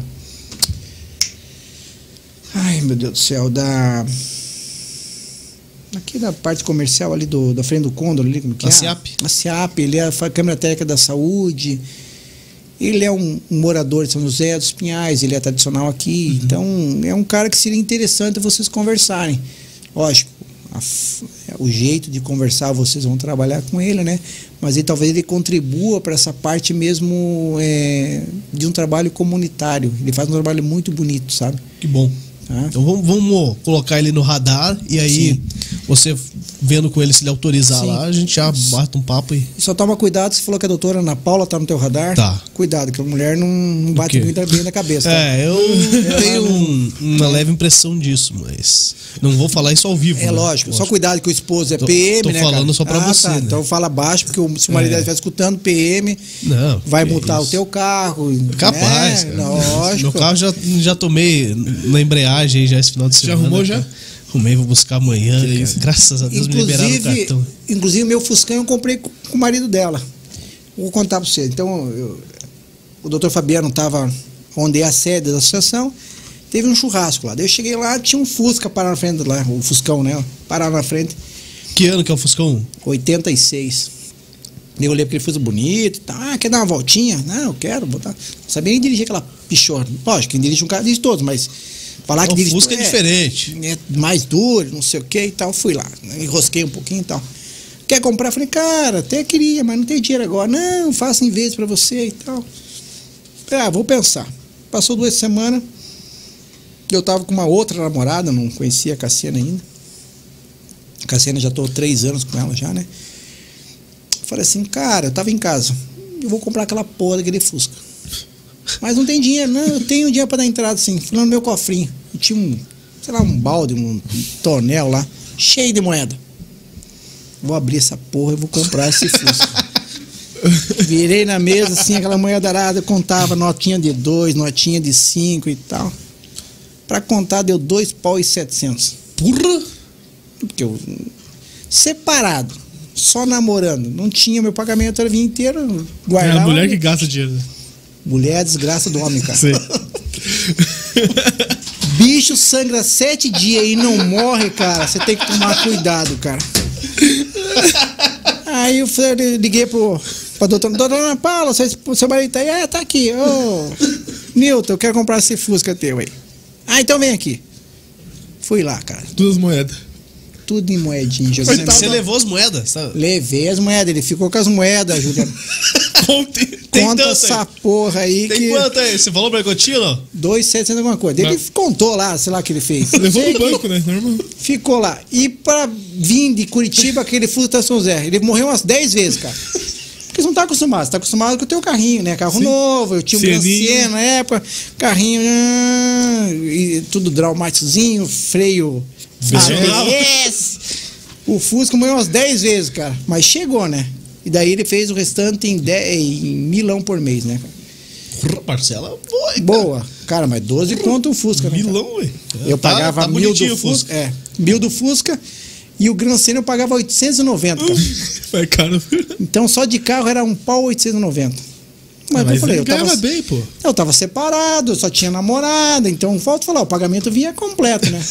Ai, meu Deus do céu, da... Aqui da parte comercial ali do, da frente do Condor ali, como que a é? CIAP. A CIAP, ele é a câmara técnica da saúde. Ele é um, um morador de São José dos Pinhais, ele é tradicional aqui, uhum. Então é um cara que seria interessante vocês conversarem. Lógico, a, o jeito de conversar vocês vão trabalhar com ele, né? Mas ele, talvez ele contribua para essa parte mesmo é, de um trabalho comunitário. Ele faz um trabalho muito bonito, sabe? Que bom. Tá? Então vamos, vamos colocar ele no radar e aí Sim. você vendo com ele se ele autorizar Sim. lá, a gente já bate um papo e... Só toma cuidado, você falou que a doutora Ana Paula tá no teu radar. Tá. Cuidado, que a mulher não, não bate muito bem na cabeça. Tá? É, eu tenho um, uma leve impressão disso, mas não vou falar isso ao vivo. É né? lógico, só cuidado que o esposo é tô, P M, tô né, falando cara? só pra ah, você, tá. né? Então fala baixo, porque se o marido é. estiver escutando, P M não, vai multar o teu carro. Capaz, né? cara. Lógico. Meu carro já, já tomei na embreagem aí já esse final de semana. Já arrumou já? Arrumei, vou buscar amanhã. Cara. Graças a Deus inclusive, me liberaram o cartão. Inclusive, meu Fuscão eu comprei com o marido dela. Vou contar pra você. Então, eu, o doutor Fabiano estava onde é a sede da associação, teve um churrasco lá. Daí eu cheguei lá, tinha um Fusca parado na frente lá, o Fuscão, né? Parado na frente. Que ano que é o Fuscão? oitenta e seis. Eu olhei porque ele fez bonito e tal. Ah, quer dar uma voltinha? Não, eu quero botar. Não sabia nem dirigir aquela pichona. Lógico, quem dirige um carro dirige todos, mas falar que o dirige Fusca é, é diferente. É mais duro, não sei o que e tal. Fui lá, enrosquei um pouquinho e tal. Quer comprar? Falei, cara, até queria, mas não tem dinheiro agora. Não, faça em vez pra você e tal. Ah, vou pensar. Passou duas semanas. Eu tava com uma outra namorada, não conhecia a Cassiana ainda. A Cassiana já tô três anos com ela já, né? Falei assim, cara, eu tava em casa. Eu vou comprar aquela porra daquele Fusca. Mas não tem dinheiro, não. Eu tenho dinheiro pra dar entrada, assim. Fui lá no meu cofrinho. Eu tinha um, sei lá, um balde, um tonel lá, cheio de moeda. Vou abrir essa porra e vou comprar esse Fusca. Virei na mesa, assim, aquela moeda arada. Eu contava notinha de dois, notinha de cinco e tal. Pra contar, deu dois pau e setecentos. Porra! Porque eu... Separado. Só namorando. Não tinha, meu pagamento era vinha inteiro. Guardava. É a mulher que gasta dinheiro. Mulher é a desgraça do homem, cara. Sim. Bicho sangra sete dias e não morre, cara. Você tem que tomar cuidado, cara. Aí eu liguei pro, pra doutora, doutora Ana Paula, seu, seu marido tá aí? Ah, tá aqui. Ô, Nilton, eu quero comprar esse Fusca teu aí. Ah, então vem aqui. Fui lá, cara. Duas moedas. Tudo em moedinha. Você, você levou as moedas? Sabe? Levei as moedas, ele ficou com as moedas, Juliano. Conta, tem Conta essa aí. porra aí. Tem que... quanto aí? Você falou pra ele quanto, não? dois mil e setecentos alguma coisa. Ele Mas... contou lá, sei lá o que ele fez. Levou Sei no que... banco, né? Normal. Ficou lá. E pra vir de Curitiba, aquele Fusca tá São Zé. Ele morreu umas dez vezes, cara. Porque você não tá acostumado. Você tá acostumado com o teu carrinho, né? Carro Sim. novo. Eu tinha um Gran Siena na época. Carrinho... E tudo draumatizinho, freio... A B S. O Fusca morreu umas dez vezes, cara. Mas chegou, né? E daí ele fez o restante em, dez, em milão por mês, né, cara? Parcela boa, cara. Boa. Cara, mas doze conto o Fusca, né? Milão, ué. Eu tá, pagava tá mil do Fusca. Fusca. É, mil do Fusca. E o Gran Siena eu pagava oitocentos e noventa, cara. Foi caro. Então só de carro era um pau oitocentos e noventa. Mas, ah, mas eu falei, eu tava, bem, pô. Eu tava separado, eu só tinha namorada. Então, falta falar, o pagamento vinha completo, né?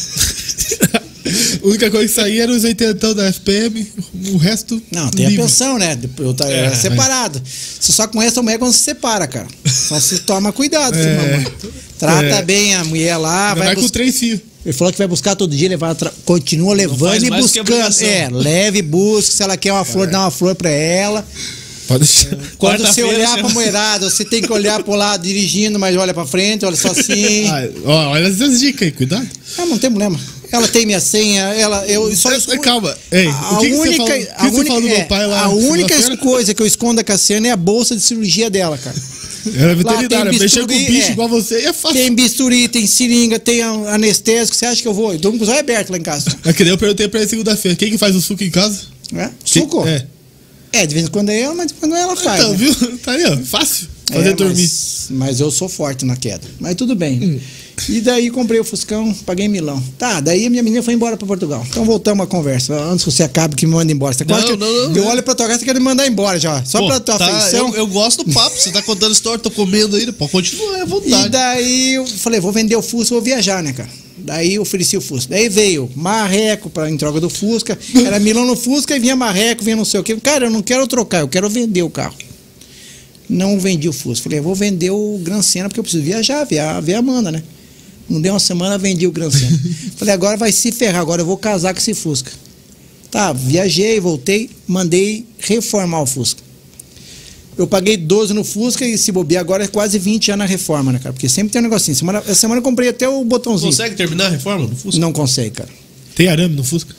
A única coisa que saía era os oitentão da F P M, o resto. Não, tem livre. a pensão, né? Eu tava é, separado. Você só conhece a mulher quando se separa, cara. Só se toma cuidado, é, mamãe. Trata é. bem a mulher lá. Vai, vai bus... com três fios. Ele falou que vai buscar todo dia, levar, tra... continua levando e buscando. É, leve e busca. Se ela quer uma flor, é. dá uma flor pra ela. Pode deixar. Quando você olhar pra mulherada, você tem que olhar pro lado dirigindo, mas olha pra frente, olha só assim. Ah, ó, olha essas dicas aí, cuidado. Ah, não tem problema. Ela tem minha senha, ela. Eu só escondo... Calma, ei, a o que única, que você a única, fala do é, meu pai lá? A única coisa que eu escondo da Cassiana é a bolsa de cirurgia dela, cara. Ela é veterinária, mexer com bicho é, igual você é fácil. Tem bisturi, tem seringa, tem anestésico. Você acha que eu vou? Eu durmo com os olhos abertos lá em casa. É que daí eu perguntei pra ele segunda-feira: quem que faz o suco em casa? É? Suco? É. É, de vez em quando é eu, mas de vez em quando ela faz. Então, né? viu? Tá aí, ó. Fácil. Fazer é, dormir. Mas, mas eu sou forte na queda. Mas tudo bem. Hum. E daí comprei o Fuscão, paguei em Milão. Tá, daí a minha menina foi embora pra Portugal. Então voltamos à conversa. Antes que você acabe que me manda embora. Você não, que não, não, eu olho pra tua casa e quero me mandar embora já. Só Pô, pra tua tá, afeição. Eu, eu gosto do papo. Você tá contando história, tô comendo ainda. Pode continuar, à vontade. E daí eu falei, vou vender o Fusca, vou viajar, né, cara? Daí eu ofereci o Fusca. Daí veio marreco pra em troca do Fusca. Era Milão no Fusca e vinha marreco, vinha não sei o quê. Cara, eu não quero trocar, eu quero vender o carro. Não vendi o Fusca. Falei, vou vender o Gran Sena porque eu preciso viajar, ver a, ver a Amanda, né? Não deu uma semana, vendi o Gran Sena. Falei, agora vai se ferrar, agora eu vou casar com esse Fusca. Tá, viajei, voltei, mandei reformar o Fusca. Eu paguei doze no Fusca e se bobear agora é quase vinte já na reforma, né, cara? Porque sempre tem um negocinho. Semana, essa semana eu comprei até o botãozinho. Consegue terminar a reforma do Fusca? Não consegue, cara. Tem arame no Fusca?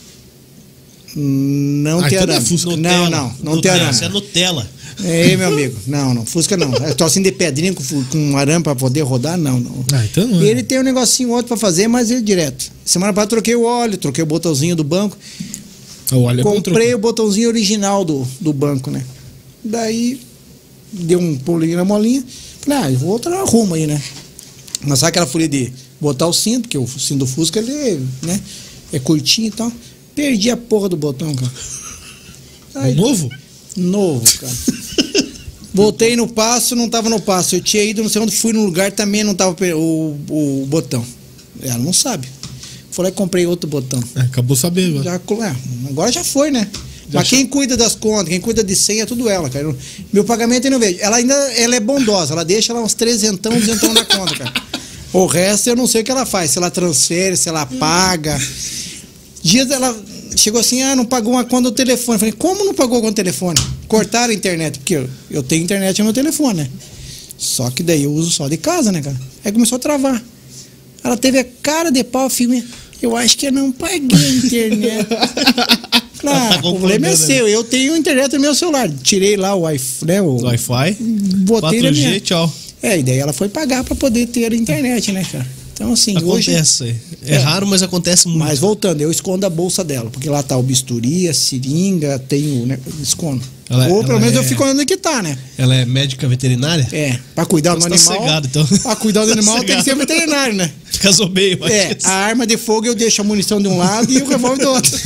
Não Ah, tem então não é arame. Fusca. Não, Nutella. não, não Nutella, tem arame. Isso é Nutella. Ei, meu amigo, não, não, Fusca não. Eu tô assim de pedrinha com, fu- com arame pra poder rodar, não, não. Ah, então não E é. ele tem um negocinho outro pra fazer, mas ele direto. Semana passada eu troquei o óleo, troquei o botãozinho do banco. Ah, o óleo é bom Comprei trocar. o botãozinho original do, do banco, né? Daí deu um pulinho na molinha. Falei, ah, eu vou outro rumo aí, né? Mas sabe aquela folha de botar o cinto, porque o cinto do Fusca ele, né, é curtinho e tal. Perdi a porra do botão, cara. É novo? Novo, cara. Voltei no passo, não tava no passo. Eu tinha ido, não sei onde, fui num lugar, também não tava o, o botão. Ela não sabe. Fui lá e comprei outro botão. É, acabou sabendo agora. Já, é, agora já foi, né? Já Mas achou? quem cuida das contas, quem cuida de senha, é tudo ela, cara. Eu- Meu pagamento eu não vejo. Ela ainda ela é bondosa, ela deixa lá uns trezentão, duzentão na conta, cara. O resto eu não sei o que ela faz. Se ela transfere, se ela paga. Dias ela chegou assim, ah, não pagou uma conta do telefone. Eu falei, como não pagou a conta do telefone? Cortaram a internet, porque eu, eu tenho internet no meu telefone, né? Só que daí eu uso só de casa, né, cara? Aí começou a travar. Ela teve a cara de pau, filme. Eu acho que eu não paguei a internet. Ah, o problema é seu. Eu tenho internet no meu celular. Tirei lá o Wi-Fi, né? O Wi-Fi, botei na quatro G, minha... tchau. É, e daí ela foi pagar pra poder ter a internet, né, cara? Então, assim, hoje... Acontece. É, É. raro, mas acontece muito. Mas voltando, eu escondo a bolsa dela, porque lá tá o bisturi, a seringa, tem o... Né, escondo. Ela- Ou pelo ela menos é- eu fico onde que tá, né? Ela é médica veterinária? É, pra cuidar do Você tá animal... cegado, então. Pra cuidar do Tá animal tem que ser cegado. veterinário, né? Casou bem, eu É, acho. a arma de fogo eu deixo a munição de um lado e o revólver do outro.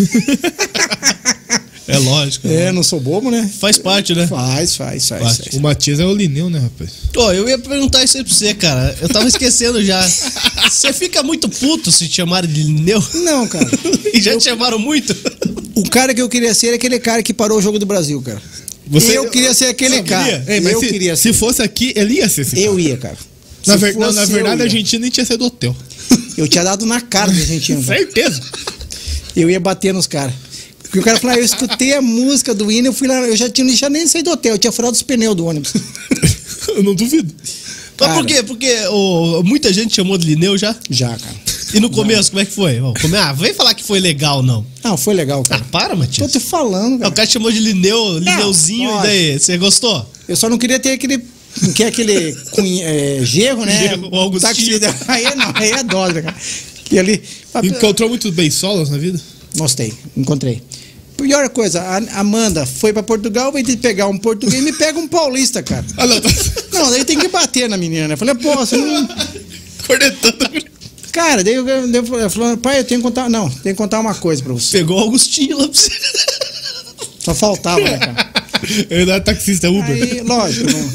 É lógico. É, não sou bobo, né? Faz parte, né? Faz, faz, faz. Faz. faz. O Matias é o Lineu, né, rapaz? Ô, eu ia perguntar isso aí pra você, cara. Eu tava esquecendo já. Você fica muito puto se te chamarem de Lineu? Não, cara. E já Eu- te chamaram muito? O cara que eu queria ser é aquele cara que parou o jogo do Brasil, cara. Você- eu queria ser aquele Você cara. queria? Ei, mas eu se, queria se ser. fosse aqui, ele ia ser esse cara. Eu ia, cara. Na, Se ver- não, fosse, na eu verdade, a ia. Argentina nem tinha saído do hotel. Eu tinha dado na cara do argentino, cara. Certeza. Eu ia bater nos caras. Porque o cara falou, ah, eu escutei a música do hino, eu fui lá, eu já tinha já nem saído do hotel, eu tinha furado os pneus do ônibus. Eu não duvido. Mas Cara. por quê? Porque ô, muita gente chamou de Lineu já. Já, cara. E no começo, como é que foi? Ó, come- Ah, vem falar que foi legal, não. Não, foi legal, Ah, cara. para, Tô Matias. te falando, Ah, o cara. cara te chamou de Lineu, Lineuzinho, e lógico. daí? Você gostou? Eu só não queria ter aquele. Que é aquele cunha- é, gerro, né? Gerro, o Augustinho. Taxi- Aí é não, aí é dose, cara. Que ali. Encontrou muitos beisolas na vida? Mostrei, encontrei. Pior coisa, a Amanda foi pra Portugal, veio de pegar um português e me pega um paulista, cara. Ah, não. Tá Não, daí tem que bater na menina, né? Falei, pô, você não. cornetando. Cara, daí eu, daí eu falei, falou, pai, eu tenho que contar. Não, tenho que contar uma coisa pra você. Pegou o Augustinho lá pra você. Só faltava, né, cara? Ele era taxista, Uber. Aí, lógico, não.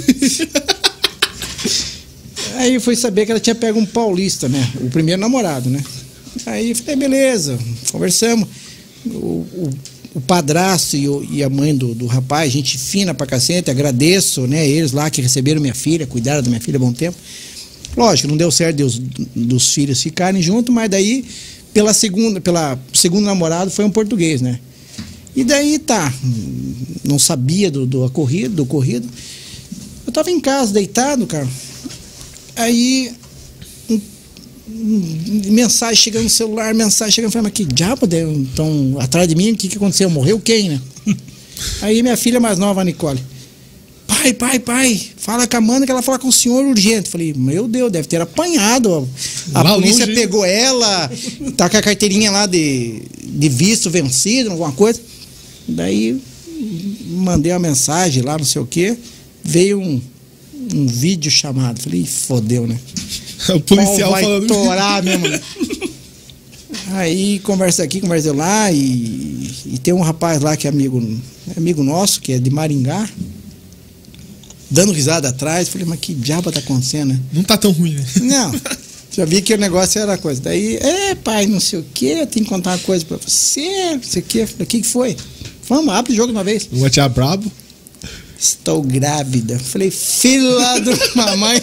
Aí eu fui saber que ela tinha pego um paulista, né? O primeiro namorado, né? Aí eu falei, beleza, conversamos. O, o, o padrasto e, o- e a mãe do, do rapaz, gente fina pra cacete, agradeço, né? Eles lá que receberam minha filha, cuidaram da minha filha há bom tempo. Lógico, não deu certo dos, dos filhos ficarem juntos, mas daí, pela segunda, pela segundo namorado, foi um português, né? E daí tá, não sabia do, do ocorrido, do ocorrido. Eu tava em casa, deitado, cara. Aí, um- um- mensagem chegando no celular, mensagem chegando, eu falei, mas que diabo estão atrás de mim? O que, que aconteceu? Morreu quem, né? Aí minha filha mais nova, a Nicole. Pai, pai, pai, fala com a Amanda que ela fala com o senhor urgente. Falei, meu Deus, deve ter apanhado. A Lá polícia longe, pegou ela, tá com a carteirinha lá de, de visto vencido, alguma coisa. Daí mandei uma mensagem lá, não sei o que, veio um, um vídeo chamado. Falei, fodeu, né? O policial Pau vai falando. torar mesmo. né? Aí conversa aqui, conversa lá e, e tem um rapaz lá que é amigo, amigo nosso, que é de Maringá, dando risada atrás. Falei, mas que diabo tá acontecendo, né? Não tá tão ruim, né? Não, já vi que o negócio era coisa. Daí, é pai, não sei o que, eu tenho que contar uma coisa pra você, não sei o que. Falei, o que que foi? Vamos, abre o jogo de uma vez. O Matias brabo. estou grávida. Falei, filho lá do mamãe.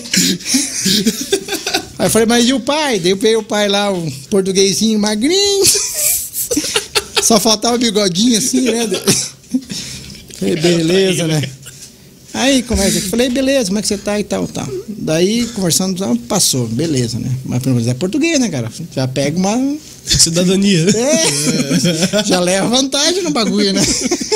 Aí eu falei, mas e o pai? Daí eu peguei o pai lá, um portuguesinho magrinho. Só faltava o bigodinho assim, né? Falei, beleza, né? Aí, como é que... Falei, beleza, como é que você tá e tal, tal. Daí, conversando, passou, beleza, né? Mas pelo menos é português, né, cara? Já pega uma... Cidadania. É, já leva vantagem no bagulho, né?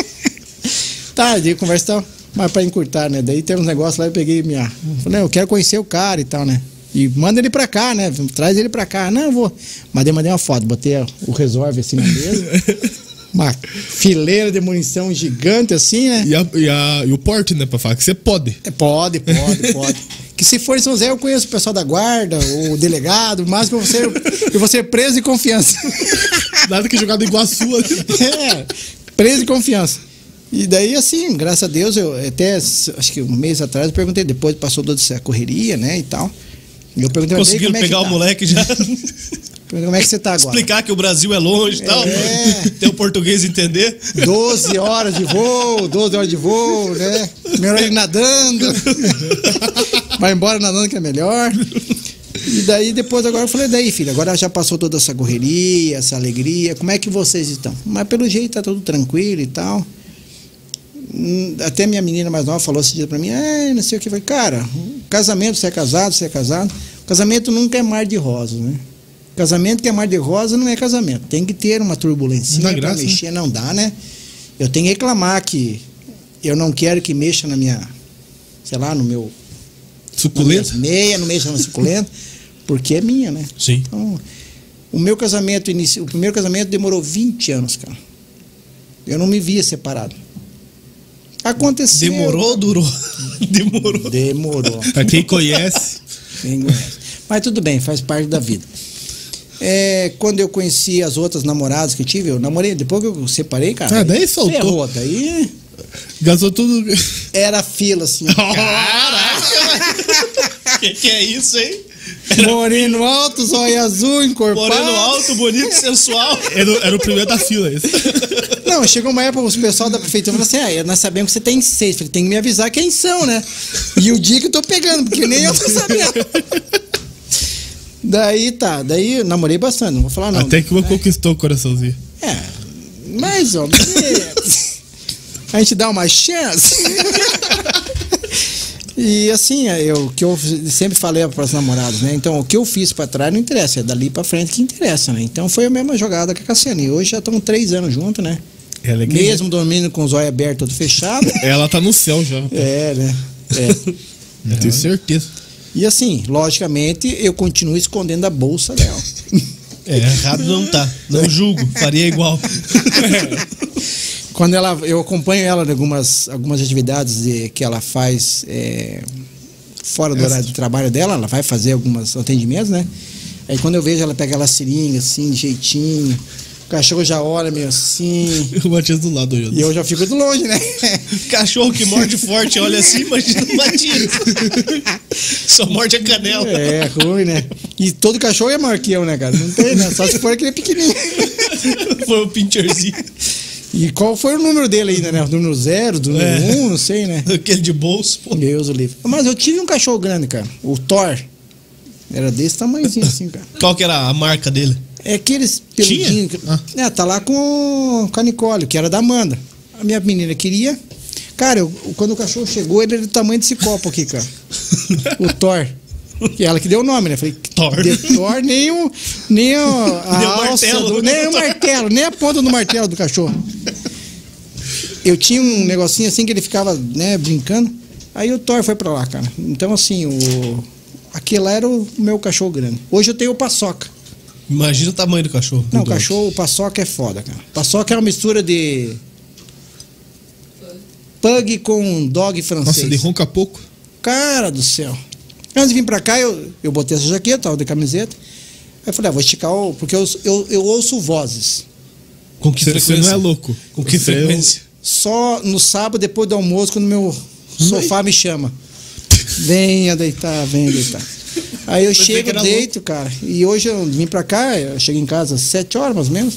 Tá, daí conversa tal, mas pra encurtar, né? Daí tem uns negócios lá, eu peguei minha... Falei, eu quero conhecer o cara e tal, né? E manda ele pra cá, né? Traz ele pra cá. Não, eu vou. Mas daí mandei uma foto, botei o resolve assim na mesa. Uma fileira de munição gigante assim, né? E, a, e, a, e o porte, né? Pra falar que você pode. É, pode, pode, pode. Que se for em São José, eu conheço o pessoal da guarda, o delegado, mas que eu vou ser, eu vou ser preso de confiança. Nada que jogar do Iguaçu ali. É, preso de confiança. E daí, assim, graças a Deus, eu até, acho que um mês atrás, eu perguntei, depois passou toda essa correria, né, e tal. E eu perguntei, conseguiram como é pegar que o tá? moleque já. Como é que você tá agora? Explicar que o Brasil é longe e tal. É. Ter o português entender. doze horas de voo, doze horas de voo, né? Melhor ir nadando. Vai embora nadando que é melhor. E daí depois agora eu falei, daí filho, agora já passou toda essa correria, essa alegria, como é que vocês estão? Mas pelo jeito tá tudo tranquilo e tal. Até minha menina mais nova falou esse dia pra mim, ah, não sei o que, foi, cara, casamento, você é casado, você é casado, casamento nunca é mar de rosas, né? Casamento que é mar de rosa não é casamento, tem que ter uma turbulência pra graça, mexer, né? Não dá, né? Eu tenho que reclamar que eu não quero que mexa na minha, sei lá, no meu suculento, meia, não mexa na suculenta, porque é minha, né? Sim. Então, o meu casamento, inici... o primeiro casamento demorou vinte anos, cara. Eu não me via separado. Aconteceu. Demorou ou durou? Demorou. Demorou. pra quem conhece. Quem conhece. Mas tudo bem, faz parte da vida. É, quando eu conheci as outras namoradas que eu tive, eu namorei, depois que eu separei, cara. Ah, daí soltou. Ferrou, daí Gastou tudo. era fila, assim. Caraca! Que que é isso, hein? Moreno alto, zóio azul, encorpado. Moreno alto, bonito, sensual. Era, o- era o primeiro da fila, esse. Não, chegou uma época, os pessoal da prefeitura falaram assim, ah, nós sabemos que você tem seis. Falei, tem que me avisar quem são, né? E o dia que eu tô pegando, porque nem eu tô sabendo. Daí tá, daí eu namorei bastante, não vou falar não. Até que uma conquistou o coraçãozinho. É, mais ou menos. A gente dá uma chance. E assim, eu, o que eu sempre falei para as namoradas, né? Então, o que eu fiz para trás não interessa, é dali para frente que interessa, né? Então, foi a mesma jogada que a Cassiane. E hoje já estamos três anos juntos, né? Ela é que- Mesmo dormindo com os olhos abertos, todo fechado. Ela tá no céu já. É, né? É. Eu tenho certeza. E assim, logicamente, eu continuo escondendo a bolsa dela. É, errado não tá. Não julgo, faria igual. Quando ela, eu acompanho ela em algumas, algumas atividades de, que ela faz é, fora do horário de trabalho dela, ela vai fazer alguns atendimentos, né? Aí quando eu vejo ela pega aquela seringa assim, de jeitinho, o cachorro já olha meio assim, O Matias do lado olhando. e eu já fico de longe, né? Cachorro que morde forte, olha assim, imagina o Matias. Só morde a canela. É, ruim, né? E todo cachorro é maior que eu, né, cara? Não tem, né? Só se for aquele pequenininho. Foi o pincherzinho. E qual foi o número dele ainda, né? O número zero, do número É. um, não sei, né? Aquele de bolso, pô. Deus o livre. Mas eu tive um cachorro grande, cara. O Thor. Era desse tamanhozinho assim, cara. Qual que era a marca dele? É aqueles peludinhos. que- Ah. É, tá lá com, com a Nicole, que era da Amanda. A minha menina queria. Cara, eu, quando o cachorro chegou, ele era do tamanho desse copo aqui, cara. O Thor. Que ela que deu o nome, né? Falei, Thor. De Thor, nem o. Nem o, a Nem o alça martelo. do, nem o martelo, nem a ponta do martelo do cachorro. Eu tinha um negocinho assim que ele ficava, né, brincando. Aí o Thor foi pra lá, cara. Então, assim, o. Aquele lá era o meu cachorro grande. Hoje eu tenho o Paçoca. Imagina o tamanho do cachorro. Não, o Do- cachorro, o Paçoca é foda, cara. Paçoca é uma mistura de. Pug com dog francês. Nossa, ele ronca pouco. Cara do céu. Antes de vir pra cá, eu, eu botei essa jaqueta, tava de camiseta. Aí eu falei, ah, vou esticar o. Porque eu, eu, eu ouço vozes. Com que Você, você frequência? não é louco. Com que Você é um- frequência? Só no sábado, depois do almoço, quando meu sofá me chama. Venha deitar, venha deitar. Aí eu Pensei que chego, era deito, cara. E hoje eu vim pra cá, eu cheguei em casa às sete horas, mais ou menos.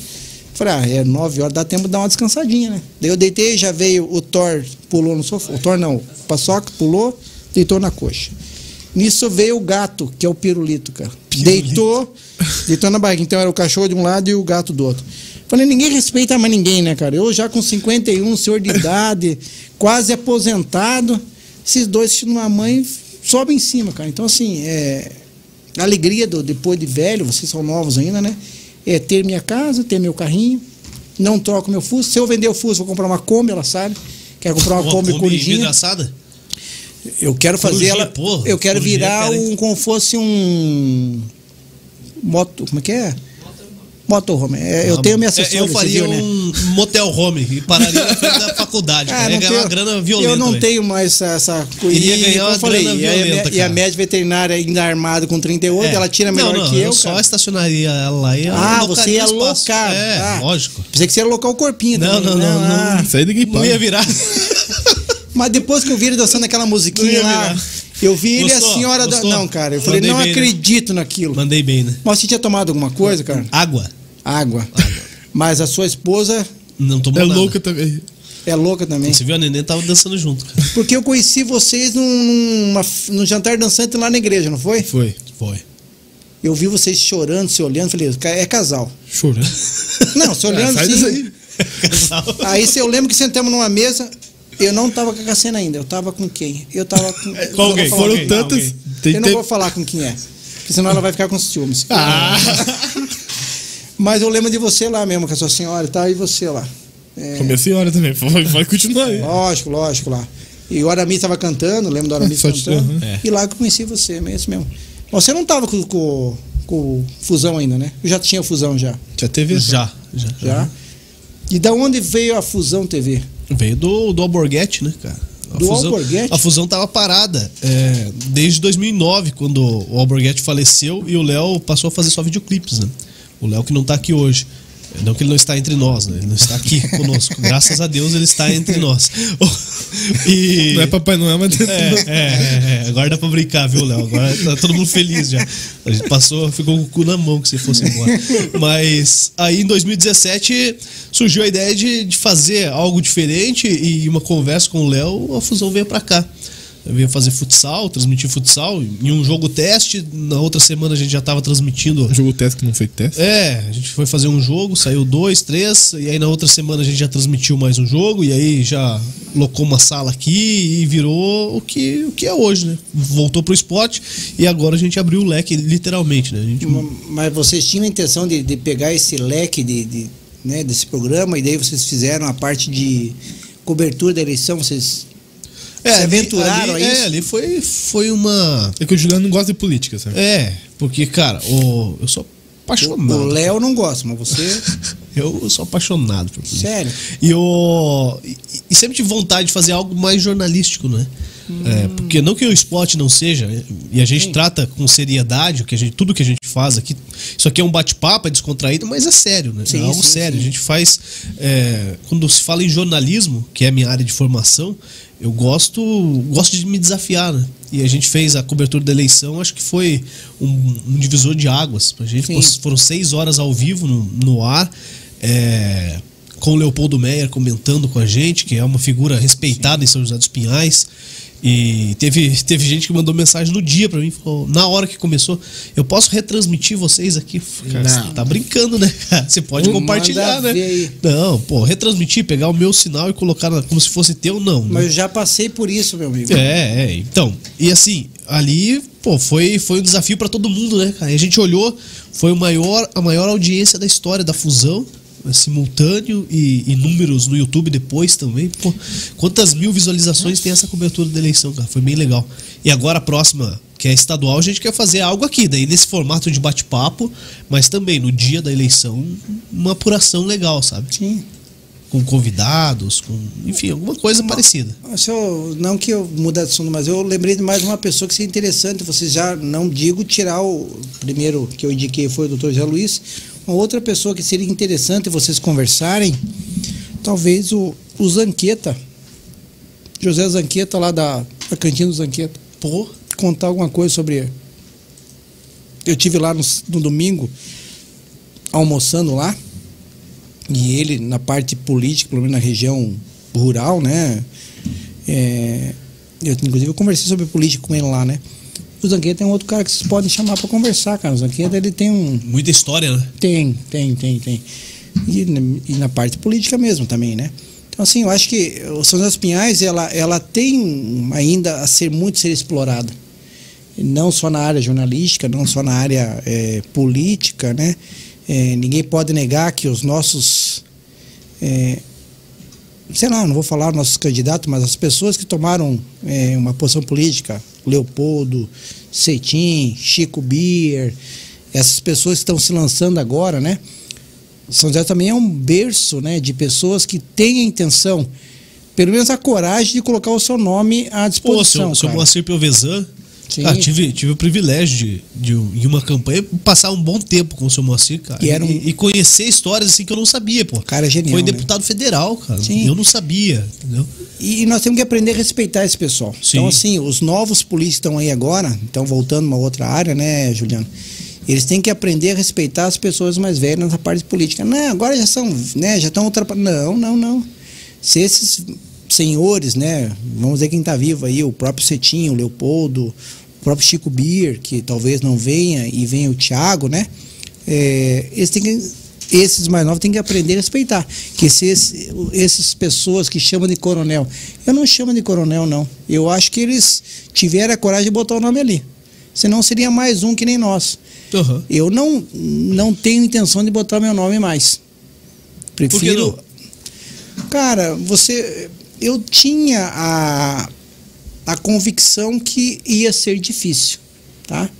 Falei, ah, é nove horas, dá tempo de dar uma descansadinha, né? Daí eu deitei, já veio o Thor, pulou no sofá. O Thor não, o Paçoca pulou, deitou na coxa. Nisso veio o gato, que é o pirulito, cara. Pirulito. Deitou, deitou na barriga. Então era o cachorro de um lado e o gato do outro. Falei, ninguém respeita mais ninguém, né, cara? Eu já com cinquenta e um, senhor de idade, quase aposentado, esses dois assistindo uma mãe, sobem em cima, cara. Então, assim, é... a alegria do, depois de velho, vocês são novos ainda, né? É ter minha casa, ter meu carrinho, não troco meu Fusca. Se eu vender o Fusca, vou comprar uma Kombi, ela sabe. Quero comprar uma, uma Kombi corujinha. Engraçada? Eu quero fazer corujinha, ela. Porra, eu quero virar um, como fosse um moto, como é que é? Motorhome. É, eu ah, tenho minha assessora. Eu faria viu, um né? motelhome e pararia na frente da faculdade. Ah, ia ganhar tenho, uma grana violenta. Eu não véio. tenho mais essa coisa. Iria ganhar uma falei, grana violenta, e a, e a médica veterinária ainda armada com trinta e oito, é. ela tira melhor não, não, que eu. Eu só estacionaria ela lá e Ah, você ia alocar. É, ah, lógico. Pensei que você ia alocar o corpinho não, também. Não, não, não. Ah, não, não, não ia virar. Mas depois que eu vi ele dançando aquela musiquinha lá, eu vi ele gostou, a senhora da... Não, cara, eu falei, Mandei não bem, acredito né? naquilo. Mandei bem, né? Mas você tinha tomado alguma coisa, cara? Água. Água. Água. Mas a sua esposa... Não tomou é nada. É louca também. É louca também. Você viu, a Neném tava dançando junto, cara. Porque eu conheci vocês num, numa, num jantar dançante lá na igreja, não foi? Foi. Foi. Eu vi vocês chorando, se olhando, falei, é casal. Chorando? Não, se olhando ah, assim... Aí. É casal. Aí se eu lembro que sentamos numa mesa... Eu não tava com a Cassena ainda, eu tava com quem? Eu tava com... Qual alguém? Foram alguém. tantas... Alguém. Tem, eu não tem... vou falar com quem é, porque senão ela vai ficar com ciúmes. Ah. Mas eu lembro de você lá mesmo, com a sua senhora e tal, e você lá. É... Com a minha senhora também, vai continuar aí. Lógico, lógico, lá. E o Aramis estava cantando, lembro do Aramis é, cantando, uhum. é. E lá que eu conheci você, é isso mesmo. Você não tava com, com, com o Fusão ainda, né? Eu já tinha Fusão já. Já teve? Já, já. Já? Uhum. E da onde veio a Fusão T V? Veio do, do Alborguete, né, cara? A do fusão, Alborguete? A fusão tava parada é, desde dois mil e nove, quando o Alborguete faleceu e o Léo passou a fazer só videoclipes, né? O Léo que não tá aqui hoje. Não que ele não está entre nós, né? Ele não está aqui conosco. Graças a Deus ele está entre nós. E... Não é Papai Noel, mas... É, é, é, é. Agora dá pra brincar, viu, Léo? Agora tá todo mundo feliz já. A gente passou, ficou com o cu na mão que se fosse embora. Mas aí em dois mil e dezessete surgiu a ideia de, de fazer algo diferente e uma conversa com o Léo, a fusão veio pra cá. Eu veio fazer futsal, transmitir futsal em um jogo teste. Na outra semana a gente já estava transmitindo. Um jogo teste que não foi teste? É, a gente foi fazer um jogo, saiu dois, três. E aí na outra semana a gente já transmitiu mais um jogo. E aí já locou uma sala aqui e virou o que, o que é hoje, né? Voltou pro esporte e agora a gente abriu o leque, literalmente, né? A gente... Mas vocês tinham a intenção de, de pegar esse leque de, de, né, desse programa e daí vocês fizeram a parte de cobertura da eleição, vocês... É, se aventuraram ali, a isso? É, ali foi, foi uma... É que o Juliano não gosta de política, sabe? É, porque, cara, o, eu sou apaixonado. O Léo não gosta, mas você... eu sou apaixonado por política. Sério? E, eu, e, e sempre tive vontade de fazer algo mais jornalístico, né? Hum. É, porque não que o esporte não seja, e a gente Sim. trata com seriedade, que a gente, tudo que a gente faz aqui, isso aqui é um bate-papo, é descontraído, mas é sério, né? Sim, é algo sim, sério. Sim. A gente faz... É, quando se fala em jornalismo, que é a minha área de formação, eu gosto, gosto de me desafiar, né? E a gente fez a cobertura da eleição, acho que foi um, um divisor de águas pra gente. Sim. Foram seis horas ao vivo no, no ar, é, com o Leopoldo Meyer comentando com a gente, que é uma figura respeitada Sim. em São José dos Pinhais. E teve, teve gente que mandou mensagem no dia pra mim, falou, na hora que começou, eu posso retransmitir vocês aqui? Cara, você tá brincando, né? Você pode Manda compartilhar, né? Aí. Não, pô, retransmitir, pegar o meu sinal e colocar na, como se fosse teu, não. Mas né? eu já passei por isso, meu amigo. É, é, então. E assim, ali, pô, foi, foi um desafio pra todo mundo, né, cara? E a gente olhou, foi o maior, a maior audiência da história da fusão. Simultâneo e, e números no YouTube depois também. Pô, quantas mil visualizações tem essa cobertura da eleição, cara? Foi bem legal. E agora a próxima, que é estadual, a gente quer fazer algo aqui, daí nesse formato de bate-papo, mas também no dia da eleição, uma apuração legal, sabe? Sim. Com convidados, com, enfim, alguma coisa uma, parecida. Eu, não que eu mude de assunto, mas eu lembrei de mais uma pessoa que seria interessante. Vocês já, não digo tirar o primeiro que eu indiquei foi o doutor Zé Luiz. Uma outra pessoa que seria interessante vocês conversarem, talvez o, o Zanqueta, José Zanqueta, lá da, da Cantina do Zanqueta. Pô, contar alguma coisa sobre... Eu tive lá no, no domingo, almoçando lá, e ele na parte política, pelo menos na região rural, né? É, eu, inclusive eu conversei sobre política com ele lá, né? O Zanqueta é um outro cara que vocês podem chamar para conversar, cara. O Zanqueta, ele tem um... Muita história, né? Tem, tem, tem, tem. E, e na parte política mesmo também, né? Então, assim, eu acho que o São José dos Pinhais, ela, ela tem ainda a ser muito ser explorada. Não só na área jornalística, não só na área é, política, né? É, ninguém pode negar que os nossos... É, sei lá, não vou falar nossos candidatos, mas as pessoas que tomaram é, uma posição política, Leopoldo, Cetim, Chico Bier, essas pessoas que estão se lançando agora, né? São José também é um berço, né, de pessoas que têm a intenção, pelo menos a coragem de colocar o seu nome à disposição. Pô, seu, seu Moacir Pelvezan, Sim. Ah, tive, tive o privilégio de, de, em uma campanha, passar um bom tempo com o seu Moacir, cara. E, era um... e, e conhecer histórias assim que eu não sabia, pô. Cara, é genial. Foi né? deputado federal, cara. Sim. Eu não sabia, entendeu? E nós temos que aprender a respeitar esse pessoal. Sim. Então, assim, os novos políticos estão aí agora, então voltando a uma outra área, né, Juliano? Eles têm que aprender a respeitar as pessoas mais velhas nessa parte política. Não, agora já são, né, já estão ultrapassando. Não, não, não. Se esses senhores, né, vamos dizer quem está vivo aí, o próprio Cetinho, o Leopoldo, o próprio Chico Bier, que talvez não venha, e venha o Thiago, né, é, eles têm que, esses mais novos têm que aprender a respeitar. Que se esse, essas pessoas que chamam de coronel, eu não chamo de coronel, não. Eu acho que eles tiveram a coragem de botar o nome ali. Senão seria mais um que nem nós. Uhum. Eu não, não tenho intenção de botar meu nome mais. Prefiro. Por que não? Cara, você. Eu tinha a, a convicção que ia ser difícil, tá?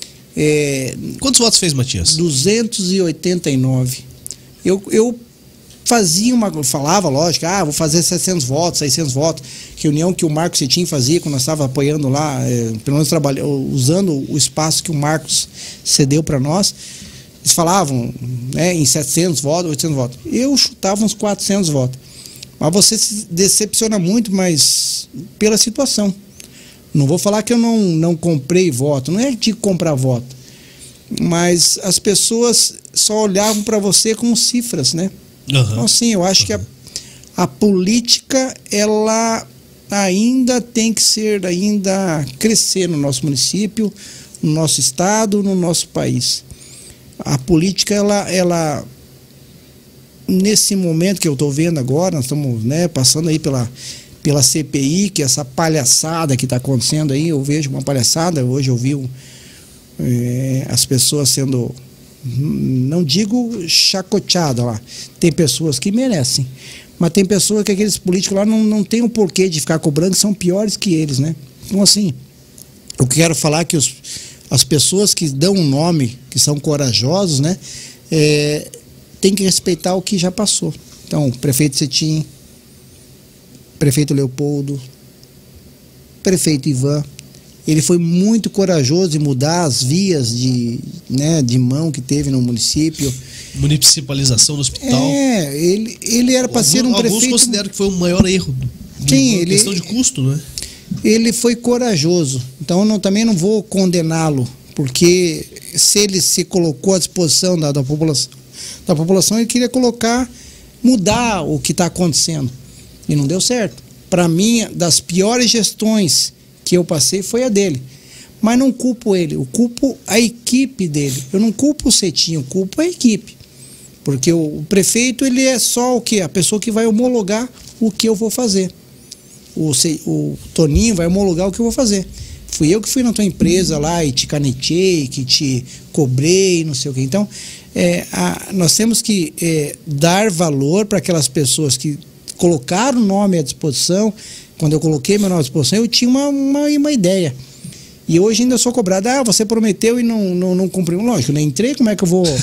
É, Quantos votos fez, Matias? duzentos e oitenta e nove. Eu, eu fazia uma. Falava, lógico, ah, vou fazer setecentos votos, seiscentos votos. Reunião que o Marcos Cetim fazia quando nós estávamos apoiando lá, é, pelo menos trabalhando, usando o espaço que o Marcos cedeu para nós. Eles falavam, né, em setecentos votos, oitocentos votos. Eu chutava uns quatrocentos votos. Mas você se decepciona muito, mas pela situação. Não vou falar que eu não, não comprei voto, não é de comprar voto. Mas as pessoas só olhavam para você com cifras, né? Uhum. Então, assim, eu acho uhum. que a, a política, ela ainda tem que ser, ainda crescer no nosso município, no nosso estado, no nosso país. A política, ela, ela nesse momento que eu estou vendo agora, nós estamos, né, passando aí pela, pela C P I, que essa palhaçada que está acontecendo aí, eu vejo uma palhaçada. Hoje eu vi é, as pessoas sendo, não digo chacoteadas lá, tem pessoas que merecem, mas tem pessoas que aqueles políticos lá não, não tem o porquê de ficar cobrando, que são piores que eles, né? Então, assim, eu quero falar que os, as pessoas que dão um nome, que são corajosos, né, é, tem que respeitar o que já passou. Então, prefeito Cetim, prefeito Leopoldo, prefeito Ivan, ele foi muito corajoso em mudar as vias de, né, de mão que teve no município. Municipalização do hospital. É, ele, ele era para ser um Alguns prefeito... Alguns consideram que foi o maior erro. Sim, ele... questão de custo, né? Ele foi corajoso. Então, eu não, também não vou condená-lo, porque se ele se colocou à disposição da, da população, da população, ele queria colocar, mudar o que está acontecendo. E não deu certo. Para mim, das piores gestões que eu passei foi a dele. Mas não culpo ele, eu culpo a equipe dele. Eu não culpo o Cetim, eu culpo a equipe. Porque o, o prefeito, ele é só o quê? A pessoa que vai homologar o que eu vou fazer. O, o Toninho vai homologar o que eu vou fazer. Fui eu que fui na tua empresa lá e te canetei, que te cobrei, não sei o quê. Então, é, a, nós temos que é, dar valor para aquelas pessoas que colocaram o nome à disposição. Quando eu coloquei meu nome à disposição, eu tinha uma, uma, uma ideia. E hoje ainda sou cobrado. Ah, você prometeu e não, não, não cumpriu. Lógico, eu nem entrei, como é que eu vou...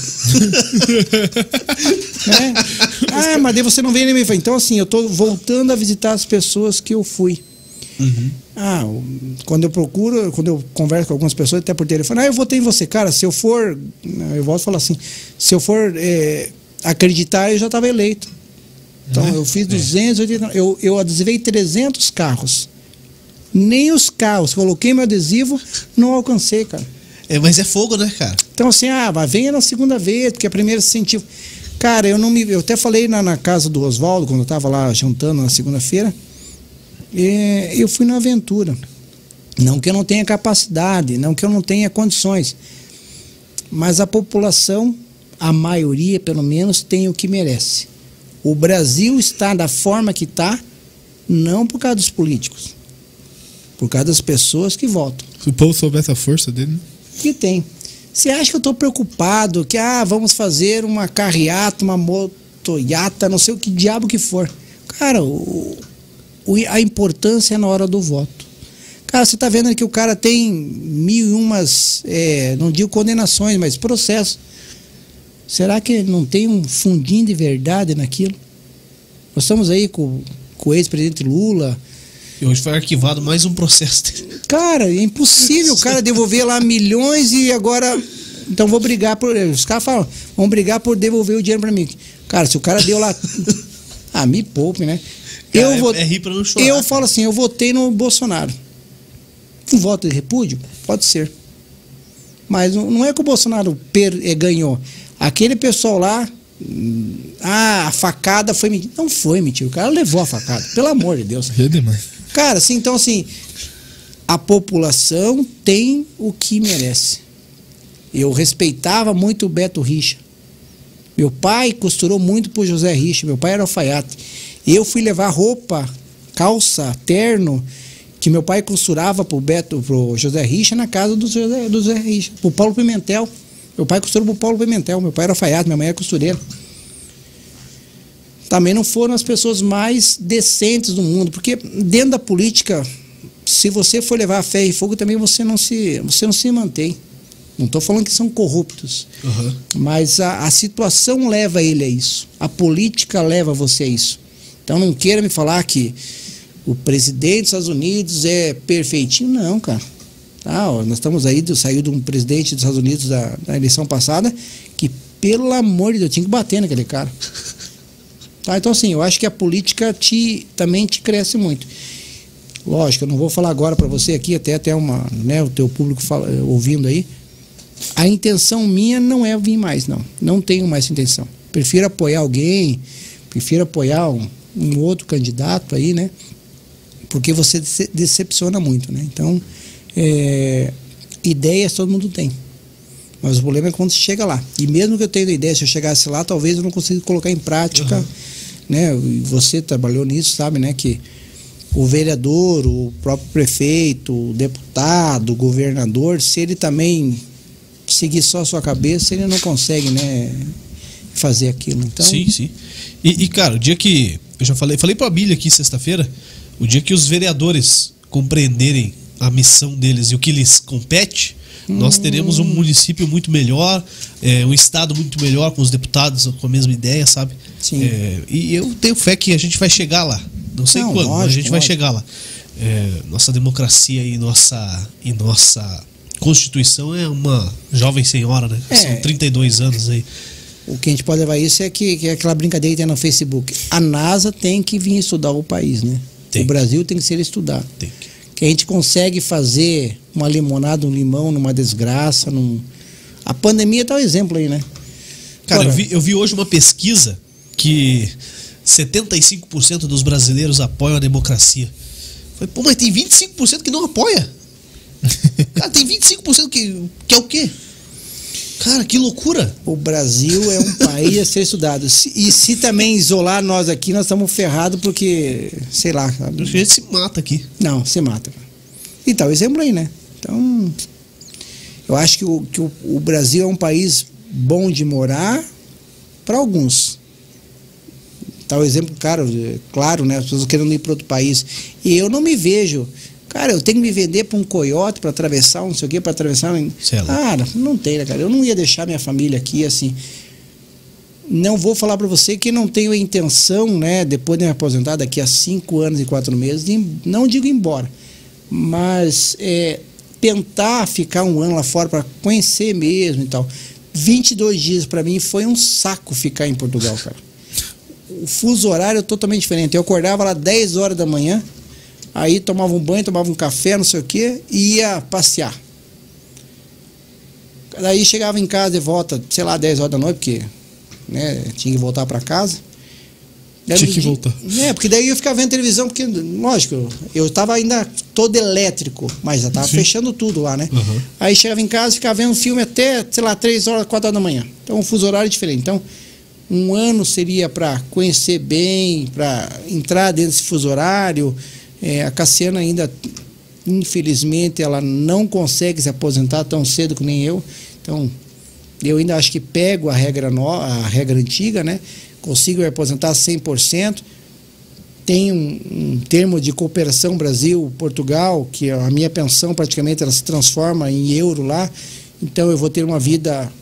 é. Ah, mas daí você não veio nem me... Então, assim, eu estou voltando a visitar as pessoas que eu fui. Uhum. Ah, quando eu procuro, quando eu converso com algumas pessoas, até por telefone, ah, eu votei em você. Cara, se eu for... Eu volto a falar assim, se eu for é, acreditar, eu já estava eleito. Então, uhum. eu fiz duzentos e oitenta... Eu, eu adesivei trezentos carros. Nem os carros, coloquei meu adesivo, não alcancei, cara. É, mas é fogo, né, cara? Então, assim, ah, mas venha na segunda vez, porque a primeira se sentiu. Cara, eu não me. Eu até falei na, na casa do Oswaldo, quando eu tava lá jantando na segunda-feira. É, eu fui na aventura. Não que eu não tenha capacidade, não que eu não tenha condições. Mas a população, a maioria pelo menos, tem o que merece. O Brasil está da forma que está, não por causa dos políticos, por causa das pessoas que votam. Se o povo soubesse a força dele, né? Que tem. Você acha que eu estou preocupado que ah, vamos fazer uma carreata, uma motoiata, não sei o que diabo que for. Cara, o, o, a importância é na hora do voto. Cara, você está vendo que o cara tem mil e umas, é, não digo condenações, mas processos. Será que não tem um fundinho de verdade naquilo? Nós estamos aí com, com o ex-presidente Lula. E hoje foi arquivado mais um processo dele. Cara, é impossível o cara devolver lá milhões e agora... Então vou brigar por... Os caras falam, vão brigar por devolver o dinheiro pra mim. Cara, se o cara deu lá... Ah, me poupe, né? Cara, eu é, vou... é rir pra não chorar. Eu falo assim, eu votei no Bolsonaro. Um voto de repúdio? Pode ser. Mas não é que o Bolsonaro per, é, ganhou. Aquele pessoal lá... Ah, a facada foi mentira. Não foi mentira, o cara levou a facada. Pelo amor de Deus. É demais. Cara, assim, então assim, a população tem o que merece. Eu respeitava muito o Beto Richa. Meu pai costurou muito pro José Richa, meu pai era alfaiate. Eu fui levar roupa, calça, terno, que meu pai costurava pro Beto, pro José Richa na casa do José, do José Richa, pro Paulo Pimentel. Meu pai costurou pro Paulo Pimentel, meu pai era alfaiate, minha mãe era costureira. Também não foram as pessoas mais decentes do mundo, porque dentro da política, se você for levar a ferro e fogo, também você não se, você não se mantém. Não estou falando que são corruptos, uhum. Mas a, a situação leva ele a isso. A política leva você a isso. Então não queira me falar que o presidente dos Estados Unidos é perfeitinho. Não, cara. Tá, ó, nós estamos aí, saiu de um presidente dos Estados Unidos da, da eleição passada, que pelo amor de Deus, tinha que bater naquele cara. Tá, então assim, eu acho que a política te, também te cresce muito. Lógico, eu não vou falar agora para você aqui, até, até uma, né, o teu público fala, ouvindo aí. A intenção minha não é vir mais, não. Não tenho mais essa intenção. Prefiro apoiar alguém, prefiro apoiar um, um outro candidato aí, né? Porque você decepciona muito, né? Então, é, ideias todo mundo tem. Mas o problema é quando você chega lá. E mesmo que eu tenha ideia, se eu chegasse lá, talvez eu não consiga colocar em prática, uhum. Né? Você trabalhou nisso, sabe, né? Que o vereador, o próprio prefeito, o deputado, o governador, se ele também seguir só a sua cabeça, ele não consegue, né, fazer aquilo. Então... Sim, sim. E, e, cara, o dia que... Eu já falei, falei pra Bíblia aqui sexta-feira, o dia que os vereadores compreenderem a missão deles e o que lhes compete, nós teremos um município muito melhor, é, um estado muito melhor, com os deputados com a mesma ideia, sabe? Sim. É, e eu tenho fé que a gente vai chegar lá. Não sei não, quando, lógico, mas a gente lógico. vai chegar lá. É, nossa democracia e nossa, e nossa Constituição é uma jovem senhora, né? É. São trinta e dois anos aí. O que a gente pode levar isso é que, que é aquela brincadeira que tem no Facebook. A NASA tem que vir estudar o país, né? Tem. O Brasil tem que ser estudado. Tem que. Que a gente consegue fazer uma limonada, um limão numa desgraça, num... A pandemia tá o exemplo aí, né? Cara, eu vi, eu vi hoje uma pesquisa que setenta e cinco por cento dos brasileiros apoiam a democracia. Falei, pô, mas tem vinte e cinco por cento que não apoia. Cara, tem vinte e cinco por cento que, que é o quê? Cara, que loucura. O Brasil é um país a ser estudado. E se também isolar nós aqui, nós estamos ferrados porque, sei lá. Sabe? A gente se mata aqui. Não, se mata. E tá o exemplo aí, né? Então, eu acho que o, que o, o Brasil é um país bom de morar para alguns. Tá o exemplo, cara, claro, né? As pessoas querendo ir para outro país. E eu não me vejo... Cara, eu tenho que me vender para um coiote para atravessar, não sei o quê, para atravessar... Cara, não tem, né, cara? Eu não ia deixar minha família aqui, assim... Não vou falar para você que não tenho a intenção, né, depois de me aposentar, daqui a cinco anos e quatro meses, de, não digo ir embora, mas é, tentar ficar um ano lá fora para conhecer mesmo e tal. vinte e dois dias para mim foi um saco ficar em Portugal, cara. O fuso horário é totalmente diferente. Eu acordava lá dez horas da manhã, aí tomava um banho, tomava um café, não sei o que, e ia passear. Daí chegava em casa de volta, sei lá, dez horas da noite, porque né? Tinha que voltar para casa. Daí Tinha no que dia- voltar. É, porque daí eu ficava vendo televisão, porque, lógico, eu tava ainda todo elétrico, mas já tava Sim. fechando tudo lá, né? Uhum. Aí chegava em casa e ficava vendo filme até, sei lá, três horas, quatro horas da manhã. Então, um fuso horário diferente. Então, um ano seria para conhecer bem, para entrar dentro desse fuso horário. É, a Cassiana ainda, infelizmente, ela não consegue se aposentar tão cedo que nem eu. Então, eu ainda acho que pego a regra, no, a regra antiga, né? Consigo me aposentar cem por cento. Tem um, um termo de cooperação Brasil-Portugal, que a minha pensão praticamente ela se transforma em euro lá. Então, eu vou ter uma vida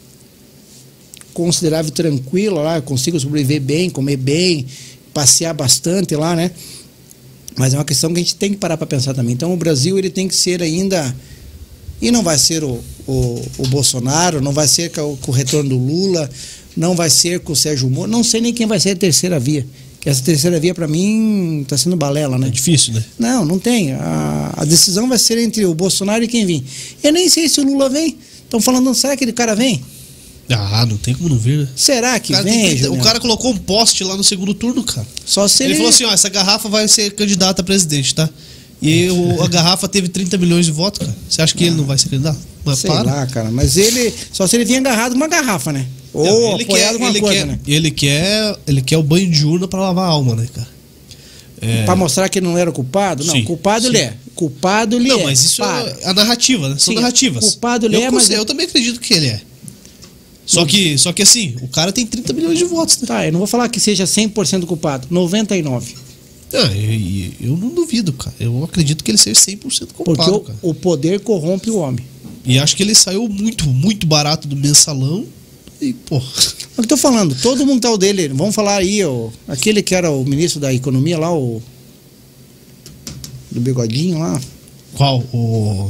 considerável, tranquila lá, eu consigo sobreviver bem, comer bem, passear bastante lá, né? Mas é uma questão que a gente tem que parar para pensar também. Então, o Brasil ele tem que ser ainda, e não vai ser o, o, o Bolsonaro, não vai ser com o, com o retorno do Lula, não vai ser com o Sérgio Moro, não sei nem quem vai ser a terceira via. Que essa terceira via, para mim, está sendo balela, né? É difícil, né? Não, não tem. A, a decisão vai ser entre o Bolsonaro e quem vir. Eu nem sei se o Lula vem. Estão falando, será que aquele cara vem? Ah, não tem como não vir, né? Será que O cara, vem, tem que- o Juliano? cara colocou um poste lá no segundo turno, cara. Só se Ele, ele... falou assim, ó, essa garrafa vai ser candidata a presidente, tá? E o- a garrafa teve trinta milhões de votos, cara. Você acha que ele não vai ser candidato? Mas Sei para. lá, cara. Mas ele... Só se ele vinha agarrado com uma garrafa, né? Ou Não, ele apoiado quer, com uma ele coisa, quer, né? ele quer, ele quer o banho de urna pra lavar a alma, né, cara? É. Pra mostrar que ele não era o culpado? Não, Sim, culpado sim. ele é. Culpado ele Não, é. mas isso Para. é a narrativa, né? São Sim, narrativas. culpado ele eu, é, mas- consigo- eu também acredito que ele é. Só que, só que assim, o cara tem trinta milhões de votos, né? Tá, eu não vou falar que seja cem por cento culpado. noventa e nove por cento. Ah, eu, eu não duvido, cara. Eu acredito que ele seja cem por cento Porque culpado, o, cara. o poder corrompe o homem. E acho que ele saiu muito, muito barato do mensalão. E, pô. É o que eu tô falando, todo mundo tá o dele. Vamos falar aí, ó, aquele que era o ministro da economia lá, o. Do bigodinho lá. Qual? O.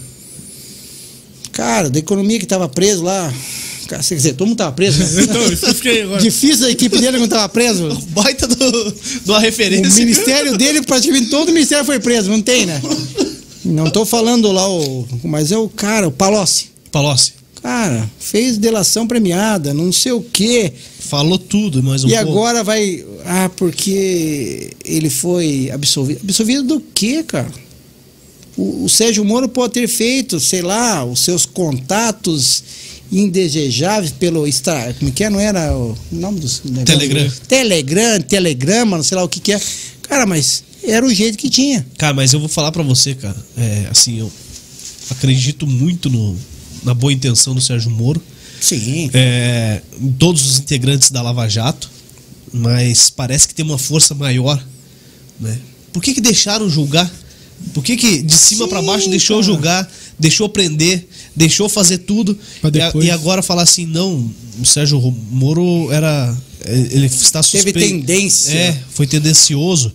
Cara, da economia que tava preso lá. Cara, quer dizer, todo mundo tava preso, né? Então, isso que eu fiquei agora. Difícil a equipe dele não tava preso. Baita do, de uma O referência. ministério dele, praticamente todo o ministério foi preso, não tem, né? Não tô falando lá o. Mas é o cara, o Palocci. Palocci. Cara, fez delação premiada, não sei o quê. Falou tudo, mais um E pouco. agora vai. Ah, porque ele foi absolvido. Absolvido do quê, cara? O, o Sérgio Moro pode ter feito, sei lá, os seus contatos indesejáveis pelo extra. Como que é? Não era o nome dos negócios? Telegram. Telegram, telegrama, não sei lá o que que é. Cara, mas era o jeito que tinha. Cara, mas eu vou falar pra você, cara. É, assim, eu acredito muito no, na boa intenção do Sérgio Moro. Sim. É, em todos os integrantes da Lava Jato, mas parece que tem uma força maior, né? Por que que deixaram julgar? Por que que de cima Sim, pra baixo deixou cara. julgar, deixou prender, deixou fazer tudo Pra e, a- depois- e agora falar assim, não, o Sérgio Moro era, ele está Teve suspeito. tendência. É, foi tendencioso.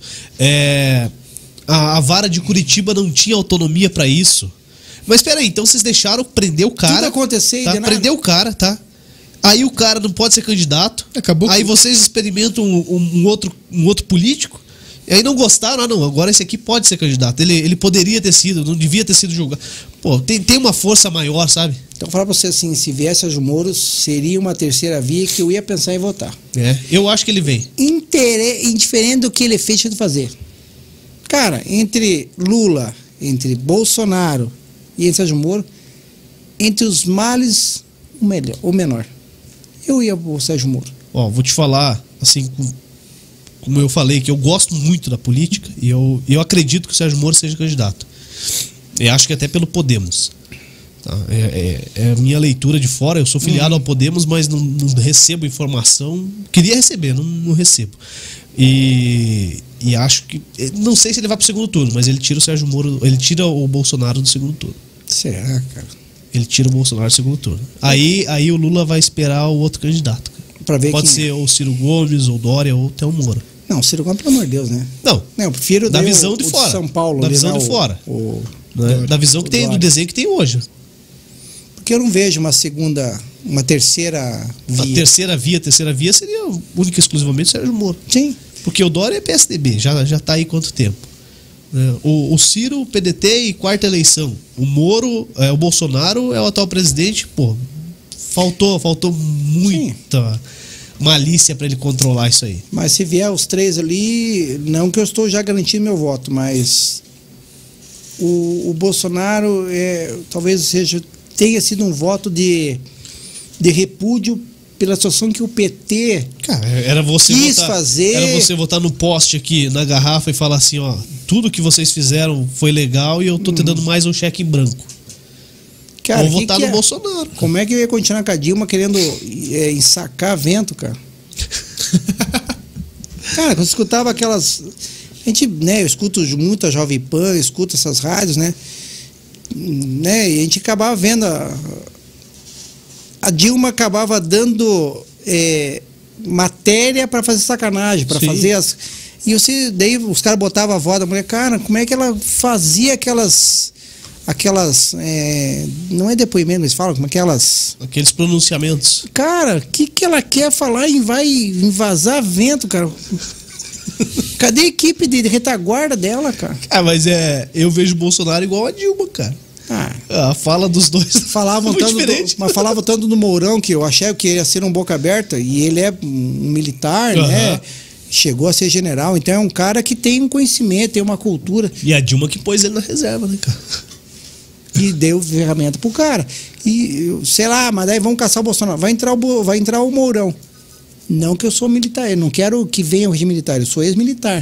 É, a, a vara de Curitiba não tinha autonomia pra isso. Mas peraí, então vocês deixaram prender o cara. Tudo acontecer e tá? de nada. Prender o cara, tá? Aí o cara não pode ser candidato. Acabou Aí que- vocês experimentam um, um- um outro, um outro político. E aí não gostaram, ah não, agora esse aqui pode ser candidato. Ele, ele poderia ter sido, não devia ter sido julgado. Pô, tem, tem uma força maior, sabe? Então, vou falar pra você assim: se viesse Sérgio Moro, seria uma terceira via que eu ia pensar em votar. É, eu acho que ele vem. Intere- indiferente do que ele fez, deixa de fazer. Cara, entre Lula, entre Bolsonaro e entre Sérgio Moro, entre os males, o, melhor, o menor. Eu ia pro Sérgio Moro. Ó, vou te falar, assim, com- como eu falei, que eu gosto muito da política e eu, eu acredito que o Sérgio Moro seja candidato. Eu acho que até pelo Podemos. Tá? É, é- é a minha leitura de fora, eu sou filiado ao Podemos, mas não, não recebo informação. Queria receber, não, não recebo. E, e acho que. Não sei se ele vai pro segundo turno, mas ele tira o Sérgio Moro, ele tira o Bolsonaro do segundo turno. Será, cara? Ele tira o Bolsonaro do segundo turno. Aí, aí o Lula vai esperar o outro candidato. Pra ver Pode quem... ser ou Ciro Gomes, ou Dória, ou até o Moro. Não, Ciro Gomes, pelo amor de Deus, né? Não, Não, eu prefiro Da daí visão o, de o fora. São Paulo. Da ali, visão né, de o- fora. o- né? Da visão que tem, do Dória. desenho que tem hoje. Porque eu não vejo uma segunda, uma terceira A via. terceira via, a terceira via seria única e exclusivamente o Sérgio Moro. Sim. Porque o Dória é P S D B, já, já tá aí quanto tempo. Né? O, o Ciro, P D T e quarta eleição. O Moro, é, o Bolsonaro é o atual presidente. Pô, faltou, faltou muita, malícia para ele controlar isso aí. Mas se vier os três ali, não que eu estou já garantindo meu voto, mas o, o Bolsonaro é, talvez seja, tenha sido um voto de, de repúdio pela situação que o P T Cara, era você quis votar, fazer. Era você votar no poste aqui, na garrafa, e falar assim, ó, tudo que vocês fizeram foi legal e eu tô te dando mais um cheque em branco. Cara, Ou que votar que no é? Bolsonaro. Como é que eu ia continuar com a Dilma querendo é, ensacar vento, cara? Cara, quando eu escutava aquelas... A gente, né, eu escuto muito a Jovem Pan, eu escuto essas rádios, né? né? E a gente acabava vendo... A, a Dilma acabava dando é, matéria para fazer sacanagem, para fazer as... E você, daí os caras botavam a voz da mulher, cara, como é que ela fazia aquelas... Aquelas. É, não é depoimento, eles falam, como aquelas. Aqueles pronunciamentos. Cara, o que, que ela quer falar em vai invasar vento, cara? Cadê a equipe de retaguarda dela, cara? Ah, mas é. Eu vejo o Bolsonaro igual a Dilma, cara. Ah, a fala dos dois. Falavam tanto do, mas falavam tanto do Mourão, que eu achei que ia ser um boca aberta, e ele é um militar, uhum. né? Chegou a ser general, então é um cara que tem um conhecimento, tem uma cultura. E a Dilma que pôs ele na reserva, né, cara? E deu ferramenta pro cara. E, sei lá, mas daí vamos caçar o Bolsonaro. Vai entrar o, vai entrar o Mourão. Não que eu sou militar, eu não quero que venha o regime militar, eu sou ex-militar.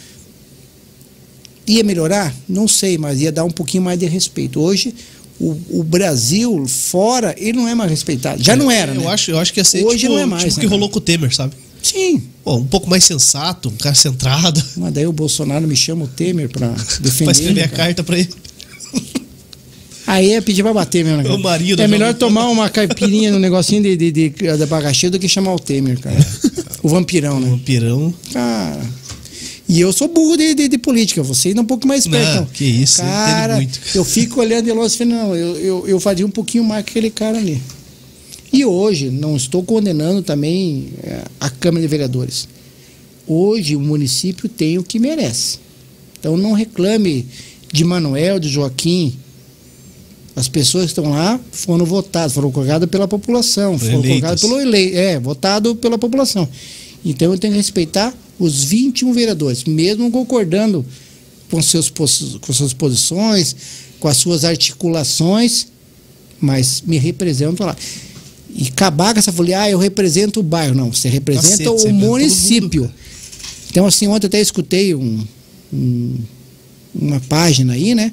Ia melhorar? Não sei, mas ia dar um pouquinho mais de respeito. Hoje, o, o Brasil, fora, ele não é mais respeitado. Já não era, eu né? Acho, eu acho que ia ser Hoje tipo, não é mais, tipo né, que rolou com o Temer, sabe? Sim. Pô, um pouco mais sensato, um cara centrado. Mas daí o Bolsonaro me chama o Temer pra defender. Pra escrever ele, a cara. carta pra ele. Aí é pedir pra bater mesmo, né, cara? O marido é melhor joga... tomar uma caipirinha no negocinho de, de, de, de abacaxi do que chamar o Temer, cara. O vampirão, né? O vampirão. Cara. E eu sou burro de, de, de política, você ainda é um pouco mais esperto. Não, que isso, cara, muito. Eu fico olhando de longe e falo, não, eu, eu, eu faria um pouquinho mais que aquele cara ali. E hoje, não estou condenando também a Câmara de Vereadores. Hoje o município tem o que merece. Então não reclame de Manuel, de Joaquim. As pessoas que estão lá foram votadas, foram colocadas pela população, foram colocadas pelo eleito, é, votado pela população. Então eu tenho que respeitar os vinte e um vereadores, mesmo concordando com, seus, com suas posições, com as suas articulações, mas me representam lá. E acabar com essa folha, ah, eu represento o bairro. Não, você representa Cacete, o município. Então, assim, ontem eu até escutei um, um, uma página aí, né?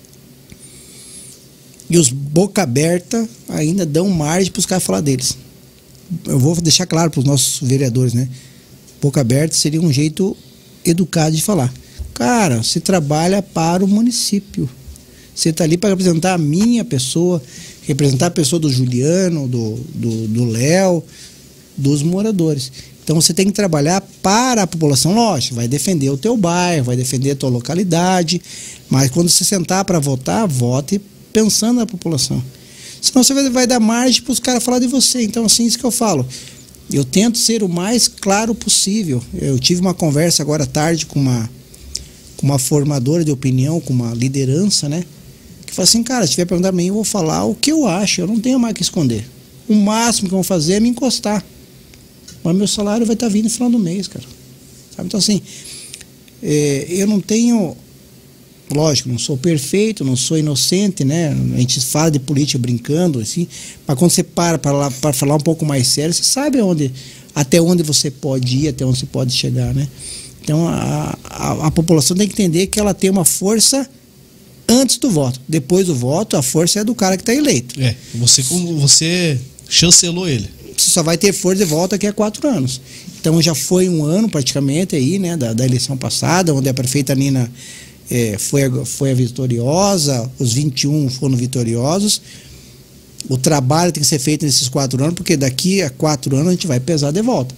E os boca aberta ainda dão margem para os caras falar deles. Eu vou deixar claro para os nossos vereadores, né? Boca aberta seria um jeito educado de falar. Cara, você trabalha para o município. Você está ali para representar a minha pessoa, representar a pessoa do Juliano, do Léo, do dos moradores. Então você tem que trabalhar para a população, lógico, vai defender o teu bairro, vai defender a tua localidade, mas quando você sentar para votar, vote pensando na população. Senão você vai, vai dar margem para os caras falar de você. Então, assim, isso que eu falo. Eu tento ser o mais claro possível. Eu tive uma conversa agora à tarde com uma, com uma formadora de opinião, com uma liderança, né? Que falou assim, cara, se tiver perguntar para mim, eu vou falar o que eu acho, eu não tenho mais o que esconder. O máximo que eu vou fazer é me encostar. Mas meu salário vai estar vindo no final do mês, cara. Sabe? Então, assim, é, eu não tenho... Lógico, não sou perfeito, não sou inocente, né? A gente fala de política brincando, assim, mas quando você para para falar um pouco mais sério, você sabe onde, até onde você pode ir, até onde você pode chegar, né? Então, a, a, a população tem que entender que ela tem uma força antes do voto. Depois do voto, a força é do cara que está eleito. É, você, você chancelou ele. Você só vai ter força de volta daqui a quatro anos. Então, já foi um ano praticamente aí, né, da, da eleição passada, onde a prefeita Nina... É, foi, a, foi a vitoriosa, os vinte e um foram vitoriosos. O trabalho tem que ser feito nesses quatro anos, porque daqui a quatro anos a gente vai pesar de volta.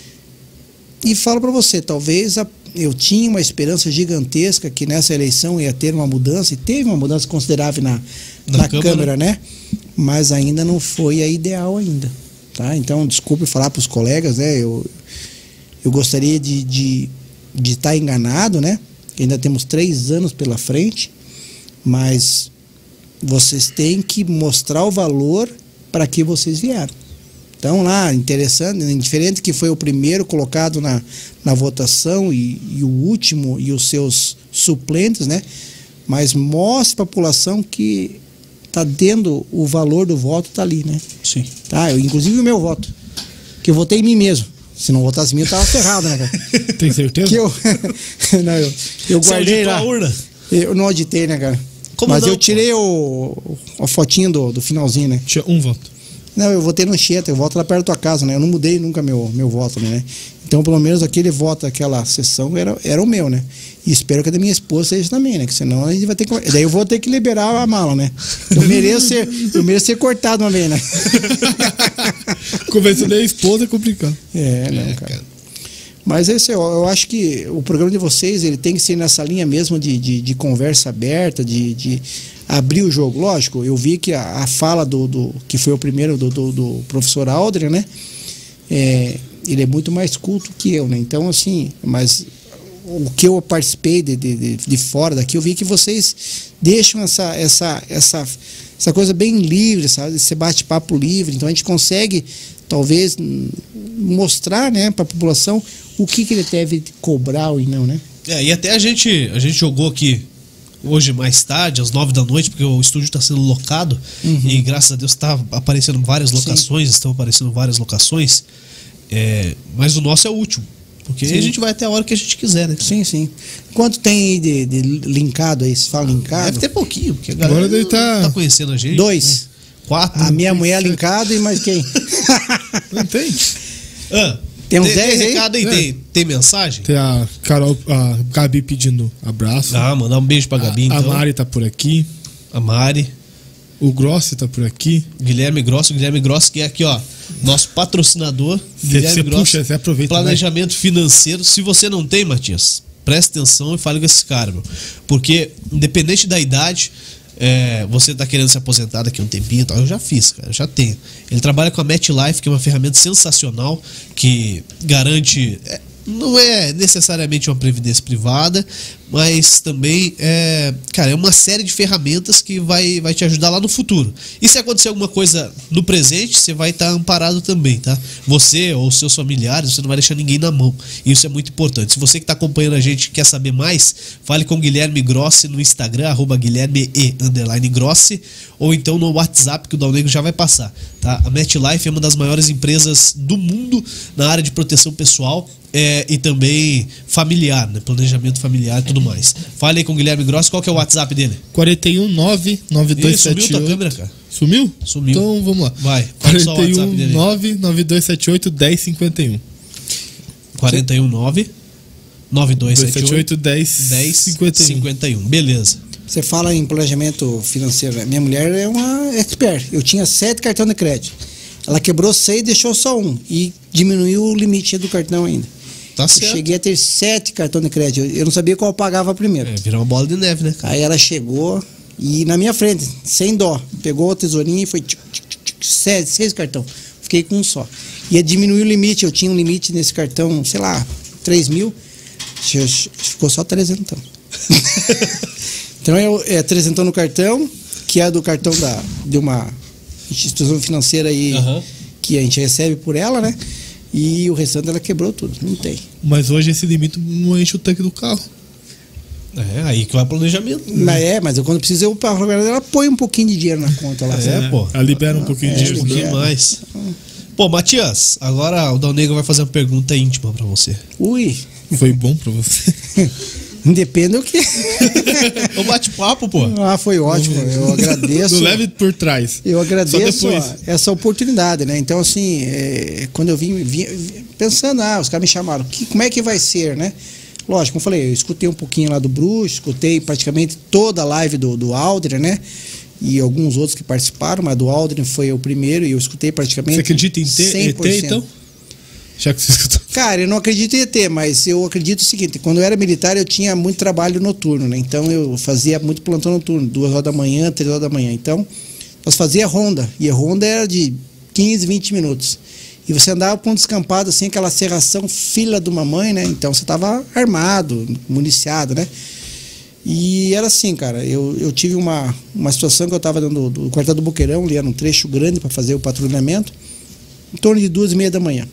E falo para você, talvez a, eu tinha uma esperança gigantesca que nessa eleição ia ter uma mudança, e teve uma mudança considerável na, na, na Câmara, Câmara, né? Mas ainda não foi a ideal ainda. Tá? Então, desculpe falar para os colegas, né? Eu, eu gostaria de estar de, de tá enganado, né? Ainda temos três anos pela frente, mas vocês têm que mostrar o valor para que vocês vieram. Então lá, interessante, indiferente que foi o primeiro colocado na, na votação e, e o último e os seus suplentes, né? Mas mostre para a população que tá dentro o valor do voto, tá ali, né? Sim. Tá, eu, inclusive o meu voto, que eu votei em mim mesmo. Se não votasse em mim, eu tava ferrado, né, cara? Tem certeza? Que eu, não, eu, eu guardei lá. A urna? Eu não auditei, né, cara? Como Mas não, eu tirei o, a fotinha do, do finalzinho, né? Tinha um voto. Não, eu votei no Anchieta, eu voto lá perto da tua casa, né? Eu não mudei nunca meu, meu voto, né? Então, pelo menos aquele voto, aquela sessão era, era o meu, né? E espero que a da minha esposa seja também, né? Que senão a gente vai ter que... Daí eu vou ter que liberar a mala, né? Eu mereço ser, eu mereço ser cortado uma vez, né? Conversando a esposa é complicado. É, não, É, cara. cara. Mas esse, eu, eu acho que o programa de vocês, ele tem que ser nessa linha mesmo de, de, de conversa aberta, de, de abrir o jogo. Lógico, eu vi que a, a fala do, do... que foi o primeiro do, do, do professor Aldrin, né? É, ele é muito mais culto que eu, né? Então, assim, mas o que eu participei de, de, de fora daqui, eu vi que vocês deixam essa, essa, essa, essa coisa bem livre, sabe? Esse bate-papo livre. Então a gente consegue, talvez, mostrar, né, para a população o que, que ele deve cobrar ou não, né? É, e até a gente, a gente jogou aqui hoje mais tarde, às nove da noite, porque o estúdio está sendo locado, uhum. E graças a Deus está aparecendo várias locações, Sim. estão aparecendo várias locações, é, mas o nosso é o último, porque Sim. aí a gente vai até a hora que a gente quiser, né? Sim, sim. Quanto tem aí de, de linkado aí? Se fala linkado? Deve ter pouquinho, porque a galera Agora ele não tá... tá conhecendo a gente. Dois. Né? Quatro. A minha mulher sete. linkada e mais quem? Não tem? Ah, Tem uns tem, dez tem aí? recado aí? É. Tem, tem mensagem? Tem a Carol, a Gabi pedindo abraço. Ah, mandar um beijo pra Gabi, a, então. a Mari tá por aqui. A Mari. O Grossi tá por aqui. Guilherme Grosso, Guilherme Grosso, que é aqui, ó, nosso patrocinador. Guilherme Você Grosso, puxa, você aproveita. planejamento financeiro. Se você não tem, Matias, preste atenção e fale com esse cara, meu. Porque, independente da idade, é, você tá querendo se aposentar daqui a um tempinho e tal, eu já fiz, cara, eu já tenho. Ele trabalha com a MetLife, que é uma ferramenta sensacional, que garante... É, não é necessariamente uma previdência privada, mas também é, cara, é uma série de ferramentas que vai, vai te ajudar lá no futuro. E se acontecer alguma coisa no presente, você vai estar amparado também, tá? Você ou seus familiares, você não vai deixar ninguém na mão. Isso é muito importante. Se você que está acompanhando a gente quer saber mais, fale com Guilherme Grossi no Instagram, arroba Guilherme E underline Grossi, ou então no WhatsApp que o Dal Negro já vai passar, tá? A MetLife é uma das maiores empresas do mundo na área de proteção pessoal. É, e também familiar, né? Planejamento familiar e tudo mais. Fale aí com o Guilherme Grosso, qual que é o WhatsApp dele? quarenta e um nove nove dois sete oito. Sumiu tua câmera, cara? Sumiu? Sumiu. Então vamos lá. Vai, fala só o quarenta e WhatsApp um dele. nove nove dois sete oito um zero cinco um. quarenta e um nove nove dois sete oito um zero cinquenta e um. Beleza. Você fala em planejamento financeiro, né? Minha mulher é uma expert. Eu tinha sete cartões de crédito. Ela quebrou seis e deixou só um. E diminuiu o limite do cartão ainda. Tá Eu certo. cheguei a ter sete cartões de crédito. Eu não sabia qual eu pagava primeiro. É, virar uma bola de neve, né, cara? Aí ela chegou e na minha frente, sem dó, pegou a tesourinha e foi tchic, tchic, tchic, seis, seis cartões. Fiquei com um só. Ia diminuir o limite. Eu tinha um limite nesse cartão, sei lá, três mil. Ficou só trezentão. Então eu, é trezentão no cartão, que é do cartão da, de uma instituição financeira aí, Aham. que a gente recebe por ela, né? E o restante ela quebrou tudo, não tem. Mas hoje esse limite não enche o tanque do carro. É, aí que vai o planejamento. Mas é, mas eu, quando preciso, eu, ela põe um pouquinho de dinheiro na conta lá. É, sabe? pô. Ela libera um pouquinho É, de dinheiro. libera. Demais. Pô, Matias, agora o Dal Negro vai fazer uma pergunta íntima pra você. Ui, Foi bom pra você? depende do que. O bate-papo, pô. Ah, foi ótimo, eu agradeço. Não leve por trás. Eu agradeço Só depois. ó, essa oportunidade, né? Então, assim, é, quando eu vim, vim pensando, ah, os caras me chamaram, que, como é que vai ser, né? Lógico, como eu falei, eu escutei um pouquinho lá do Bruxo, escutei praticamente toda a live do, do Aldrin, né? E alguns outros que participaram, mas do Aldrin foi o primeiro e eu escutei praticamente Você acredita em ter, cem por E T, cento. então? Já que você escutou. Cara, eu não acredito em E T, mas eu acredito o seguinte, quando eu era militar eu tinha muito trabalho noturno, né? Então eu fazia muito plantão noturno, duas horas da manhã, três horas da manhã. Então, nós fazia ronda, e a ronda era de quinze, vinte minutos. E você andava por um descampado, assim, aquela serração filha de uma mãe, né? Então você estava armado, municiado, né? E era assim, cara, eu, eu tive uma, uma situação que eu estava dentro do, do quartel do Boqueirão, ali era um trecho grande para fazer o patrulhamento. em torno de duas e meia da manhã.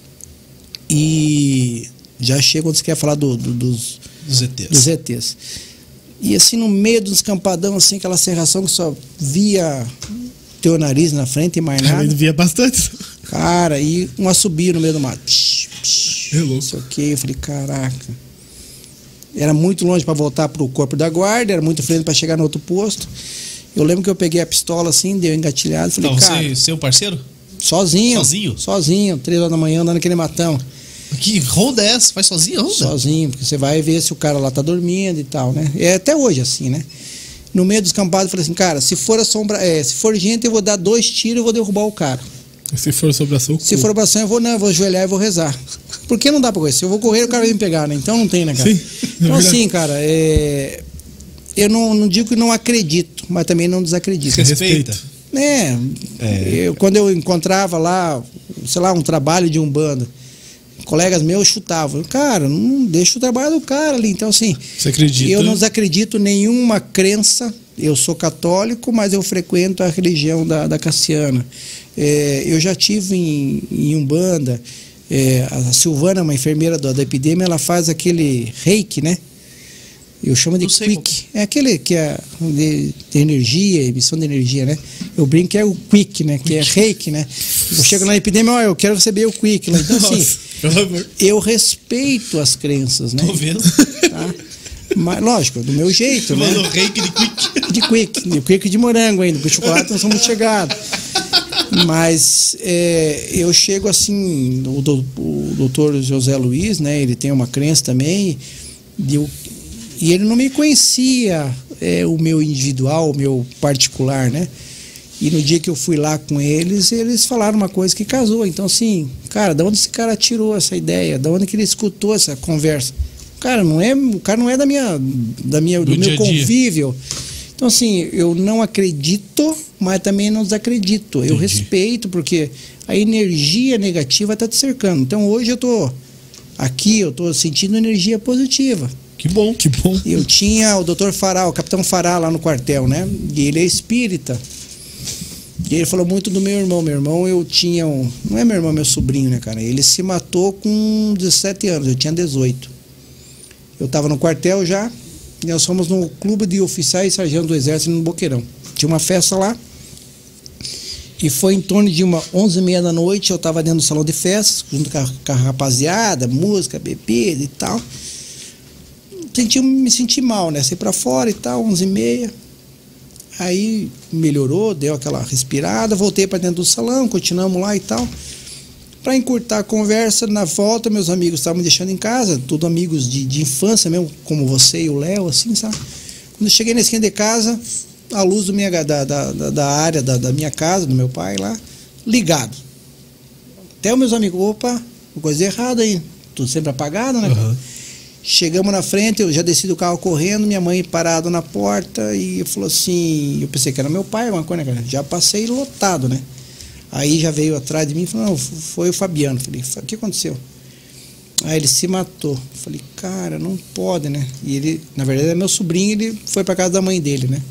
E já chega quando você quer falar do, do, dos, Dos E Tês. dos E Tês. E assim, no meio dos escampadão, assim, aquela serração que só via teu nariz na frente e mais nada. Ele via bastante. Cara, e um assobio no meio do mato. Psh, psh, É louco. não sei o que. Eu falei, caraca. Era muito longe para voltar pro corpo da guarda, era muito frente para chegar no outro posto. Eu lembro que eu peguei a pistola assim, deu engatilhado. Falei, Não, cara, você, seu parceiro? sozinho. Sozinho? Sozinho, três horas da manhã andando naquele matão. Que ronda é essa? Faz sozinho a ronda? Sozinho, porque você vai ver se o cara lá tá dormindo e tal, né? É até hoje assim, né? No meio dos campados eu falei assim, cara, se for assombra, é, se for gente, eu vou dar dois tiros e vou derrubar o cara. Se for sobração, Se for abração, eu vou, não, eu vou ajoelhar e vou rezar. Porque não dá pra correr. Se eu vou correr, o cara vai me pegar, né? Então não tem, né, cara? Sim, então, é verdade. assim, cara, é... eu não, não digo que não acredito, mas também não desacredito. Respeita. É, eu, quando eu encontrava lá, sei lá, um trabalho de umbanda, colegas meus chutavam. Cara, não deixa o trabalho do cara ali. Então, assim, Você acredita? eu não desacredito nenhuma crença. Eu sou católico, mas eu frequento a religião da, da Cassiana. É, eu já tive em, em Umbanda. É, a Silvana, uma enfermeira da, da epidemia, ela faz aquele reiki, né? Eu chamo de Não sei quick. É aquele que é de, de energia, emissão de energia, né? Eu brinco que é o quick, né? Que é reiki, né? Eu chego na epidemia, ó, eu quero receber o quick. Né? Então, assim, Nossa, pelo amor. eu respeito as crenças, né? Tô vendo. Tá? Mas, lógico, do meu jeito, né? Mano, reiki de quick. De quick, de quick de morango ainda, porque chocolate não são muito chegados. Mas é, eu chego assim, o, do, o doutor José Luiz, né? Ele tem uma crença também, de, eu, e ele não me conhecia é, o meu individual, o meu particular, né? E no dia que eu fui lá com eles, eles falaram uma coisa que casou. Então, assim, cara, de onde esse cara tirou essa ideia? De onde que ele escutou essa conversa? Cara, não é, o cara não é da minha, da minha, do, do meu convívio. Então, assim, eu não acredito, mas também não desacredito. Eu Entendi. respeito, porque a energia negativa está te cercando. Então, hoje eu tô aqui, eu tô sentindo energia positiva. Que bom. Que bom. Eu tinha o doutor Fará, o capitão Fará lá no quartel, né? E ele é espírita. E ele falou muito do meu irmão. Meu irmão, eu tinha um... Não é meu irmão, meu sobrinho, né, cara? Ele se matou com dezessete anos, eu tinha dezoito. Eu estava no quartel já, e nós fomos no clube de oficiais e sargentos do Exército no Boqueirão. Tinha uma festa lá, e foi em torno de uma onze e meia da noite, eu estava dentro do salão de festas, junto com a, com a rapaziada, música, bebida e tal. Senti, me senti mal, né? Saí pra fora e tal, onze e meia. Aí melhorou, deu aquela respirada, voltei para dentro do salão, continuamos lá e tal. Para encurtar a conversa, na volta, meus amigos estavam me deixando em casa, todos amigos de, de infância mesmo, como você e o Léo, assim, sabe? Quando eu cheguei na esquina de casa, a luz do minha, da, da, da área da, da minha casa, do meu pai lá, ligado. Até os meus amigos, opa, coisa errada aí, tudo sempre apagado, né? Uhum. Chegamos na frente, eu já desci do carro correndo, minha mãe parada na porta e falou assim, eu pensei que era meu pai, uma coisa, né, cara? Já passei lotado, né? Aí já veio atrás de mim e falou, não, foi o Fabiano. Falei, o que aconteceu? Aí ele se matou. Falei, cara, não pode, né? E ele, na verdade, é meu sobrinho, ele foi pra casa da mãe dele, né?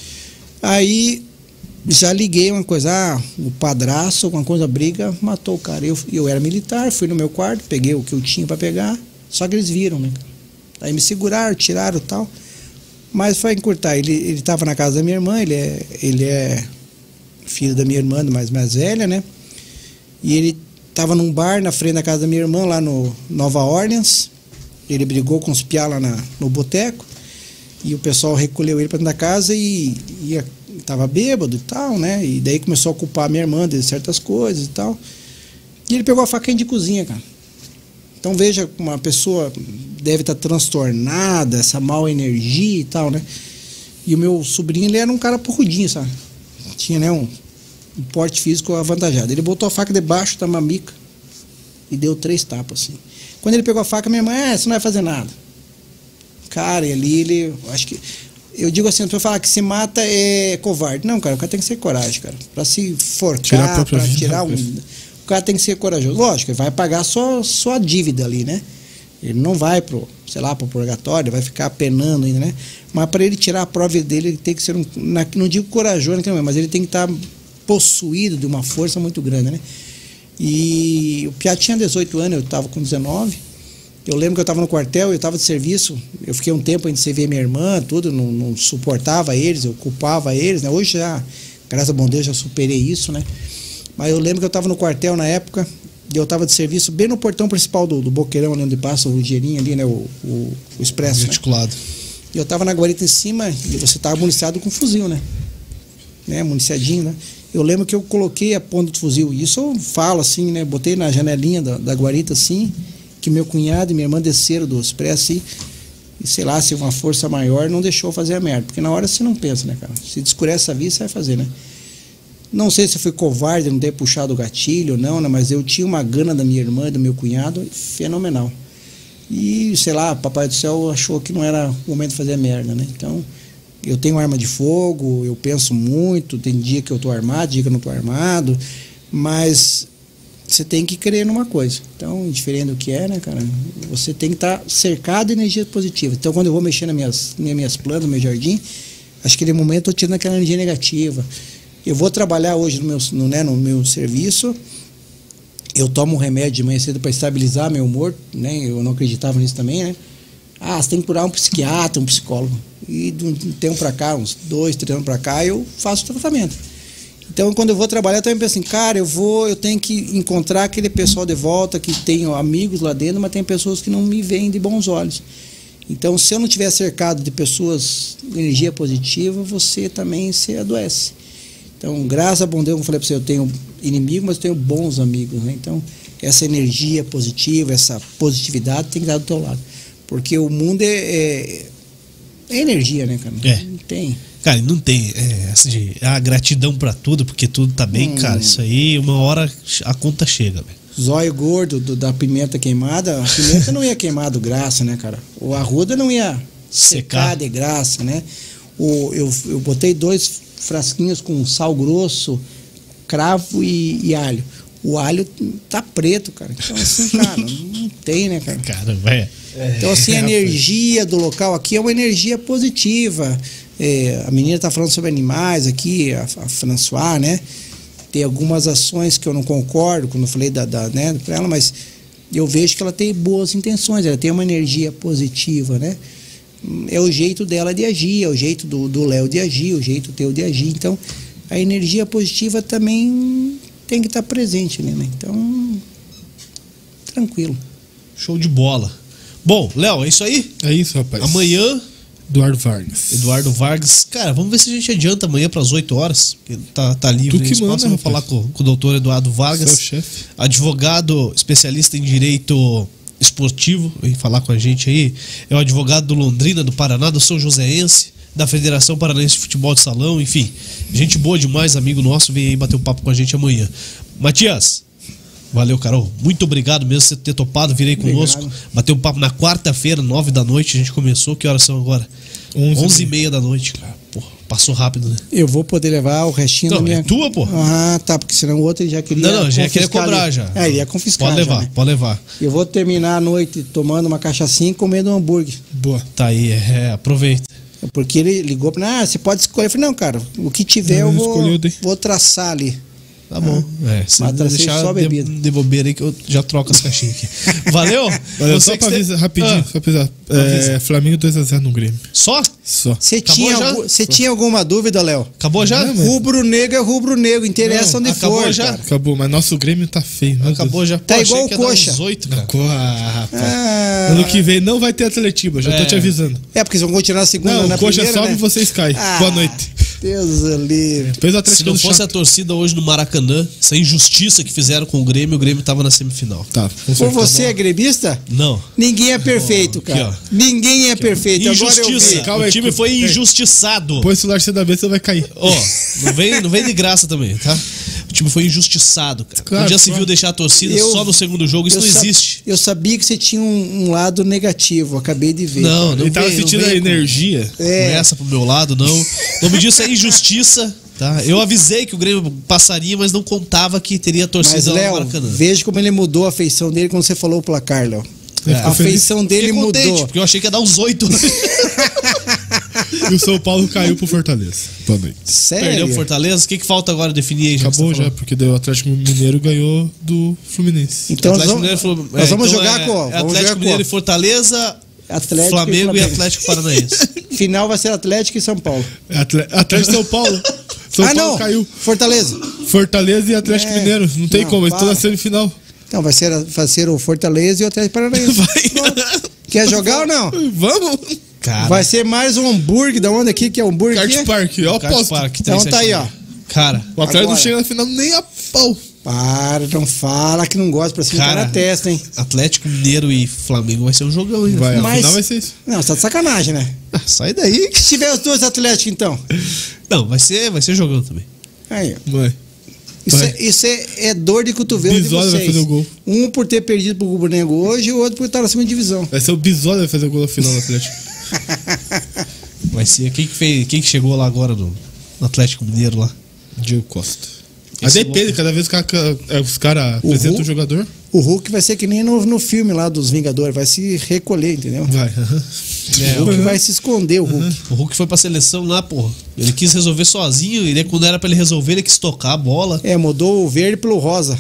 Aí já liguei uma coisa, ah, o padraço, alguma coisa, briga, matou o cara. Eu, eu era militar, fui no meu quarto, peguei o que eu tinha pra pegar, só que eles viram, né? Aí me seguraram, tiraram e tal. Mas foi encurtar. Ele, ele tava na casa da minha irmã, ele é, ele é filho da minha irmã, mais, mais velha, né? E ele tava num bar na frente da casa da minha irmã, lá no Nova Orleans. Ele brigou com os piá lá na, no boteco. E o pessoal recolheu ele para dentro da casa e, e tava bêbado e tal, né? E daí começou a culpar a minha irmã de certas coisas e tal. E ele pegou a faquinha de cozinha, cara. Então veja, uma pessoa deve estar transtornada, essa mal energia e tal, né? E o meu sobrinho, ele era um cara porrudinho, sabe? Tinha, né, um, um porte físico avantajado. Ele botou a faca debaixo da mamica e deu três tapas, assim. Quando ele pegou a faca, minha mãe, ah, você não vai fazer nada. Cara, e ali ele, acho que... Eu digo assim, tu falar que se mata é covarde. Não, cara, o cara tem que ser coragem, cara. Pra se forcar, pra vida, tirar um... O cara tem que ser corajoso. Lógico, ele vai pagar só, só a dívida ali, né? Ele não vai pro, sei lá, pro purgatório, vai ficar penando ainda, né? Mas para ele tirar a prova dele, ele tem que ser um, não digo corajoso, mas ele tem que estar possuído de uma força muito grande, né? E o Piá tinha dezoito anos, eu estava com dezenove. Eu lembro que eu estava no quartel, eu estava de serviço, eu fiquei um tempo ainda sem ver minha irmã, tudo, não, não suportava eles, eu culpava eles, né? Hoje já, graças a bom Deus, já superei isso, né? Mas eu lembro que eu estava no quartel na época, e eu estava de serviço bem no portão principal do, do Boqueirão, ali onde passa o ligeirinho ali, né? O, o, o expresso, né? Articulado. E eu estava na guarita em cima, e você estava municiado com fuzil, né? né? Municiadinho, né? Eu lembro que eu coloquei a ponta do fuzil, isso eu falo assim, né? Botei na janelinha da, da guarita assim, que meu cunhado e minha irmã desceram do expresso e, e sei lá, se uma força maior não deixou fazer a merda. Porque na hora você não pensa, né, cara? Se descurece a vista, você vai fazer, né? Não sei se foi covarde não ter puxado o gatilho ou não, né? Mas eu tinha uma gana da minha irmã e do meu cunhado fenomenal. E, sei lá, Papai do Céu achou que não era o momento de fazer a merda, né? Então, eu tenho arma de fogo, eu penso muito, tem dia que eu tô armado, dia que eu não tô armado, mas você tem que crer numa coisa. Então, diferente do que é, né, cara? Você tem que estar tá cercado de energia positiva. Então, quando eu vou mexer nas minhas, nas minhas plantas, no meu jardim, acho que de momento eu tô tirando aquela energia negativa. Eu vou trabalhar hoje no meu, no, né, no meu serviço, eu tomo um remédio de manhã cedo para estabilizar meu humor, né? Eu não acreditava nisso também, né? Ah, você tem que procurar um psiquiatra, um psicólogo. E de um tempo para cá, uns dois, três anos para cá, eu faço o tratamento. Então, quando eu vou trabalhar, eu também penso assim, cara, eu vou, eu tenho que encontrar aquele pessoal de volta que tem amigos lá dentro, mas tem pessoas que não me veem de bons olhos. Então, se eu não estiver cercado de pessoas de energia positiva, você também se adoece. Então, graças a bom Deus, como eu falei para você, eu tenho inimigo, mas eu tenho bons amigos, né? Então, essa energia positiva, essa positividade tem que dar do teu lado. Porque o mundo é, é, é energia, né, cara? É. Não tem. Cara, não tem é, essa de ah, gratidão pra tudo, porque tudo tá bem, hum. cara. Isso aí, uma hora a conta chega, velho. Zóio gordo do, da pimenta queimada, a pimenta não ia queimar do graça, né, cara? O arruda não ia secar, secar de graça, né? O, eu, eu botei dois frasquinhos com sal grosso, cravo e, e alho. O alho tá preto, cara. Então, assim, cara, não tem, né, cara? Cara, velho. Então, assim, a energia do local aqui é uma energia positiva. É, a menina está falando sobre animais aqui, a, a François, né? Tem algumas ações que eu não concordo quando eu falei da, da, né, para ela, mas eu vejo que ela tem boas intenções, ela tem uma energia positiva, né? É o jeito dela de agir, é o jeito do Léo de agir, o jeito teu de agir. Então, a energia positiva também tem que estar presente, né? Então, tranquilo. Show de bola. Bom, Léo, é isso aí? É isso, rapaz. Amanhã, Eduardo Vargas. Eduardo Vargas. Cara, vamos ver se a gente adianta amanhã para as oito horas. Que tá, tá livre. Tu que manda, Vamos falar com, com o doutor Eduardo Vargas. Seu chefe. Advogado, especialista em direito esportivo. Vem falar com a gente aí. É o advogado do Londrina, do Paraná, do São Joséense, da Federação Paranaense de Futebol de Salão. Enfim, gente boa demais, amigo nosso. Vem aí bater um papo com a gente amanhã. Matias. Valeu, Carol. Muito obrigado mesmo por você ter topado, vir aí conosco. Obrigado. Bateu um papo na quarta-feira, nove da noite. A gente começou. Que horas são agora? Onze e meia da noite, cara. Porra, passou rápido, né? Eu vou poder levar o restinho não, da minha... é tua, porra. Ah, tá. Porque senão o outro ele já queria... Não, não, já ia querer cobrar ali. já. É, ele ia confiscar. Pode levar, já, né? pode levar. Eu vou terminar a noite tomando uma cachaçinha e comendo um hambúrguer. Boa. Tá aí, é, aproveita. Porque ele ligou pra mim, ah, você pode escolher. Eu falei, não, cara, o que tiver não, eu vou, escolheu, vou traçar ali. Tá bom. Ah, é, se mas não deixar só de, de bobeira aí que eu já troco as caixinhas aqui. Valeu? Valeu, só pra avisar, rapidinho, ah, só pra avisar. É, Flamengo dois a zero no Grêmio. Só? Só. Você tinha, algum, tinha alguma dúvida, Léo? Acabou já? Não, rubro-negro é rubro-negro, interessa não, onde acabou for. Já? Cara. Acabou, mas nosso Grêmio tá feio. Acabou já. Pô, tá igual o Coxa. dezoito, cara. Ah, rapaz. Ah. Ano que vem não vai ter Atletiba, já é. tô te avisando. É, porque eles vão continuar a segunda não, na o Coxa primeira, sobe e né? vocês caem. Ah, boa noite. Deus ali. Se não fosse chato. A torcida hoje no Maracanã, essa injustiça que fizeram com o Grêmio, o Grêmio tava na semifinal. Tá. Por você é gremista? Não. Ninguém é perfeito, aqui, cara. Ó. Ninguém é aqui, perfeito. Injustiça. Agora eu vi. Calma, o time foi injustiçado. Põe o celular C da vez, você vai cair. Ó, oh, não, vem, não vem de graça também, tá? O time foi injustiçado, cara. Claro, um dia se viu deixar a torcida eu, só no segundo jogo, isso não existe. Eu sabia que você tinha um, um lado negativo, acabei de ver. Não, não Ele tava veio, sentindo a energia. Com... É. Não é essa pro meu lado, não. O nome disso é injustiça. Tá? Eu avisei que o Grêmio passaria, mas não contava que teria torcida mas, lá Léo, no Maracanã. Veja como ele mudou a feição dele quando você falou o placar, Léo. É, a feição dele Fiquei mudou. Contente, porque eu achei que ia dar uns oito. E o São Paulo caiu pro Fortaleza também. Sério? Perdeu o Fortaleza. O que, que falta agora definir aí? Já Acabou que você tá já, porque daí o Atlético Mineiro ganhou do Fluminense. Então nós Atlético vamos, Mineiro, nós vamos então jogar é, com é vamos Atlético jogar Mineiro e com Fortaleza, Atlético Flamengo e e Flamengo. Atlético Paranaense. Final vai ser Atlético e São Paulo. Atle- Atlético São Paulo. São ah, Paulo não. caiu. Fortaleza. Fortaleza e Atlético É, Mineiro. Não tem não, como, eles estão na para. semifinal. Então vai ser, vai ser o Fortaleza e o Atlético Paranaense. Vai. Quer jogar ou não? Vamos. Cara, Vai ser mais um hambúrguer. Da onde aqui que é um hambúrguer? Kart aqui? Park, ó, Kart aposto. Park, Então tá aí, ó. Cara, O Atlético Agora. não chega na final nem a pau. Para, não fala que não gosta pra cima Cara. na testa, hein? Atlético Mineiro e Flamengo vai ser um jogão, hein? Vai, a Mas- final vai ser isso. Não, você tá de sacanagem, né? Ah, sai daí. Se tiver os dois Atléticos, então. Não, vai ser, vai ser jogão também. Aí, ó. Vai. Isso, Vai. é, isso é, é dor de cotovelo Bisoli de vai vocês. fazer o gol. Um por ter perdido pro Rubro Negro hoje e o outro por estar na segunda divisão. Vai ser o Bisoli que vai fazer o gol na final do Atlético. Vai ser. Quem que, fez, quem que chegou lá agora no, no Atlético Mineiro lá? Diego Costa. Mas Esse depende, cada vez que a- é, os caras O apresentam Hulk? o jogador, O Hulk vai ser que nem no, no filme lá dos Vingadores, vai se recolher, entendeu? vai. É, O Hulk vai se esconder, o Hulk. O Hulk foi pra seleção lá, porra. Ele quis resolver sozinho, e daí quando era pra ele resolver, ele quis tocar a bola. É, mudou o verde pelo rosa.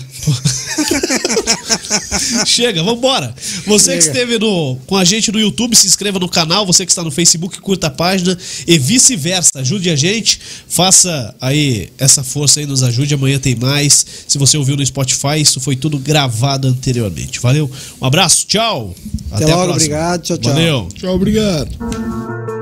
Chega, vambora. Você que Chega. esteve no, com a gente no YouTube, se inscreva no canal. Você que está no Facebook, curta a página e vice-versa. Ajude a gente, faça aí essa força aí, nos ajude. Amanhã tem mais. Se você ouviu no Spotify, isso foi tudo gravado anteriormente. Valeu, um abraço, tchau. Até a logo, próxima. obrigado, tchau, tchau. Valeu. Tchau, obrigado.